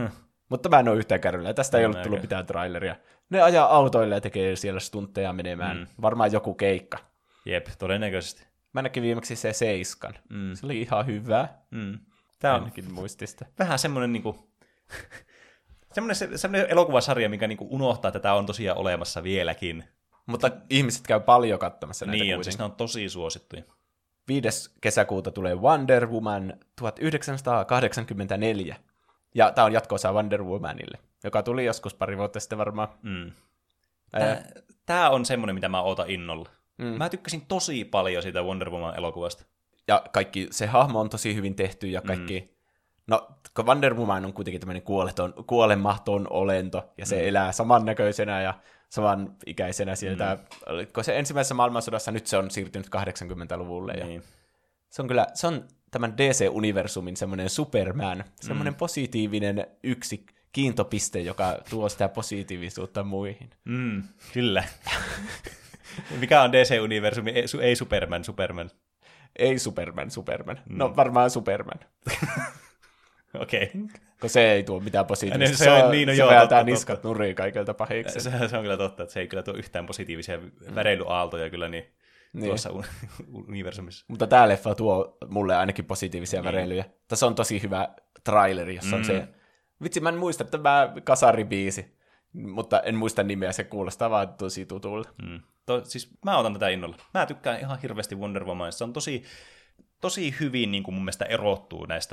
S1: Mutta mä en ole yhtään kärryllä. Tästä ei ollut tullut mitään traileria. Ne ajaa autoille ja tekee siellä stuntteja menemään. Varmaan joku keikka.
S2: Jep, todennäköisesti.
S1: Mä näkin viimeksi se Seiskan. Se oli ihan hyvä.
S2: Tämä on
S1: ainakin muistista.
S2: Vähän semmoinen niinku... semmoinen elokuvasarja, mikä niinku unohtaa, että tämä on tosiaan olemassa vieläkin.
S1: Mutta ihmiset käy paljon katsomassa näitä
S2: niin,
S1: kuitenkin.
S2: siis ne on tosi suosittuja.
S1: 5. kesäkuuta tulee Wonder Woman 1984. Ja tämä on jatko-osa Wonder Womanille, joka tuli joskus pari vuotta sitten varmaan.
S2: Tämä on semmoinen, mitä mä ootan innolla. Mä tykkäsin tosi paljon siitä Wonder Woman-elokuvasta.
S1: Ja kaikki, se hahmo on tosi hyvin tehty ja kaikki... No, kun Wonder Woman on kuitenkin tämmöinen kuolematon olento, ja se elää samannäköisenä ja samanikäisenä sieltä. Kun se ensimmäisessä maailmansodassa, nyt se on siirtynyt 80-luvulle. Ja se on tämän DC-universumin semmoinen Superman, semmoinen positiivinen yksi kiintopiste, joka tuo sitä positiivisuutta muihin.
S2: Kyllä. Mikä on DC-universumi? Ei Superman.
S1: Ei Superman. No varmaan Superman.
S2: Okei.
S1: Kun se ei tuo mitään positiivista.
S2: Se
S1: vääntää niskat nuriin kaikilta pahiksi.
S2: Se on kyllä totta, että se ei kyllä tuo yhtään positiivisia väreilyaaltoja kyllä tuossa universumissa.
S1: Mutta tämä leffa tuo mulle ainakin positiivisia väreilyjä. Tässä on tosi hyvä traileri, jossa on se... Vitsi, mä en muista tämä kasaribiisi, mutta en muista nimeä, se kuulostaa vaan tosi tutulta.
S2: Siis mä otan tätä innolla. Mä tykkään ihan hirveästi Wonder Womanista. Se on tosi hyvin niin kuin mun mielestä erottuu näistä,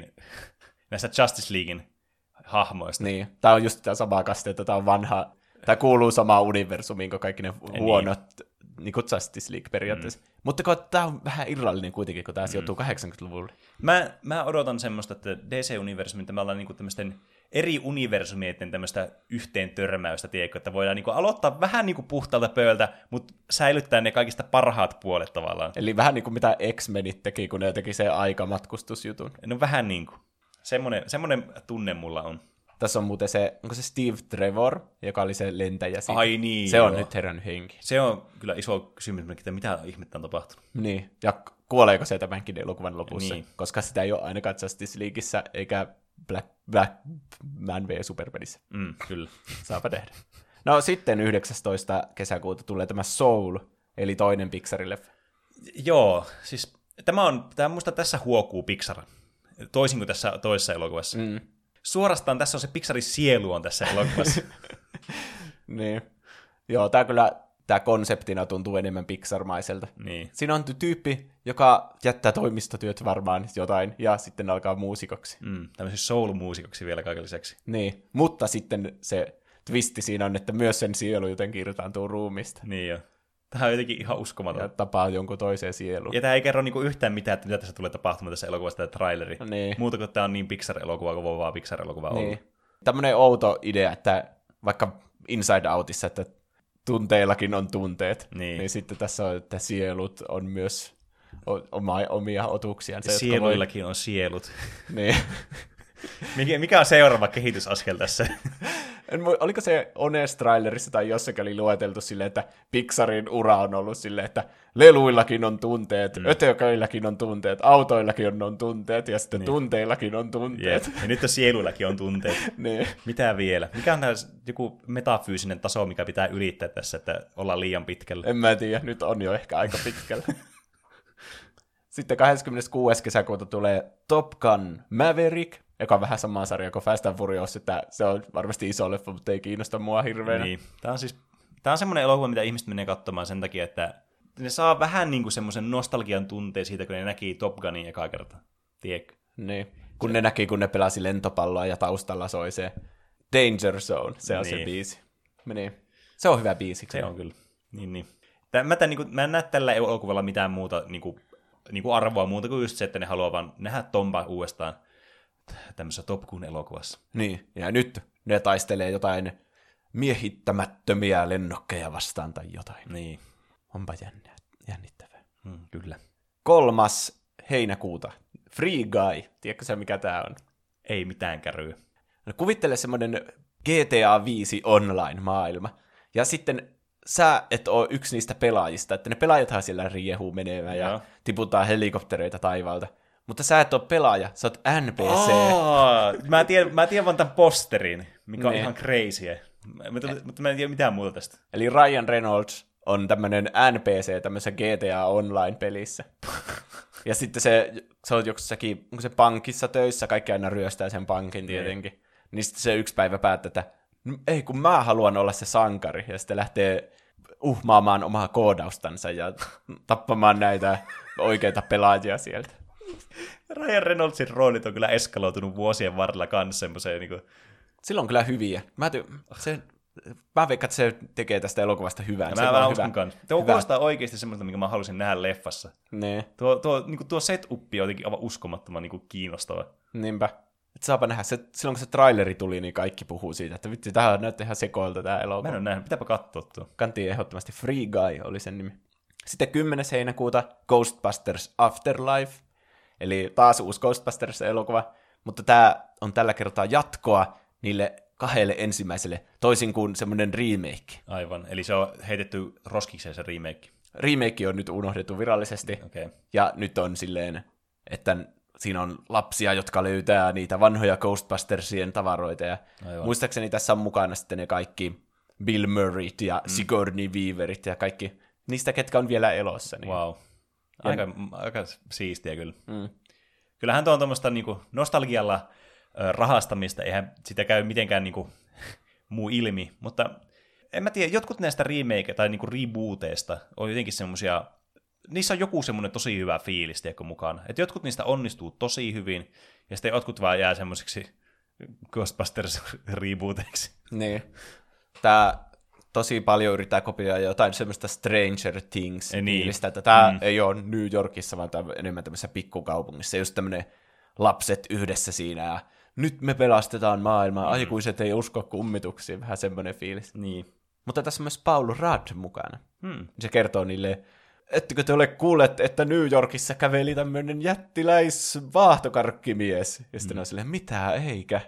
S2: näistä Justice Leaguein hahmoista.
S1: Niin, tää on just tämä samaa kasteetta, tää on vanha, tää kuuluu samaan universumiin kuin kaikki ne huonot niin kuin Justice League periaatteessa. Mutta tää on vähän irrallinen kuitenkin, kun tää sijoittuu 80-luvulle.
S2: Mä odotan semmoista, että DC-universumin, me ollaan niinku tämmöisten eri universumien tämmöistä yhteen törmäystä, tiedätkö, että voidaan niinku aloittaa vähän niinku puhtaalta pöydältä, mutta säilyttää ne kaikista parhaat puolet tavallaan.
S1: Eli vähän niin kuin mitä X-Menit teki, kun ne teki sen aikamatkustusjutun.
S2: No vähän niin kuin. Semmoinen tunne mulla on.
S1: Tässä on muuten se, onko se Steve Trevor, joka oli se lentäjä siitä.
S2: Ai niin,
S1: se on nyt herännyt henki.
S2: Se on kyllä iso kysymys, että mitä ihmettä on tapahtunut.
S1: Niin, ja kuoleeko se tämänkin elokuvan lopussa, niin. Koska sitä ei ole ainakaan Justice Leagueissä, eikä Black Man v Supermanissä.
S2: Kyllä.
S1: Saapa tehdä. No sitten 19. kesäkuuta tulee tämä Soul, eli toinen Pixarin leffa.
S2: Joo, siis musta tässä huokuu Pixar, toisin kuin tässä toisessa elokuvassa. Suorastaan tässä on se Pixarin sielu on tässä elokuvassa.
S1: Niin. Joo, tämä konseptina tuntuu enemmän Pixar-maiselta.
S2: Niin.
S1: Siinä on tyyppi, joka jättää toimistotyöt varmaan jotain, ja sitten alkaa muusikoksi.
S2: Tämmöisen soul-muusikoksi vielä kaiken lisäksi.
S1: Niin, mutta sitten se twisti siinä on, että myös sen sielu jotenkin irtaantuu ruumista.
S2: Niin jo. Tämä on jotenkin ihan uskomaton.
S1: Ja tapaa jonkun toiseen sieluun.
S2: Ja tämä ei kerro niinku yhtään mitään, että mitä tässä tulee tapahtumaan tässä elokuvassa, tämä traileri.
S1: Niin.
S2: Muuta kuin tämä on niin Pixar-elokuva, kuin voi vaan Pixar-elokuva olla.
S1: Niin. Tämmöinen outo idea, että vaikka Inside Outissa, että tunteillakin on tunteet, niin sitten tässä on, että sielut on myös omia otuksiaan.
S2: Sieluillakin on sielut.
S1: Niin.
S2: Mikä on seuraava kehitysaskel tässä?
S1: Oliko se Honest-trailerissa tai jossakin oli lueteltu silleen, että Pixarin ura on ollut silleen, että leluillakin on tunteet, ötököilläkin on tunteet, autoillakin on tunteet ja sitten tunteillakin on tunteet.
S2: Ja nyt sieluillakin on tunteet.
S1: Niin.
S2: Mitä vielä? Mikä on joku metafyysinen taso, mikä pitää ylittää tässä, että ollaan liian pitkällä?
S1: En mä tiedä, nyt on jo ehkä aika pitkällä. Sitten 26. kesäkuuta tulee Top Gun Maverick, joka on vähän samaa sarjaa kuin Fast and Furious, että se on varmasti iso leffa, mutta ei kiinnosta mua hirveänä.
S2: Niin. Tämä on semmoinen elokuva, mitä ihmiset menee katsomaan sen takia, että ne saa vähän niin kuin semmoisen nostalgian tunteen siitä, kun ne näki Top Gunin ekaa kertaa. Tiedätkö?
S1: Niin. Kun ne näki, kun ne pelasi lentopalloa ja taustalla soi se Danger Zone, se on se biisi. Niin. Se on hyvä biisi.
S2: Se on kyllä. Niin. Mä en näe tällä elokuvalla mitään muuta niin kuin arvoa muuta kuin just se, että ne haluaa vaan nähdä Tomba uudestaan tämmöisessä Top Gun-elokuvassa.
S1: Niin, ja nyt ne taistelee jotain miehittämättömiä lennokkeja vastaan tai jotain.
S2: Niin.
S1: Onpa jännittävää.
S2: Kyllä.
S1: 3. heinäkuuta. Free Guy. Tiedätkö sä, mikä tää on?
S2: Ei mitään käryä.
S1: No, kuvittele semmoinen GTA 5 online-maailma. Ja sitten sä et ole yksi niistä pelaajista, että ne pelaajathan siellä riehuu menevään ja tiputaan helikoptereita taivaalta.
S3: Mutta sä et ole pelaaja, sä oot NPC.
S2: Mä tiedän vaan tämän posterin, mikä on
S3: Ne.
S2: ihan crazy. Mutta mä en tiedä mitään muuta tästä.
S3: Eli Ryan Reynolds on tämmönen NPC tämmöisessä GTA Online-pelissä. Ja sitten se on jossakin, onko se pankissa töissä, kaikki aina ryöstää sen pankin tietenkin. Niin sitten se yksi päivä päättää, että ei kun mä haluan olla se sankari. Ja sitten lähtee uhmaamaan omaa koodaustansa ja tappamaan näitä oikeita pelaajia sieltä.
S2: Ryan Reynoldsin roolit on kyllä eskaloitunut vuosien varrella kanssa semmoiseen niin kuin...
S3: Sillä on kyllä hyviä. Mä veikkaan, että se tekee tästä elokuvasta hyvän.
S2: Ja mä uskon kanssa. Tuo kuulostaa oikeasti semmoista, minkä mä halusin nähdä leffassa.
S3: Ne.
S2: Tuo setup on jotenkin aivan uskomattoman niin kuin kiinnostava.
S3: Niinpä. Et saapa nähdä. Silloin kun se traileri tuli, niin kaikki puhuu siitä, että vitsi, tämähän näyttää ihan sekoilta tämä elokuva.
S2: Mä en ole nähnyt. Pitääpä katsoa tuo.
S3: Kantiin ehdottomasti Free Guy oli sen nimi. Sitten 10. heinäkuuta Ghostbusters Afterlife. Eli taas uusi Ghostbusters-elokuva. Mutta tämä on tällä kertaa jatkoa niille 2 ensimmäiselle, toisin kuin semmoinen remake.
S2: Aivan. Eli se on heitetty roskikseen se remake.
S3: Remake on nyt unohdettu virallisesti.
S2: Okay.
S3: Ja nyt on silleen, että siinä on lapsia, jotka löytää niitä vanhoja Ghostbustersien tavaroita. Ja muistaakseni tässä on mukana sitten ne kaikki Bill Murrayt ja Sigourney Weaverit ja kaikki niistä, ketkä on vielä elossa. Niin.
S2: Wow. Aika siistiä kyllä. Kyllähän tuo on tuommoista niinku nostalgialla rahastamista, eihän sitä käy mitenkään niinku muu ilmi, mutta en mä tiedä, jotkut näistä remake- tai niinku rebooteista on jotenkin semmosia, niissä on joku semmoinen tosi hyvä fiilis, tiedätkö, mukana. Että jotkut niistä onnistuu tosi hyvin, ja sitten jotkut vaan jää semmoisiksi Ghostbusters-rebooteiksi.
S3: Niin. Tää tosi paljon yrittää kopioida jotain semmoista Stranger Things-fiilistä, että tää ei ole New Yorkissa, vaan tää on enemmän tämmöisessä pikkukaupungissa. Just tämmönen lapset yhdessä siinä, ja nyt me pelastetaan maailmaa, aikuiset ei usko kummituksiin, vähän semmoinen fiilis.
S2: Niin.
S3: Mutta tässä on myös Paul Rudd mukana. Se kertoo niille, ettekö te ole kuulleet, että New Yorkissa käveli tämmöinen jättiläisvaahtokarkkimies? Ja sitten on silleen, mitä, eikä?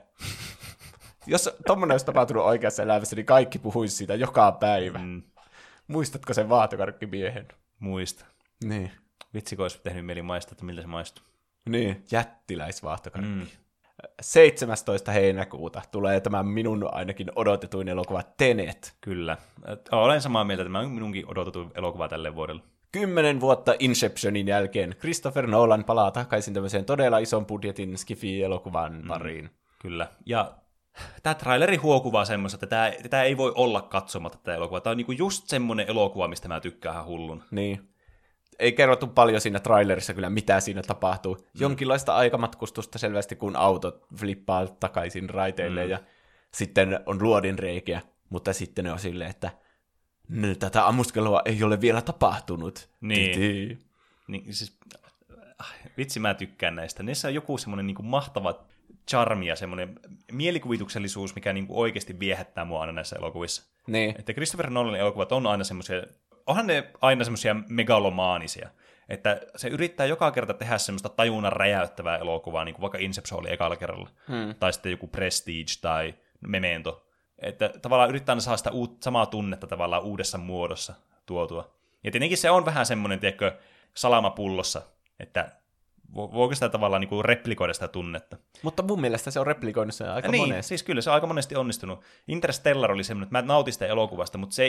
S3: Jos tommoinen olisi tapahtunut oikeassa elämässä, niin kaikki puhuisi siitä joka päivä. Muistatko sen vaahtokarkkimiehen?
S2: Muista.
S3: Niin.
S2: Vitsi, kun olisi tehnyt mieli maistaa, että miltä se maistuu.
S3: Niin, jättiläisvaahtokarkki. 17. heinäkuuta tulee tämä minun ainakin odotetuin elokuva Tenet.
S2: Kyllä. Olen samaa mieltä, että tämä on minunkin odotetuin elokuva tälle vuodelle.
S3: 10 vuotta Inceptionin jälkeen Christopher Nolan palaa takaisin tämmöiseen todella ison budjetin skifi-elokuvan pariin.
S2: Kyllä. Ja tämä traileri huokuvaa semmoista, että tämä ei voi olla katsomatta tätä elokuvaa. Tämä on niinku just semmoinen elokuva, mistä mä tykkään ihan hullun.
S3: Niin. Ei kerrottu paljon siinä trailerissa kyllä, mitä siinä tapahtuu. Jonkinlaista aikamatkustusta selvästi, kun auto flippaa takaisin raiteille ja sitten on luodinreikiä, mutta sitten ne on silleen, että tätä ammuskelua ei ole vielä tapahtunut.
S2: Niin. Niin siis, vitsi, mä tykkään näistä. Niissä on joku semmoinen niinku mahtava charmi ja semmoinen mielikuvituksellisuus, mikä niinku oikeasti viehättää mua aina näissä elokuvissa.
S3: Niin.
S2: Että Christopher Nolanin elokuvat on aina semmoisia, onhan ne aina semmoisia megalomaanisia, että se yrittää joka kerta tehdä semmoista tajunnan räjäyttävää elokuvaa, niin kuin vaikka Inception oli ekalla kerralla, tai sitten joku Prestige tai Memento. Että tavallaan yrittää aina saada sitä samaa tunnetta tavallaan uudessa muodossa tuotua. Ja tietenkin se on vähän semmoinen, tiedätkö, salama pullossa, että voiko sitä tavallaan niin kuin replikoida sitä tunnetta.
S3: Mutta mun mielestä se on replikoinut sen aika monesti.
S2: Siis kyllä se on aika monesti onnistunut. Interstellar oli semmoinen, että mä nautin sitä elokuvasta, mutta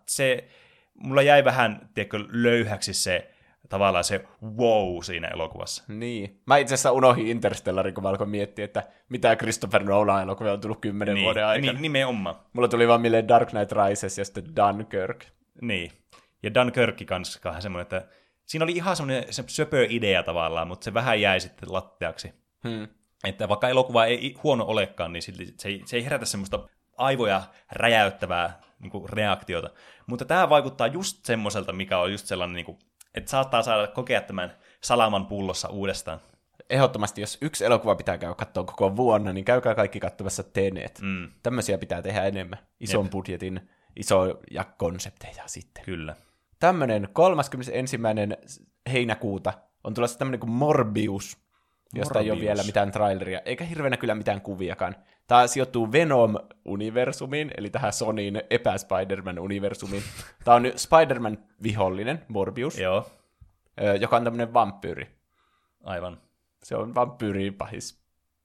S2: mulla jäi vähän, tiedätkö, löyhäksi se tavallaan se wow siinä elokuvassa.
S3: Niin. Mä itse asiassa unohdin Interstellarin, kun mä alkoin miettiä, että mitä Christopher Nolan elokuvia on tullut 10 vuoden aikana.
S2: Niin, nimenomaan.
S3: Mulla tuli vaan mieleen Dark Knight Rises ja sitten Dunkirk.
S2: Niin. Ja Dunkirk kanssa semmoinen, että siinä oli ihan semmoinen söpö idea tavallaan, mutta se vähän jäi sitten latteaksi. Että vaikka elokuva ei huono olekaan, niin silti se ei herätä semmoista aivoja räjäyttävää niin kuin reaktiota. Mutta tämä vaikuttaa just semmoiselta, mikä on just sellainen, niin kuin, että saattaa saada kokea tämän salaman pullossa uudestaan.
S3: Ehdottomasti, jos yksi elokuva pitää käydä katsoa koko vuonna, niin käykää kaikki katsomassa Tenet. Tämmöisiä pitää tehdä enemmän. Ison budjetin, isoja konsepteja sitten.
S2: Kyllä.
S3: Tämmöinen 31. heinäkuuta on tulossa tämmöinen kuin Morbius, josta ei ole vielä mitään traileria, eikä hirveänä kyllä mitään kuviakaan. Tämä sijoittuu Venom-universumiin, eli tähän Sonyin epä-Spider-Man-universumiin. Tämä on Spider-Man-vihollinen, Morbius,
S2: Joo.
S3: joka on tämmöinen vampyyri.
S2: Aivan.
S3: Se on vampyyripahis.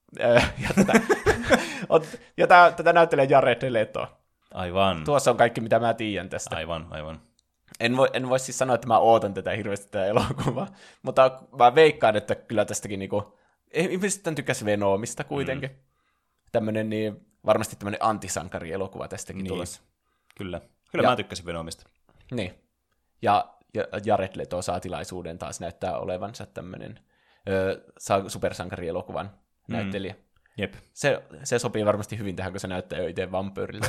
S3: Tätä näyttelee Jared Leto.
S2: Aivan.
S3: Tuossa on kaikki, mitä mä tiedän tästä.
S2: Aivan.
S3: En voi siis sanoa, että mä ootan tätä hirveästi tätä elokuvaa, mutta mä veikkaan, että kyllä tästäkin niinku, ihmiset tykkäs Venomista kuitenkin. Tämmönen niin, varmasti tämmönen antisankarielokuva tästäkin tulossa.
S2: Kyllä mä tykkäsin Venomista.
S3: Niin. Ja Jared Leto saa tilaisuuden taas näyttää olevansa tämmönen supersankarielokuvan näyttelijä.
S2: Jep.
S3: Se sopii varmasti hyvin tähän, kun se näyttää jo itse vampyyriltä.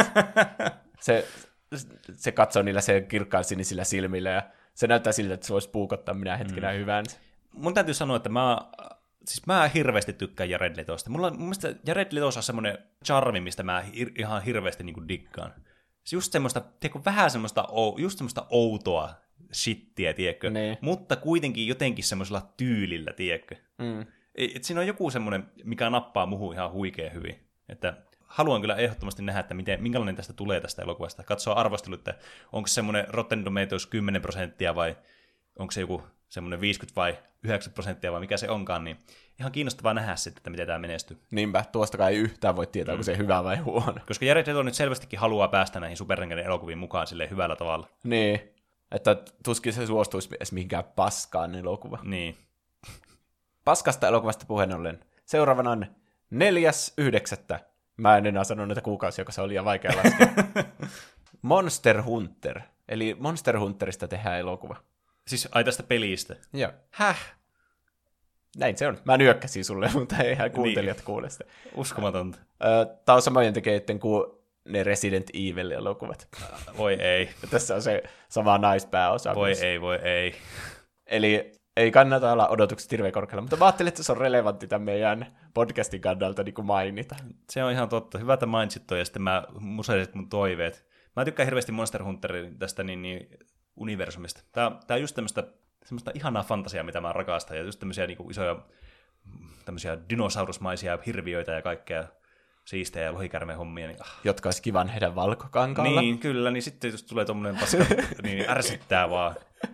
S3: Se katsoo niillä se kirkkaan sinisillä silmillä, ja se näyttää siltä, että se voisi puukottaa minä hetkenä hyvänsä.
S2: Mun täytyy sanoa, että mä hirveästi tykkään Jared Letosta. Mun mielestä Jared Letossa on semmoinen charmi, mistä mä ihan hirveästi niinku diggaan. Just semmoista, tiedätkö, vähän semmoista, just semmoista outoa shittiä, tiedätkö?
S3: Niin.
S2: Mutta kuitenkin jotenkin semmoisella tyylillä, tiedätkö? Et siinä on joku semmoinen, mikä nappaa muhun ihan huikean hyvin. Että haluan kyllä ehdottomasti nähdä, että minkälainen tästä tulee tästä elokuvasta. Katsoa arvostelu, että onko se semmoinen Rotten Tomatoes 10% vai onko se joku semmoinen 50 vai 9% vai mikä se onkaan, niin ihan kiinnostavaa nähdä sitten, että miten tämä menestyy.
S3: Niinpä, tuostakaan ei yhtään voi tietää, onko se hyvä vai huono.
S2: Koska Jared Leto nyt selvästikin haluaa päästä näihin supersankarien elokuviin mukaan silleen hyvällä tavalla.
S3: Niin, että tuskin se suostuisi edes mihinkään paskaan elokuva.
S2: Niin.
S3: Paskasta elokuvasta puheen ollen. Seuraavana on 4.9. Mä en enää sano näitä kuukausia, joka se oli liian vaikea laskea. Monster Hunter. Eli Monster Hunterista tehdään elokuva.
S2: Siis tästä pelistä?
S3: Joo. Häh? Näin se on. Mä nyökkäsin sulle, mutta eihän kuuntelijat kuule sitä.
S2: Uskomatonta.
S3: Tää on samojen tekijöiden kuin ne Resident Evil-elokuvat.
S2: Voi ei.
S3: Tässä on se sama naispääosa.
S2: Voi ei.
S3: Eli ei kannata olla odotukset hirveän korkealla, mutta mä ajattelin, että se on relevantti tämän meidän podcastin kannalta niin kuin mainita.
S2: Se on ihan totta. Hyvä, että mainitsit toi, ja sitten mä museilisin mun toiveet. Mä tykkään hirveästi Monster Hunterin tästä universumista. Tää on just semmoista ihanaa fantasiaa, mitä mä rakastan, ja just tämmöisiä niin isoja tämmöisiä dinosaurusmaisia hirviöitä ja kaikkea siistejä ja lohikärmeen hommia. Niin,
S3: jotka olisi kivan heidän valkokankaalla.
S2: Niin, kyllä. Niin sitten jos tulee tommoinen paska, niin ärsyttää vaan.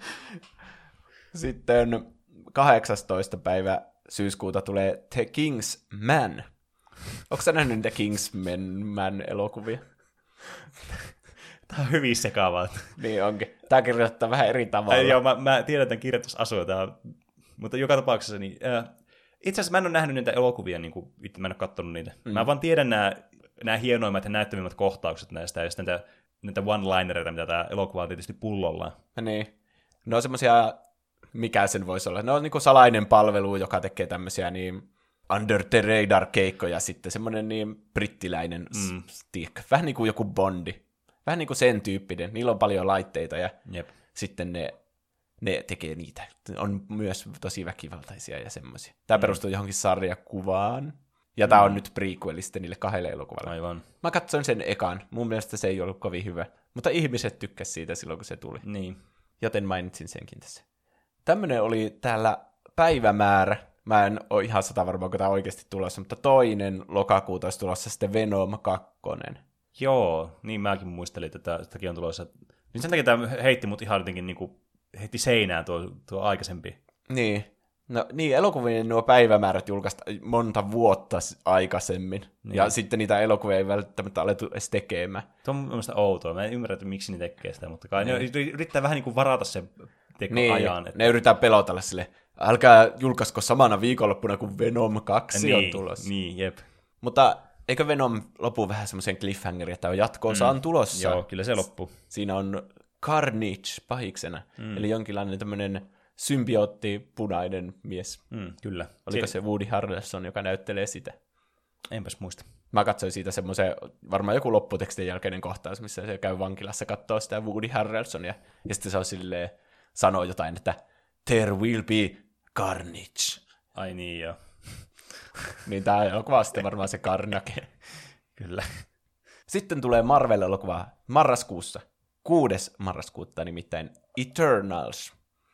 S3: Sitten 18. päivä syyskuuta tulee The King's Man. Onko sä nähnyt niitä Kingsman elokuvia?
S2: Tämä on hyvin sekavaa.
S3: Niin onkin. Tämä kirjoittaa vähän eri tavalla.
S2: Joo, mä tiedän tämän kirjoitusasua, mutta joka tapauksessa niin, itse asiassa mä en ole nähnyt niitä elokuvia, niin kuin, mä en ole katsonut niitä. Mä vaan tiedän nämä hienoimmat ja näyttävimmät kohtaukset näistä, ja sitten näitä one-linereita, mitä tämä elokuva on tietysti pullollaan.
S3: Niin. Ne on semmoisia, mikä sen voisi olla. Ne on niinku salainen palvelu, joka tekee tämmöisiä niin under the radar keikkoja sitten. Semmoinen niin brittiläinen stick. Vähän niin kuin joku Bondi. Vähän niin kuin sen tyyppinen. Niillä on paljon laitteita ja sitten ne tekee niitä. On myös tosi väkivaltaisia ja semmoisia. Tämä perustuu johonkin sarjakuvaan. Ja tämä on nyt prequel sitten niille 2 elokuvalle.
S2: Aivan.
S3: Mä katsoin sen ekan. Mun mielestä se ei ollut kovin hyvä. Mutta ihmiset tykkäsivät siitä silloin, kun se tuli.
S2: Niin.
S3: Joten mainitsin senkin tässä. Tämmöinen oli täällä päivämäärä. Mä en ole ihan 100% varma, onko tämä oikeasti tulossa, mutta 2. lokakuuta olisi tulossa sitten Venom 2.
S2: Joo, niin mäkin muistelin, että tämäkin on tulossa. Niin sen takia tämä heitti mut ihan jotenkin niin kuin, heitti seinään tuo aikaisempi.
S3: Niin. No niin, elokuvien nuo päivämäärät julkaistaan monta vuotta aikaisemmin. Niin. Ja sitten niitä elokuvia ei välttämättä alettu edes tekemään.
S2: Tuo on mielestäni outoa. Mä en ymmärrä, että miksi ne tekee sitä, mutta kai ne yrittää vähän niin kuin varata sen ajan. Että...
S3: Ne yrittää pelotella silleen, älkää julkaisko samana viikonloppuna, kun Venom 2 on tulossa.
S2: Niin, jep.
S3: Mutta eikö Venom lopu vähän semmoisen cliffhangerin, että jatko-osa on tulossa?
S2: Joo, kyllä se loppuu.
S3: Siinä on Carnage pahiksena, eli jonkinlainen tämmöinen symbiootti punainen mies.
S2: Kyllä.
S3: Oliko se Woody Harrelson, joka näyttelee sitä?
S2: Enpäs muista.
S3: Mä katsoin siitä semmoisen, varmaan joku lopputekstin jälkeinen kohtaus, missä se käy vankilassa katsoo sitä Woody Harrelsonia, ja sitten se on silleen, sanoo jotain, että there will be carnage.
S2: Ai niin, joo.
S3: Niin tää elokuva on sitten varmaan se Karnake.
S2: Kyllä.
S3: Sitten tulee Marvel-elokuva marraskuussa. 6. marraskuuta nimittäin Eternals.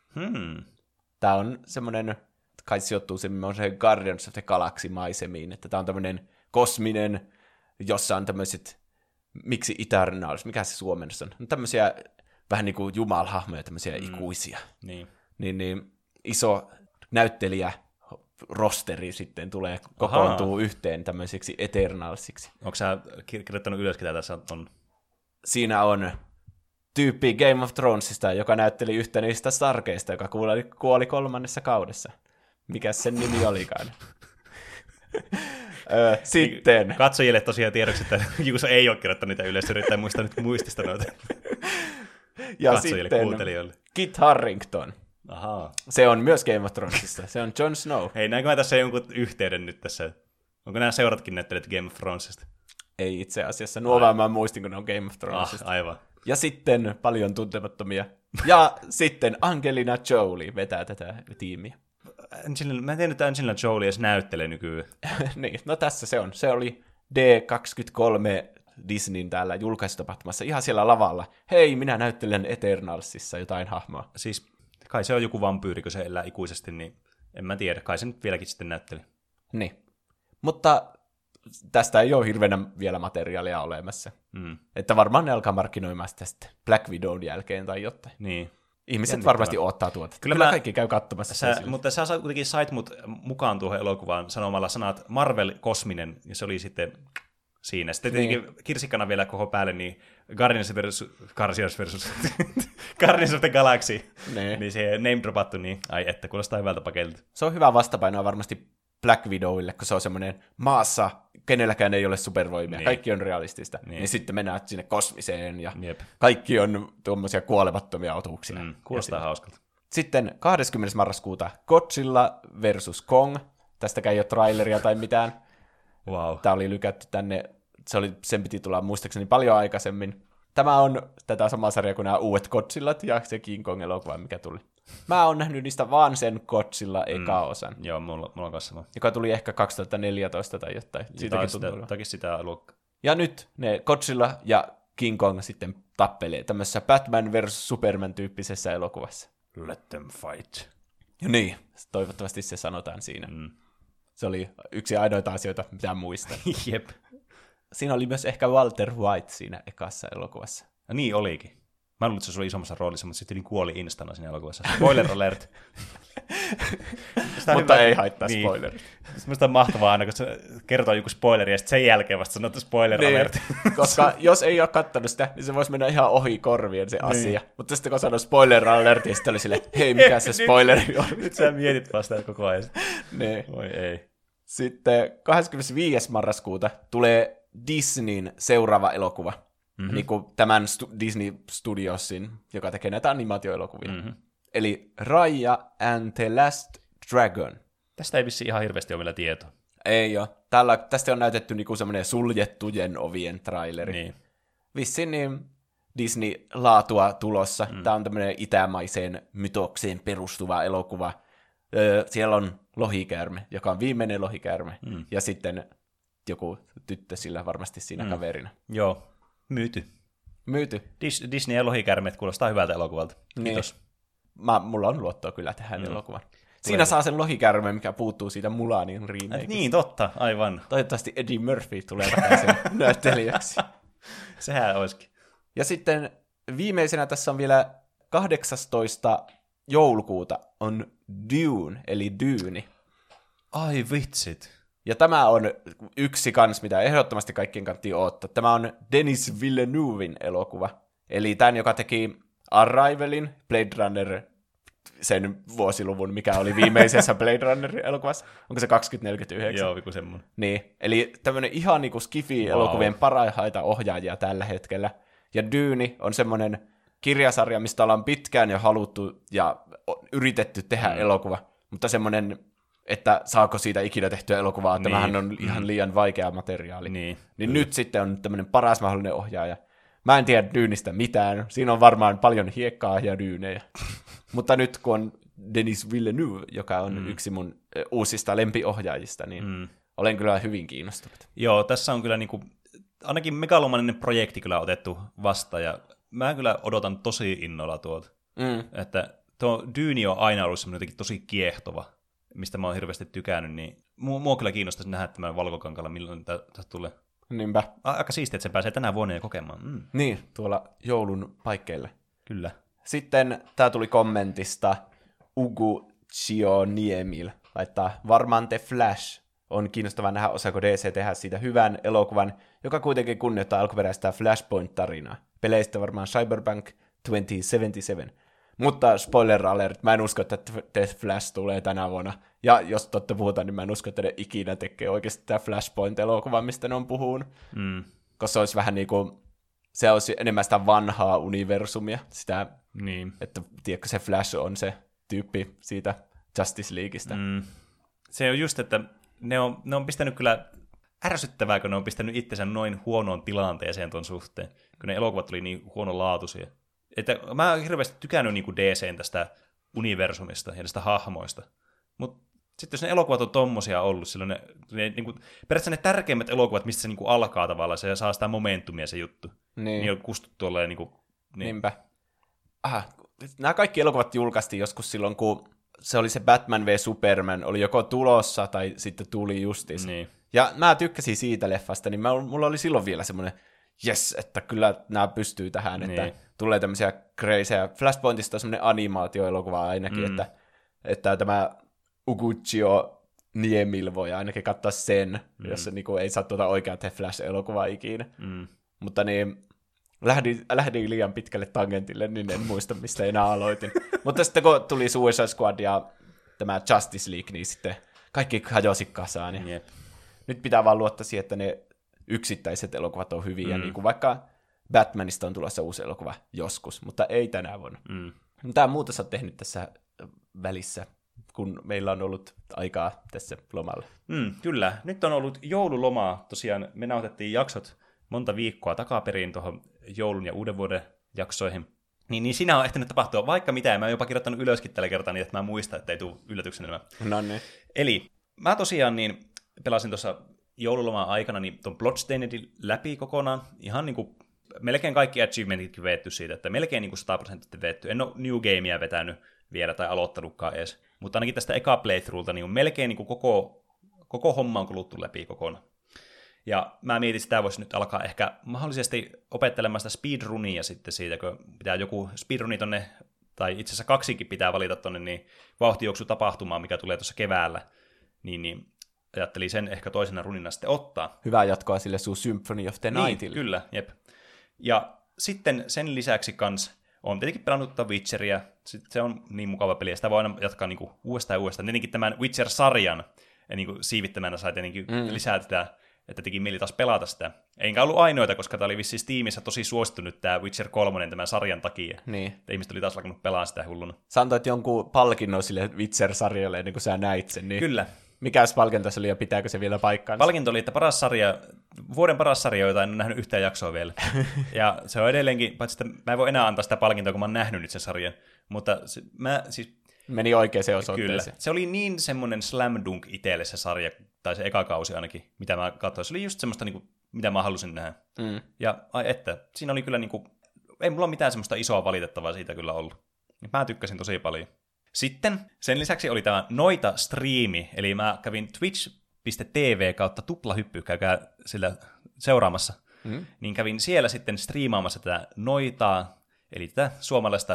S3: Tää on semmoinen, kai sijoittuu semmoiseen Guardians of the Galaxy-maisemiin, että tää on tämmöinen kosminen, jossa on tämmöiset, miksi Eternals, mikä se suomennassa on? Tämmöisiä vähän niin kuin jumalhahmoja, tämmöisiä ikuisia.
S2: Niin.
S3: Niin iso näyttelijä rosteri sitten tulee kokoontuu yhteen tämmöisiksi Eternalsiksi.
S2: Onko sä kirjoittanut ylös, ketä tässä on?
S3: Siinä on tyyppi Game of Thronesista, joka näytteli yhtä niistä Starkeista, joka kuoli 3. kaudessa. Mikäs sen nimi olikaan? Sitten.
S2: Katsojille tosiaan tiedoksi, että Juuso ei ole kirjoittanut niitä ylös, yrittää muistaa nyt muistista noita.
S3: Ja
S2: katsojille,
S3: sitten
S2: kuuntelijoille.
S3: Kit Harington.
S2: Ahaa.
S3: Se on myös Game of Thronesista. Se on Jon Snow.
S2: Hei, näinkö mä tässä jonkun yhteyden nyt tässä? Onko nämä seuratkin näyttelijät Game of Thronesista?
S3: Ei itse asiassa. Nuo vaan mä muistin, kun ne on Game of Thronesista.
S2: Aivan.
S3: Ja sitten paljon tuntemattomia. Ja sitten Angelina Jolie vetää tätä tiimiä.
S2: Mä en tiedä, että Angelina Jolie edes näyttelee nykyään.
S3: Niin, no tässä se on. Se oli D23 Disneyn täällä julkaisutapahtumassa ihan siellä lavalla. Hei, minä näyttelen Eternalsissa jotain hahmoa.
S2: Siis kai se on joku vampyyri, kun se elää ikuisesti, niin en mä tiedä. Kai se nyt vieläkin sitten näytteli.
S3: Niin. Mutta tästä ei ole hirveänä vielä materiaalia olemassa. Että varmaan ne alkaa markkinoimaan sitä sitten Black Widown jälkeen tai jotain.
S2: Niin.
S3: Ihmiset varmasti odottaa tuota. Kyllä kaikki käy katsomassa.
S2: Mutta sä kuitenkin sait mut mukaan tuohon elokuvaan sanomalla sanat Marvel Kosminen, ja se oli sitten siinä. Sitten tietenkin kirsikkana vielä koko päälle, niin Guardians of the Galaxy, niin se name dropattu, niin ai että, kuulostaa hyvältä pakeilta.
S3: Se on hyvä vastapainoa varmasti Black Widowille, kun se on semmoinen maassa, kenelläkään ei ole supervoimia, kaikki on realistista. Niin sitten mennään sinne kosmiseen, ja kaikki on tuommoisia kuolemattomia otuuksia.
S2: Kuulostaa hauskalta.
S3: Sitten 20. marraskuuta Godzilla versus Kong. Tästäkään ei ole traileria tai mitään.
S2: Wow.
S3: Tämä oli lykätty tänne, sen piti tulla muistaakseni paljon aikaisemmin. Tämä on tätä samaa sarjaa kuin nämä uudet Godzillat ja se King Kong-elokuva, mikä tuli. Mä oon nähnyt niistä vaan sen Godzilla eka osan.
S2: Joo, mulla on kanssa sama.
S3: Joka tuli ehkä 2014 tai jotain.
S2: Siitäkin sitä luokkaa.
S3: Ja nyt ne Godzilla ja King Kong sitten tappelee tämmöisessä Batman vs. Superman-tyyppisessä elokuvassa.
S2: Let them fight.
S3: Ja niin, toivottavasti se sanotaan siinä. Se oli yksi ainoita asioita, mitä muistan.
S2: Jep.
S3: Siinä oli myös ehkä Walter White siinä ekassa elokuvassa.
S2: Ja niin olikin. Mä luulen, että se oli isommassa roolissa, mutta sitten kuoli instana siinä elokuvassa. Spoiler alert.
S3: Mutta ei haittaa spoilerit.
S2: Minusta on mahtavaa aina, kun se kertoo joku spoileri ja sitten sen jälkeen vasta sanoo, että spoiler alert.
S3: Koska jos ei ole kattanut sitä, niin se voisi mennä ihan ohi korvien se asia. Mutta sitten kun sanoo spoiler alert, ja sitten oli silleen, hei, mikä se spoileri on?
S2: Nyt sä mietit vasta koko ajan.
S3: Niin.
S2: Voi ei.
S3: Sitten 25. marraskuuta tulee Disneyn seuraava elokuva. Niin kuin tämän Disney Studiosin, joka tekee näitä animaatioelokuvia. Eli Raya and the Last Dragon.
S2: Tästä ei vissiin ihan hirveästi ole vielä tietoa.
S3: Ei ole. Tästä on näytetty niinku semmoinen suljettujen ovien traileri.
S2: Niin.
S3: Vissiin niin Disney-laatua tulossa. Tämä on tämmöinen itämaiseen mytokseen perustuva elokuva. Siellä on lohikäärme, joka on viimeinen lohikäärme. Ja sitten joku tyttö sillä varmasti siinä kaverina.
S2: Joo. Myyty. Disney ja lohikärmet kuulostaa hyvältä elokuvalta. Kiitos.
S3: Niin. Mulla on luottoa kyllä tähän elokuvan. Siinä saa sen lohikärmen, mikä puuttuu siitä Mulanin remakeista.
S2: Niin, totta, aivan.
S3: Toivottavasti Eddie Murphy tulee takaisin näyttelijäksi.
S2: Sehän olisikin.
S3: Ja sitten viimeisenä tässä on vielä 18. joulukuuta on Dune, eli Dyyni.
S2: Ai vitsit.
S3: Ja tämä on yksi kans, mitä ehdottomasti kaikkien kannattaa odottaa. Tämä on Denis Villeneuven elokuva. Eli tämän, joka teki Arrivalin, Blade Runner, sen vuosiluvun, mikä oli viimeisessä Blade Runner-elokuvassa. Onko se 2049?
S2: Joo, joku semmoinen.
S3: Niin, eli tämmöinen ihan niin kuin Skifi-elokuvien parhaita ohjaajia tällä hetkellä. Ja Dune on semmoinen kirjasarja, mistä ollaan pitkään jo haluttu ja yritetty tehdä elokuva. Mutta semmoinen, että saako siitä ikinä tehtyä elokuvaa, että tämähän on ihan liian vaikea materiaali. Niin nyt sitten on tämmöinen paras mahdollinen ohjaaja. Mä en tiedä Dyynistä mitään. Siinä on varmaan paljon hiekkaa ja dyynejä. Mutta nyt kun on Denis Villeneuve, joka on yksi mun uusista lempiohjaajista, niin olen kyllä hyvin kiinnostunut.
S2: Joo, tässä on kyllä niinku, ainakin megalomaninen projekti kyllä otettu vastaan, ja mä kyllä odotan tosi innolla tuolta. Että tuo Dyyni on aina ollut semmoinen jotenkin tosi kiehtova, mistä mä oon hirveästi tykännyt, niin mua kyllä kiinnostaisi nähdä tämän valkokankalla, milloin tämä tulee.
S3: Niinpä.
S2: Aika siistiä, että se pääsee tänä vuonna jo kokemaan.
S3: Niin, tuolla joulun paikkeille.
S2: Kyllä.
S3: Sitten tämä tuli kommentista Ugu Chioniemil. laittaa varmaan The Flash. On kiinnostavaa nähdä, osaako DC tehdä siitä hyvän elokuvan, joka kuitenkin kunnioittaa alkuperäistä Flashpoint-tarinaa. Peleistä varmaan Cyberpunk 2077. Mutta spoiler alert, mä en usko, että The Flash tulee tänä vuonna. Ja jos totta puhutaan, niin mä en usko, että ne ikinä tekee oikeasti tämä Flashpoint-elokuva, mistä ne on puhunut. Koska se olisi vähän niin kuin, se olisi enemmän sitä vanhaa universumia. Sitä, että tiedätkö, se Flash on se tyyppi siitä Justice Leagueista.
S2: Se on just, että ne on pistänyt kyllä ärsyttävää, kun ne on pistänyt itsensä noin huonoon tilanteeseen ton suhteen, kun ne elokuvat oli niin huonolaatuisia. Että mä oon hirveästi tykännyt niin kuin DC:n tästä universumista ja näistä hahmoista, mutta sitten jos ne elokuvat on tommosia ollut, silloin ne niin kuin, periaatteessa ne tärkeimmät elokuvat, mistä se niin kuin alkaa tavallaan, se saa sitä momentumia se juttu. Niin on kustuttu olleen niin kuin...
S3: Niinpä. Nämä kaikki elokuvat julkaistiin joskus silloin, kun se oli se Batman v Superman, oli joko tulossa tai sitten tuli justiinsa.
S2: Niin.
S3: Ja mä tykkäsin siitä leffasta, niin mulla oli silloin vielä semmoinen, jes, että kyllä nämä pystyy tähän, että tulee tämmöisiä crazyja. Flashpointista on semmoinen animaatioelokuva ainakin, että tämä Uguchio Niemil voi ainakin katsoa sen, jos se niinku ei saa tuota oikeaa The Flash-elokuvaa ikinä. Mutta niin, lähdin liian pitkälle tangentille, niin en muista, mistä enää aloitin. Mutta sitten kun tuli Suicide Squad ja tämä Justice League, niin sitten kaikki hajosi kasaan. Ja nyt pitää vaan luottaa siihen, että ne yksittäiset elokuvat on hyviä, niin kuin vaikka Batmanista on tulossa uusi elokuva joskus, mutta ei tänä vuonna. Mitä muuta sä oot tehnyt tässä välissä, kun meillä on ollut aikaa tässä lomalla?
S2: Kyllä. Nyt on ollut joululomaa. Tosiaan me nautettiin jaksot monta viikkoa takaperin tuohon joulun ja uuden vuoden jaksoihin. Niin siinä on ehtinyt tapahtua vaikka mitä, ja mä oon jopa kirjoittanut ylöskin tällä kertaa niin, että mä muistan, että ei tule yllätyksenä.
S3: No niin.
S2: Eli mä tosiaan niin pelasin tuossa joululoman aikana niin ton Bloodstainedin läpi kokonaan. Ihan niin kuin melkein kaikki achievementitkin veetty siitä, että melkein niin kuin 100% veetty. En ole New Gamea vetänyt vielä tai aloittanutkaan edes. Mutta ainakin tästä eka playthroughta niin melkein niin kuin koko homma on kuluttu läpi kokonaan. Ja mä mietin, että sitä voisi nyt alkaa ehkä mahdollisesti opettelemaan sitä speedrunia sitten siitä, kun pitää joku speedruni tonne, tai itse asiassa 2 pitää valita tonne, niin vauhtijuoksutapahtumaan, mikä tulee tuossa keväällä, niin ajattelin sen ehkä toisena runina sitten ottaa.
S3: Hyvää jatkoa sille sun Symphony of the Nightille.
S2: Niin, kyllä, jep. Ja sitten sen lisäksi kans on tietenkin pelannut Witcheria, sitten se on niin mukava peli, ja sitä voi aina jatkaa niinku uudestaan ja uudestaan. Tietenkin tämän Witcher-sarjan niinku siivittämänä sai tietenkin lisää tätä, että teki mieli taas pelata sitä. Enkä ollut ainoita, koska tämä oli vissiin Steamissa tosi suosittu nyt tämä Witcher 3 tämän sarjan takia.
S3: Niin.
S2: Ihmiset oli taas alkanut pelaa sitä hulluna.
S3: Sä antoit jonkun palkinnon sille Witcher-sarjalle ennen kuin sä näit sen. Niin
S2: kyllä.
S3: Mikäs palkinto se oli ja pitääkö se vielä paikkaansa?
S2: Palkinto oli, että vuoden paras sarja, jota en ole nähnyt yhtään jaksoa vielä. Ja se on edelleenkin, paitsi että mä en voi enää antaa sitä palkintoa, kun mä oon nähnyt nyt sen sarjan. Mutta
S3: meni oikeaan osoitteeseen.
S2: Kyllä. Se oli niin semmoinen slam dunk itselle se sarja, tai se eka kausi ainakin, mitä mä katsoin. Se oli just semmoista, niin kuin, mitä mä halusin nähdä. Ja siinä oli kyllä, niin kuin, ei mulla ole mitään semmoista isoa valitettavaa siitä kyllä ollut. Mä tykkäsin tosi paljon. Sitten sen lisäksi oli tämä Noita-striimi, eli mä kävin twitch.tv kautta tuplahyppy, käykää sillä seuraamassa. Niin kävin siellä sitten striimaamassa tätä Noitaa, eli tätä suomalaista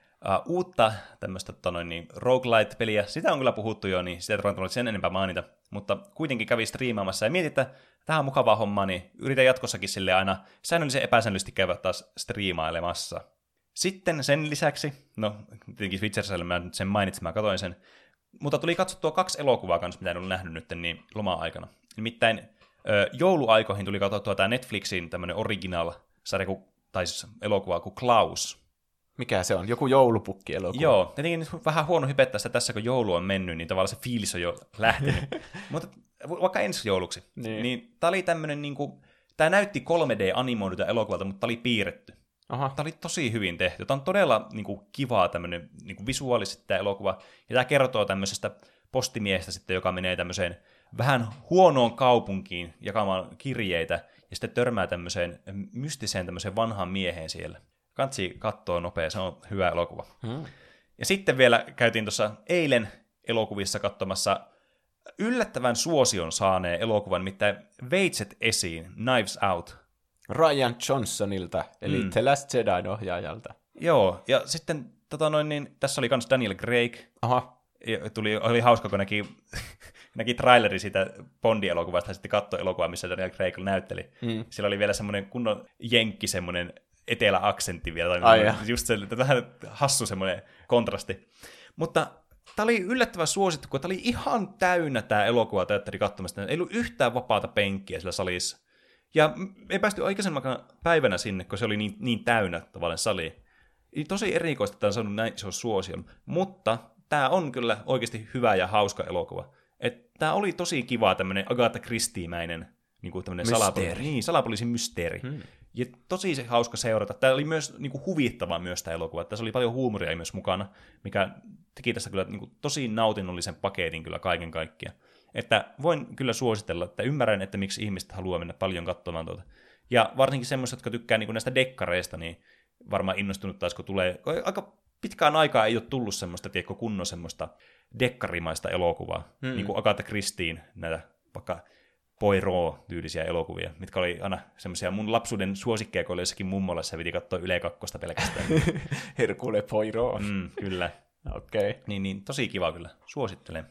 S2: uutta tämmöistä roguelite-peliä. Sitä on kyllä puhuttu jo, niin sitä ei tarvitse sen enempää mainita. Mutta kuitenkin kävi striimaamassa ja mietin, että tähän on mukavaa hommaa, niin yritän jatkossakin sille aina säännöllisen epäsäännöllisesti käydä taas striimailemassa. Sitten sen lisäksi, no tietenkin Witchersille mä nyt sen mainitsin, mä katsoin sen, mutta tuli katsottua 2 elokuvaa kanssa, mitä en ollut nähnyt nyt niin loma-aikana. Nimittäin jouluaikoihin tuli katsottua tämä Netflixin tämmöinen original-sarja, tai siis elokuva kuin Klaus.
S3: Mikä se on? Joku joulupukki-elokuva?
S2: Joo, tietenkin vähän huono hypettää sitä tässä, kun joulu on mennyt, niin tavallaan se fiilis on jo lähtenyt. Mutta vaikka ensi jouluksi. Niin tämä oli tämmöinen, niin kuin, tämä näytti 3D-animoidulta elokuvalta, mutta tämä oli piirretty. Aha. Tämä oli tosi hyvin tehty. Tämä on todella niin kuin, kivaa tämmöinen niin kuin visuaalisesti tämä elokuva. Ja tämä kertoo tämmöisestä postimiehestä sitten, joka menee tämmöiseen vähän huonoon kaupunkiin jakamaan kirjeitä ja sitten törmää tämmöiseen mystiseen tämmöiseen vanhaan mieheen siellä. Kansi kattoo nopea, se on hyvä elokuva. Ja sitten vielä käytiin tuossa eilen elokuvissa katsomassa yllättävän suosion saaneen elokuvan, nimittäin Veitset esiin, Knives Out.
S3: Ryan Johnsonilta, eli The Last Jedin ohjaajalta.
S2: Joo, ja sitten niin, tässä oli myös Daniel Craig.
S3: Aha.
S2: oli hauska, kun näki traileri siitä Bondi-elokuvasta, ja sitten katsoi elokuvaa, missä Daniel Craig näytteli. Siellä oli vielä semmoinen kunnon jenkki, semmoinen etelä-aksentti vielä. Just se, vähän hassu semmoinen kontrasti. Mutta tämä oli yllättävän suosittu, kun tämä oli ihan täynnä tämä elokuva teatteri katsomasta. Ei ollut yhtään vapaata penkkiä sillä salissa. Ja ei päästy aikaisemmakaan päivänä sinne, kun se oli niin täynnä tavallaan sali. Tosi erikoista, että tämä on saanut näin iso suosion. Mutta tämä on kyllä oikeasti hyvä ja hauska elokuva. Tämä oli tosi kiva tämmöinen Agatha Christie-mäinen niin salapoliisin mysteeri. Ja tosi se hauska seurata. Tämä oli myös niin kuin huvittava myös tämä elokuva. Tässä oli paljon huumoria myös mukana, mikä teki tästä kyllä niin kuin tosi nautinnollisen paketin kyllä kaiken kaikkiaan. Että voin kyllä suositella, että ymmärrän, että miksi ihmiset haluaa mennä paljon katsomaan tuota. Ja varsinkin semmoiset, jotka tykkää niin kuin näistä dekkareista, niin varmaan innostunut taas, kun tulee... Aika pitkään aikaa ei ole tullut semmoista, tiedätkö, kunnon semmoista dekkarimaista elokuvaa. Niin kuin Agatha Christien, näitä vaikka Poirot-tyylisiä elokuvia, mitkä oli aina semmoisia mun lapsuuden suosikkeja, kun oli jossakin mummolassa ja piti katsoa Yle 2 pelkästään.
S3: Hercule Poirot.
S2: Kyllä.
S3: Okei. Okay.
S2: Niin, tosi kiva kyllä. Suosittelen.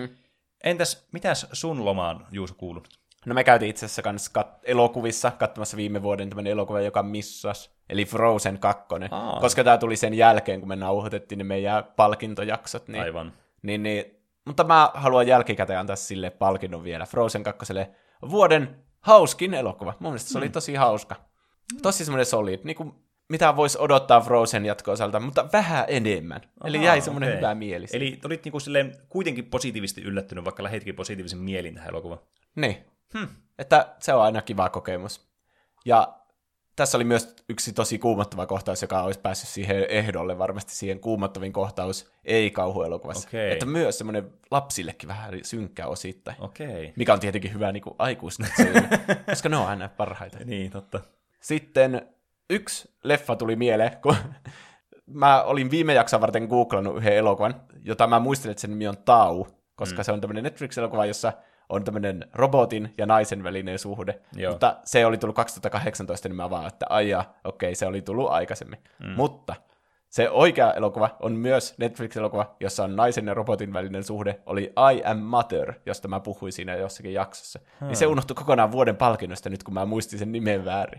S2: Entäs, mitäs sun lomaan, Juuso, kuulunut?
S3: No me käytiin itse asiassa kans elokuvissa katsomassa viime vuoden tämmöinen elokuva, joka missas, eli Frozen 2, koska tämä tuli sen jälkeen, kun me nauhoitettiin ne meidän palkintojaksot. Niin,
S2: aivan.
S3: Mutta mä haluan jälkikäteen antaa sille palkinnon vielä Frozen 2 vuoden hauskin elokuva. Mun mielestä se oli tosi hauska. Tosi semmoinen solid, niin kuin mitä voisi odottaa Frozen jatko-osalta, mutta vähän enemmän. Eli jäi semmoinen hyvä mieli.
S2: Eli olit niinku silleen kuitenkin positiivisesti yllättynyt, vaikka lähditkin positiivisen mielin tähän elokuvaan.
S3: Niin. Että se on aina kiva kokemus. Ja tässä oli myös yksi tosi kuumottava kohtaus, joka olisi päässyt siihen ehdolle, varmasti siihen kuumottavin kohtaus ei-kauhuelokuvassa.
S2: Okay.
S3: Että myös semmoinen lapsillekin vähän synkkä osittain.
S2: Okay.
S3: Mikä on tietenkin hyvä niin aikuisten, koska ne on aina parhaita.
S2: Niin, totta.
S3: Sitten yksi leffa tuli mieleen, kun mä olin viime jakson varten googlannut yhden elokuvan, jota mä muistelin, että sen nimi on Tau, koska se on tämmöinen Netflix-elokuva, jossa on tämmöinen robotin ja naisen välinen suhde. Joo. Mutta se oli tullut 2018, niin mä vaan, että okei, se oli tullut aikaisemmin. Mutta se oikea elokuva on myös Netflix-elokuva, jossa on naisen ja robotin välinen suhde, oli I Am Mother, josta mä puhuin siinä jossakin jaksossa. Niin se unohtui kokonaan vuoden palkinnosta nyt, kun mä muistin sen nimen väärin.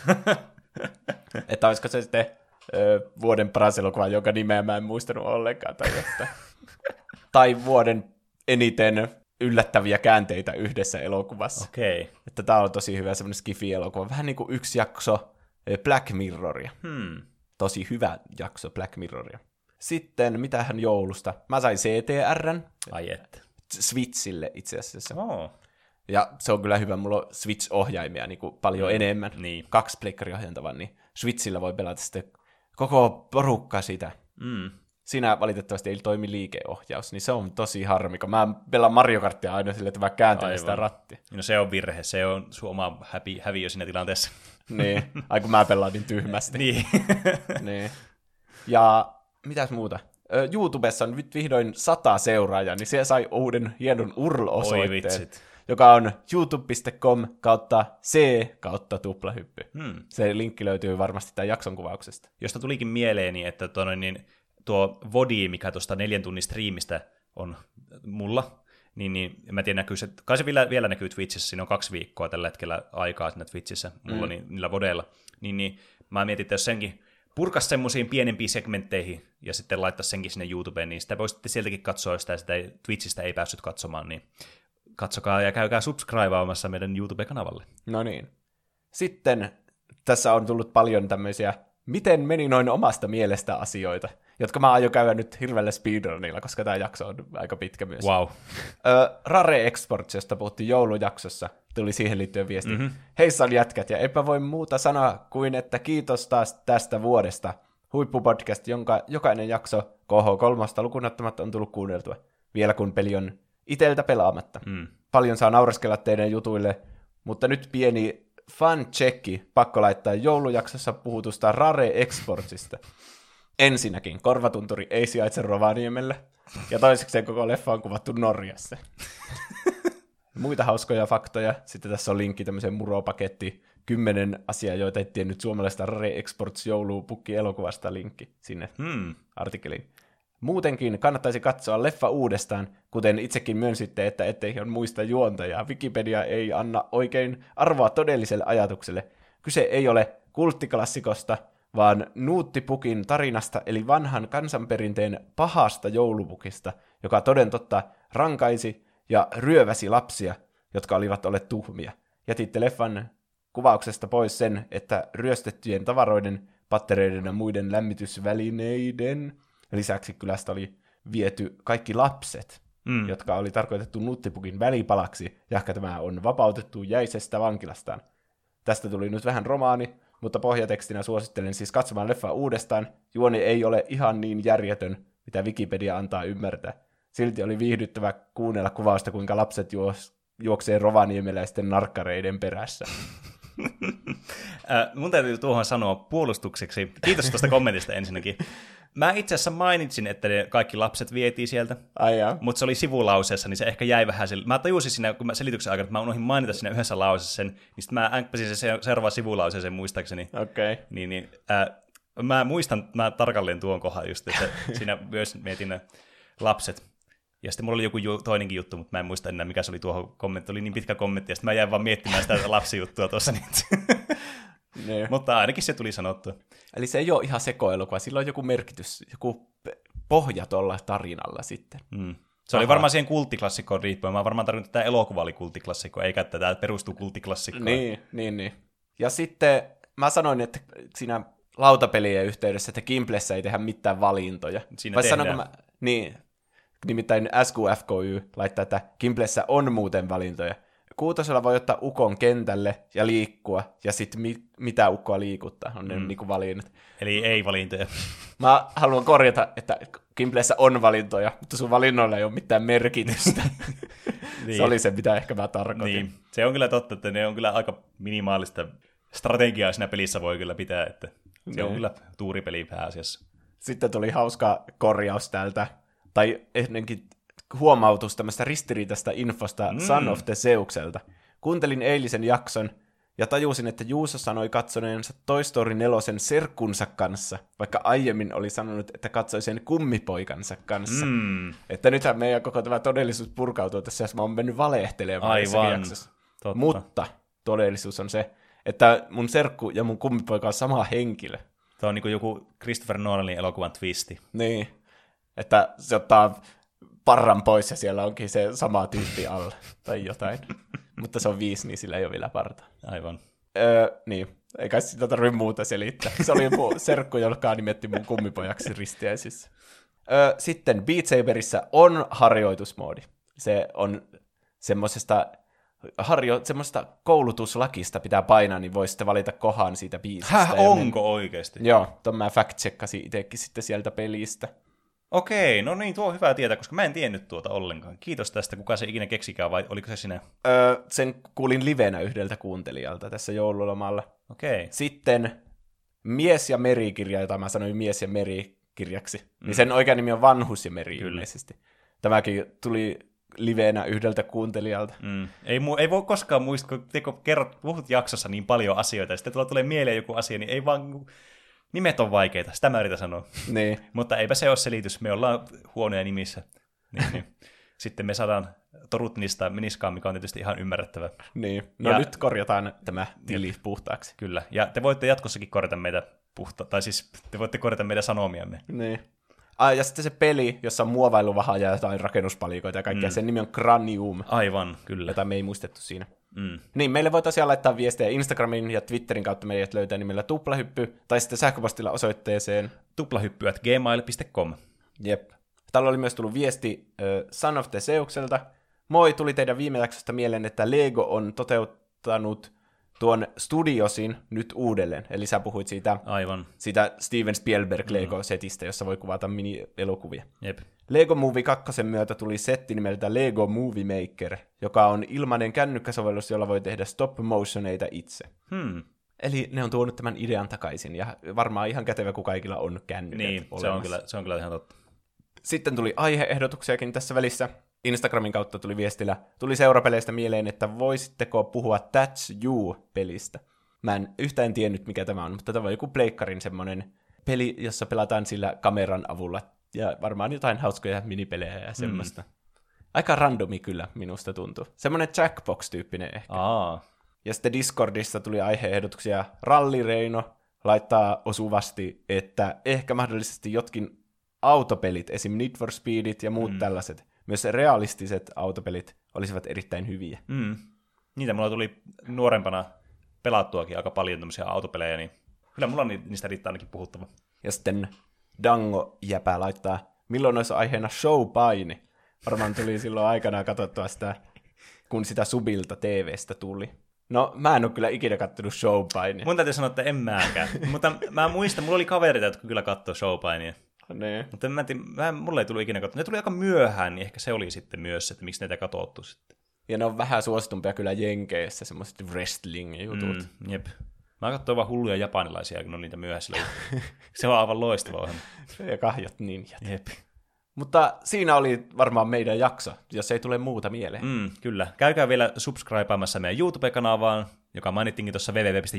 S3: Että olisiko se sitten vuoden paras elokuva, jonka nimeä mä en muistanut ollenkaan. Tai vuoden eniten yllättäviä käänteitä yhdessä elokuvassa.
S2: Okei.
S3: Että tää on tosi hyvä semmoinen skifi-elokuva. Vähän niin kuin yksi jakso Black Mirroria. Tosi hyvä jakso Black Mirroria. Sitten, mitähän joulusta? Mä sain CTR:n.
S2: Ai että.
S3: Switchille itse asiassa.
S2: Ja
S3: se on kyllä hyvä. Mulla on Switch-ohjaimia niin kuin paljon enemmän.
S2: Niin.
S3: 2 pleikkari-ohjaintavaa, niin Switchillä voi pelata sitten koko porukka sitä. Siinä valitettavasti ei toimi liikeohjaus, niin se on tosi harmi, kun mä pelaan Mario Kartia aina sille, että mä kääntelen sitä rattia.
S2: No se on virhe, se on sun oma häviö siinä tilanteessa.
S3: Niin, kun mä pelaan niin tyhmästi.
S2: Niin.
S3: Niin. Ja mitäs muuta? YouTubessa on nyt vihdoin 100 seuraajaa, niin se sai uuden hienon URL-osoitteen, joka on youtube.com/c/tuplahyppy. Se linkki löytyy varmasti tämän jakson kuvauksesta.
S2: Josta tulikin mieleeni, että tuo VOD, mikä tuosta 4 tunnin striimistä on mulla, niin mä tiedän, näkyy se, kai se vielä näkyy Twitchissä, siinä on 2 viikkoa tällä hetkellä aikaa siinä Twitchissä, mulla niillä vodeilla, niin mä mietin, että jos senkin purkaisi semmoisiin pienempiin segmentteihin ja sitten laittaisi senkin sinne YouTubeen, niin sitä voi sitten sieltäkin katsoa, jos sitä Twitchistä ei päässyt katsomaan, niin katsokaa ja käykää subscribeaamassa meidän YouTube-kanavalle.
S3: No niin. Sitten tässä on tullut paljon tämmöisiä, miten meni noin omasta mielestä asioita, jotka mä aion käydä nyt hirveällä speedrunilla, koska tämä jakso on aika pitkä myös.
S2: Wow.
S3: Rare Exports, josta puhuttiin joulujaksossa, tuli siihen liittyen viesti. Heissan jätkät, ja eipä voi muuta sanoa kuin, että kiitos taas tästä vuodesta. Huippupodcast, jonka jokainen jakso KH3 lukunottamatta on tullut kuunneltua. Vielä kun peli on iteltä pelaamatta. Paljon saa nauraskella teidän jutuille, mutta nyt pieni fun-checki pakko laittaa joulujaksossa puhutusta Rare Exportsista. Ensinnäkin, Korvatunturi ei sijaitse Rovaniemellä, ja toisekseen koko leffa on kuvattu Norjassa. Muita hauskoja faktoja. Sitten tässä on linkki tämmöiseen muropakettiin. 10 asiaa, joita et tiennyt suomalaista Rare Exports joulupukki elokuvasta linkki sinne artikkeliin. Muutenkin kannattaisi katsoa leffa uudestaan, kuten itsekin myönsitte, että ettei ihan muista juontajaa. Wikipedia ei anna oikein arvoa todelliselle ajatukselle. Kyse ei ole kulttiklassikosta, vaan Nuuttipukin tarinasta, eli vanhan kansanperinteen pahasta joulupukista, joka toden totta rankaisi ja ryöväsi lapsia, jotka olivat olleet tuhmia. Jätitte leffan kuvauksesta pois sen, että ryöstettyjen tavaroiden, pattereiden ja muiden lämmitysvälineiden lisäksi kylästä oli viety kaikki lapset, jotka oli tarkoitettu Nuuttipukin välipalaksi, ja tämä on vapautettu jäisestä vankilastaan. Tästä tuli nyt vähän romaani, mutta pohjatekstinä suosittelen siis katsomaan leffaa uudestaan. Juoni ei ole ihan niin järjetön, mitä Wikipedia antaa ymmärtää. Silti oli viihdyttävä kuunnella kuvausta, kuinka lapset juoksee rovaniemeläisten narkkareiden perässä.
S2: Mun täytyy tuohon sanoa puolustukseksi. Kiitos tuosta kommentista ensinnäkin. Mä itse asiassa mainitsin, että ne kaikki lapset vietiin sieltä, mutta se oli sivulauseessa, niin se ehkä jäi vähän sille. Mä tajusin siinä, kun mä selityksen aikana, että mä unohdin mainita siinä yhdessä lauseessa sen, niin sitten mä änkpäsin sen seuraava sivulauseeseen muistaakseni.
S3: Okei.
S2: Mä muistan mä tarkalleen tuon kohdan just, että siinä myös mietin ne lapset. Ja sitten mulla oli joku toinenkin juttu, mutta mä en muista enää, mikä se oli tuohon kommentti. Oli niin pitkä kommentti, ja sitten mä jäin vaan miettimään sitä lapsijuttua tuossa. Mutta ainakin se tuli sanottua.
S3: Eli se ei ole ihan sekoelokuva, sillä on joku merkitys, joku pohja tuolla tarinalla sitten.
S2: Se oli varmaan siihen kulttiklassikkoon riippuen. Mä oon varmaan tarvinnut, että tämä elokuva oli kulttiklassikko, eikä että tämä perustuu kulttiklassikkoon.
S3: Niin. Ja sitten mä sanoin, että siinä lautapelien yhteydessä, että Gimplessä ei tehdä mitään valintoja.
S2: Siinä tehdään.
S3: Nimittäin SQFKY laittaa, että Gimplessä on muuten valintoja. Kuutosella voi ottaa ukon kentälle ja liikkua, ja sitten mitä ukkoa liikuttaa, on ne niinku valinnat.
S2: Eli ei valintoja.
S3: Mä haluan korjata, että Gimplessä on valintoja, mutta sun valinnoilla ei ole mitään merkitystä.
S2: Niin.
S3: Se oli se, mitä ehkä mä tarkoitin.
S2: Niin. Se on kyllä totta, että ne on kyllä aika minimaalista strategiaa siinä pelissä voi kyllä pitää, että se on kyllä tuuripeli pääasiassa.
S3: Sitten tuli hauska korjaus täältä, tai ennenkin huomautus tämmöistä ristiriitaista infosta Son of the Zeukselta. Kuuntelin eilisen jakson ja tajusin, että Juuso sanoi katsoneensa Toy Story 4 serkkunsa kanssa, vaikka aiemmin oli sanonut, että katsoi sen kummipoikansa kanssa. Että nythän meidän koko tämä todellisuus purkautuu tässä, jos mä oon mennyt valehtelemaan jossakin jaksossa.
S2: Totta.
S3: Mutta todellisuus on se, että mun serkku ja mun kummipoika on sama henkilö.
S2: Tämä on niin kuin joku Christopher Nolanin elokuvan twisti.
S3: Niin, että se ottaa parran pois ja siellä onkin se sama tyyppi alla tai jotain. Mutta se on 5, niin sillä ei ole vielä parta.
S2: Aivan.
S3: Niin, eikä sitä tarvitse muuta selittää. Se oli joku serkku, joka nimetti mun kummipojaksi ristiäisissä. Sitten Beat Saberissä on harjoitusmoodi. Se on semmoisesta koulutuslakista pitää painaa, niin voi sitten valita kohan siitä biisistä.
S2: Onko oikeasti?
S3: Joo, ton mä fact-checkasin itsekin sitten sieltä pelistä.
S2: Okei, no niin, tuo on hyvä tietää, koska mä en tiennyt tuota ollenkaan. Kiitos tästä, kuka se ikinä keksikään, vai oliko se sinä?
S3: Sen kuulin livenä yhdeltä kuuntelijalta tässä joululomalla.
S2: Okei.
S3: Sitten Mies ja Meri-kirja, jota mä sanoin Mies ja Meri-kirjaksi, niin sen oikea nimi on Vanhus ja Meri ilmeisesti. Tämäkin tuli livenä yhdeltä kuuntelijalta.
S2: Ei voi koskaan muistaa, kun puhut jaksossa niin paljon asioita, ja sitten tulee mieleen joku asia, niin ei vaan... Nimet on vaikeita, sitä mä yritän sanoa.
S3: Niin.
S2: Mutta eipä se ole selitys, me ollaan huonoja nimissä. Niin. Sitten me saadaan Torutnista Miniskaan, mikä on tietysti ihan ymmärrettävä.
S3: Niin, no nyt korjataan tämä tili puhtaaksi.
S2: Kyllä, ja te voitte jatkossakin korjata meitä tai siis te voitte korjata meidän sanomiamme.
S3: Niin. Ja sitten se peli, jossa on muovailuvahaa ja jotain rakennuspalikoita ja kaikkea, sen nimi on Cranium.
S2: Aivan, kyllä.
S3: Jota me ei muistettu siinä. Niin, meille voi tosiaan laittaa viestejä Instagramin ja Twitterin kautta meidät löytää nimellä Tuplahyppy, tai sitten sähköpostilla osoitteeseen
S2: tuplahyppy@gmail.com.
S3: Jep. Täällä oli myös tullut viesti Son of the Zeukselta. Moi, tuli teidän viime jaksosta mieleen, että Lego on toteuttanut tuon Studiosin nyt uudelleen. Eli sä puhuit siitä Steven Spielberg Lego-setistä, jossa voi kuvata mini-elokuvia.
S2: Jep.
S3: Lego Movie 2 myötä tuli setti nimeltä Lego Movie Maker, joka on ilmainen kännykkäsovellus, jolla voi tehdä stop-motioneita itse. Eli ne on tuonut tämän idean takaisin, ja varmaan ihan kätevä, kun kaikilla on kännykät
S2: olemassa. Se on kyllä ihan totta.
S3: Sitten tuli aiheehdotuksiakin tässä välissä. Instagramin kautta tuli seurapeleistä mieleen, että voisitteko puhua That's You-pelistä. Mä en tiennyt, mikä tämä on, mutta tämä on joku pleikkarin semmoinen peli, jossa pelataan sillä kameran avulla Ja varmaan jotain hauskoja minipelejä ja semmoista. Aika randomi kyllä minusta tuntuu. Semmoinen Jackbox-tyyppinen ehkä. Ja sitten Discordissa tuli aihe-ehdotuksia. Ralli Reino laittaa osuvasti, että ehkä mahdollisesti jotkin autopelit, esim. Need for Speedit ja muut tällaiset, myös realistiset autopelit olisivat erittäin hyviä.
S2: Niitä mulla tuli nuorempana pelattuakin aika paljon tämmöisiä autopelejä, niin kyllä mulla on niistä riittää ainakin puhuttava.
S3: Ja sitten Dango Jäpä laittaa, milloin olisi aiheena showpaini. Varmaan tuli silloin aikanaan katsottua sitä, kun sitä Subilta TVstä tuli. No, mä en ole kyllä ikinä kattonut showpainia.
S2: Mun täytyy sanoa, että en mäkään. Mutta mä muistan, mulla oli kavereita, jotka kyllä katsoi showpainia.
S3: Nee.
S2: Mutta mulla ei tullut ikinä katsoa. Ne tuli aika myöhään, niin ehkä se oli sitten myös, että miksi näitä katsottu sitten.
S3: Ja ne on vähän suositumpia kyllä Jenkeissä, semmoiset wrestling-jutut.
S2: Jep. Mä katsoin vaan hulluja japanilaisia, kun on niitä myöhässä. Se on aivan loistava ohjelma.
S3: Ja kahjot ninjat.
S2: Jep.
S3: Mutta siinä oli varmaan meidän jakso, jos ei tule muuta mieleen.
S2: Kyllä. Käykää vielä subscribeamassa meidän YouTube-kanavaan, joka mainittiinkin tuossa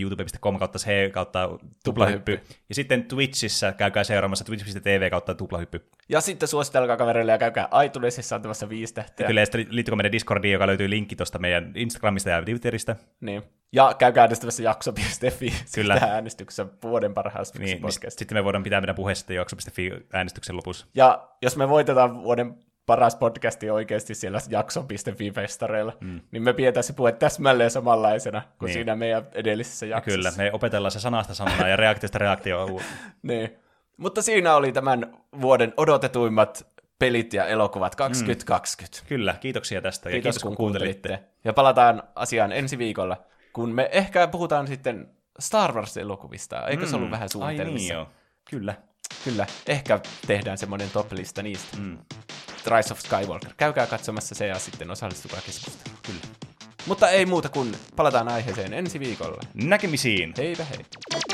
S2: www.youtube.com/tuplahyppy. Ja sitten Twitchissä käykää seuraamassa twitch.tv/tuplahyppy.
S3: Ja sitten suositelkaa kavereille ja käykää iTunesissa antamassa 5 tähteä.
S2: Ja kyllä, ja sitten liittykää meidän Discordiin, joka löytyy linkki tuosta meidän Instagramista ja Twitteristä.
S3: Niin. Ja käykää äänestämässä jakso.fi
S2: kyllä.
S3: Sitä äänestyksessä vuoden parhaasta
S2: niin,
S3: podcasta.
S2: Sitten me voidaan pitää meidän puheesta jakso.fi äänestyksen lopussa.
S3: Ja jos me voitetaan vuoden paras podcasti oikeasti siellä jakso.fi-festareilla, niin me pidetään se puhe täsmälleen samanlaisena kuin siinä meidän edellisessä jaksossa.
S2: Kyllä, me opetellaan se sanasta sanaa ja reaktiosta reaktioon.
S3: Niin. Mutta siinä oli tämän vuoden odotetuimmat pelit ja elokuvat 2020.
S2: Kyllä, kiitoksia tästä.
S3: Kiitos kun kuuntelitte. Ja palataan asiaan ensi viikolla, kun me ehkä puhutaan sitten Star Wars-elokuvista. Eikö se ollut vähän suunnitelmissa?
S2: Ai niin joo, kyllä.
S3: Kyllä, ehkä tehdään semmoinen top-lista niistä. Rise of Skywalker. Käykää katsomassa se ja sitten osallistukaa keskusteluun.
S2: Kyllä.
S3: Mutta ei muuta kuin palataan aiheeseen ensi viikolla.
S2: Näkemisiin!
S3: Heipä hei!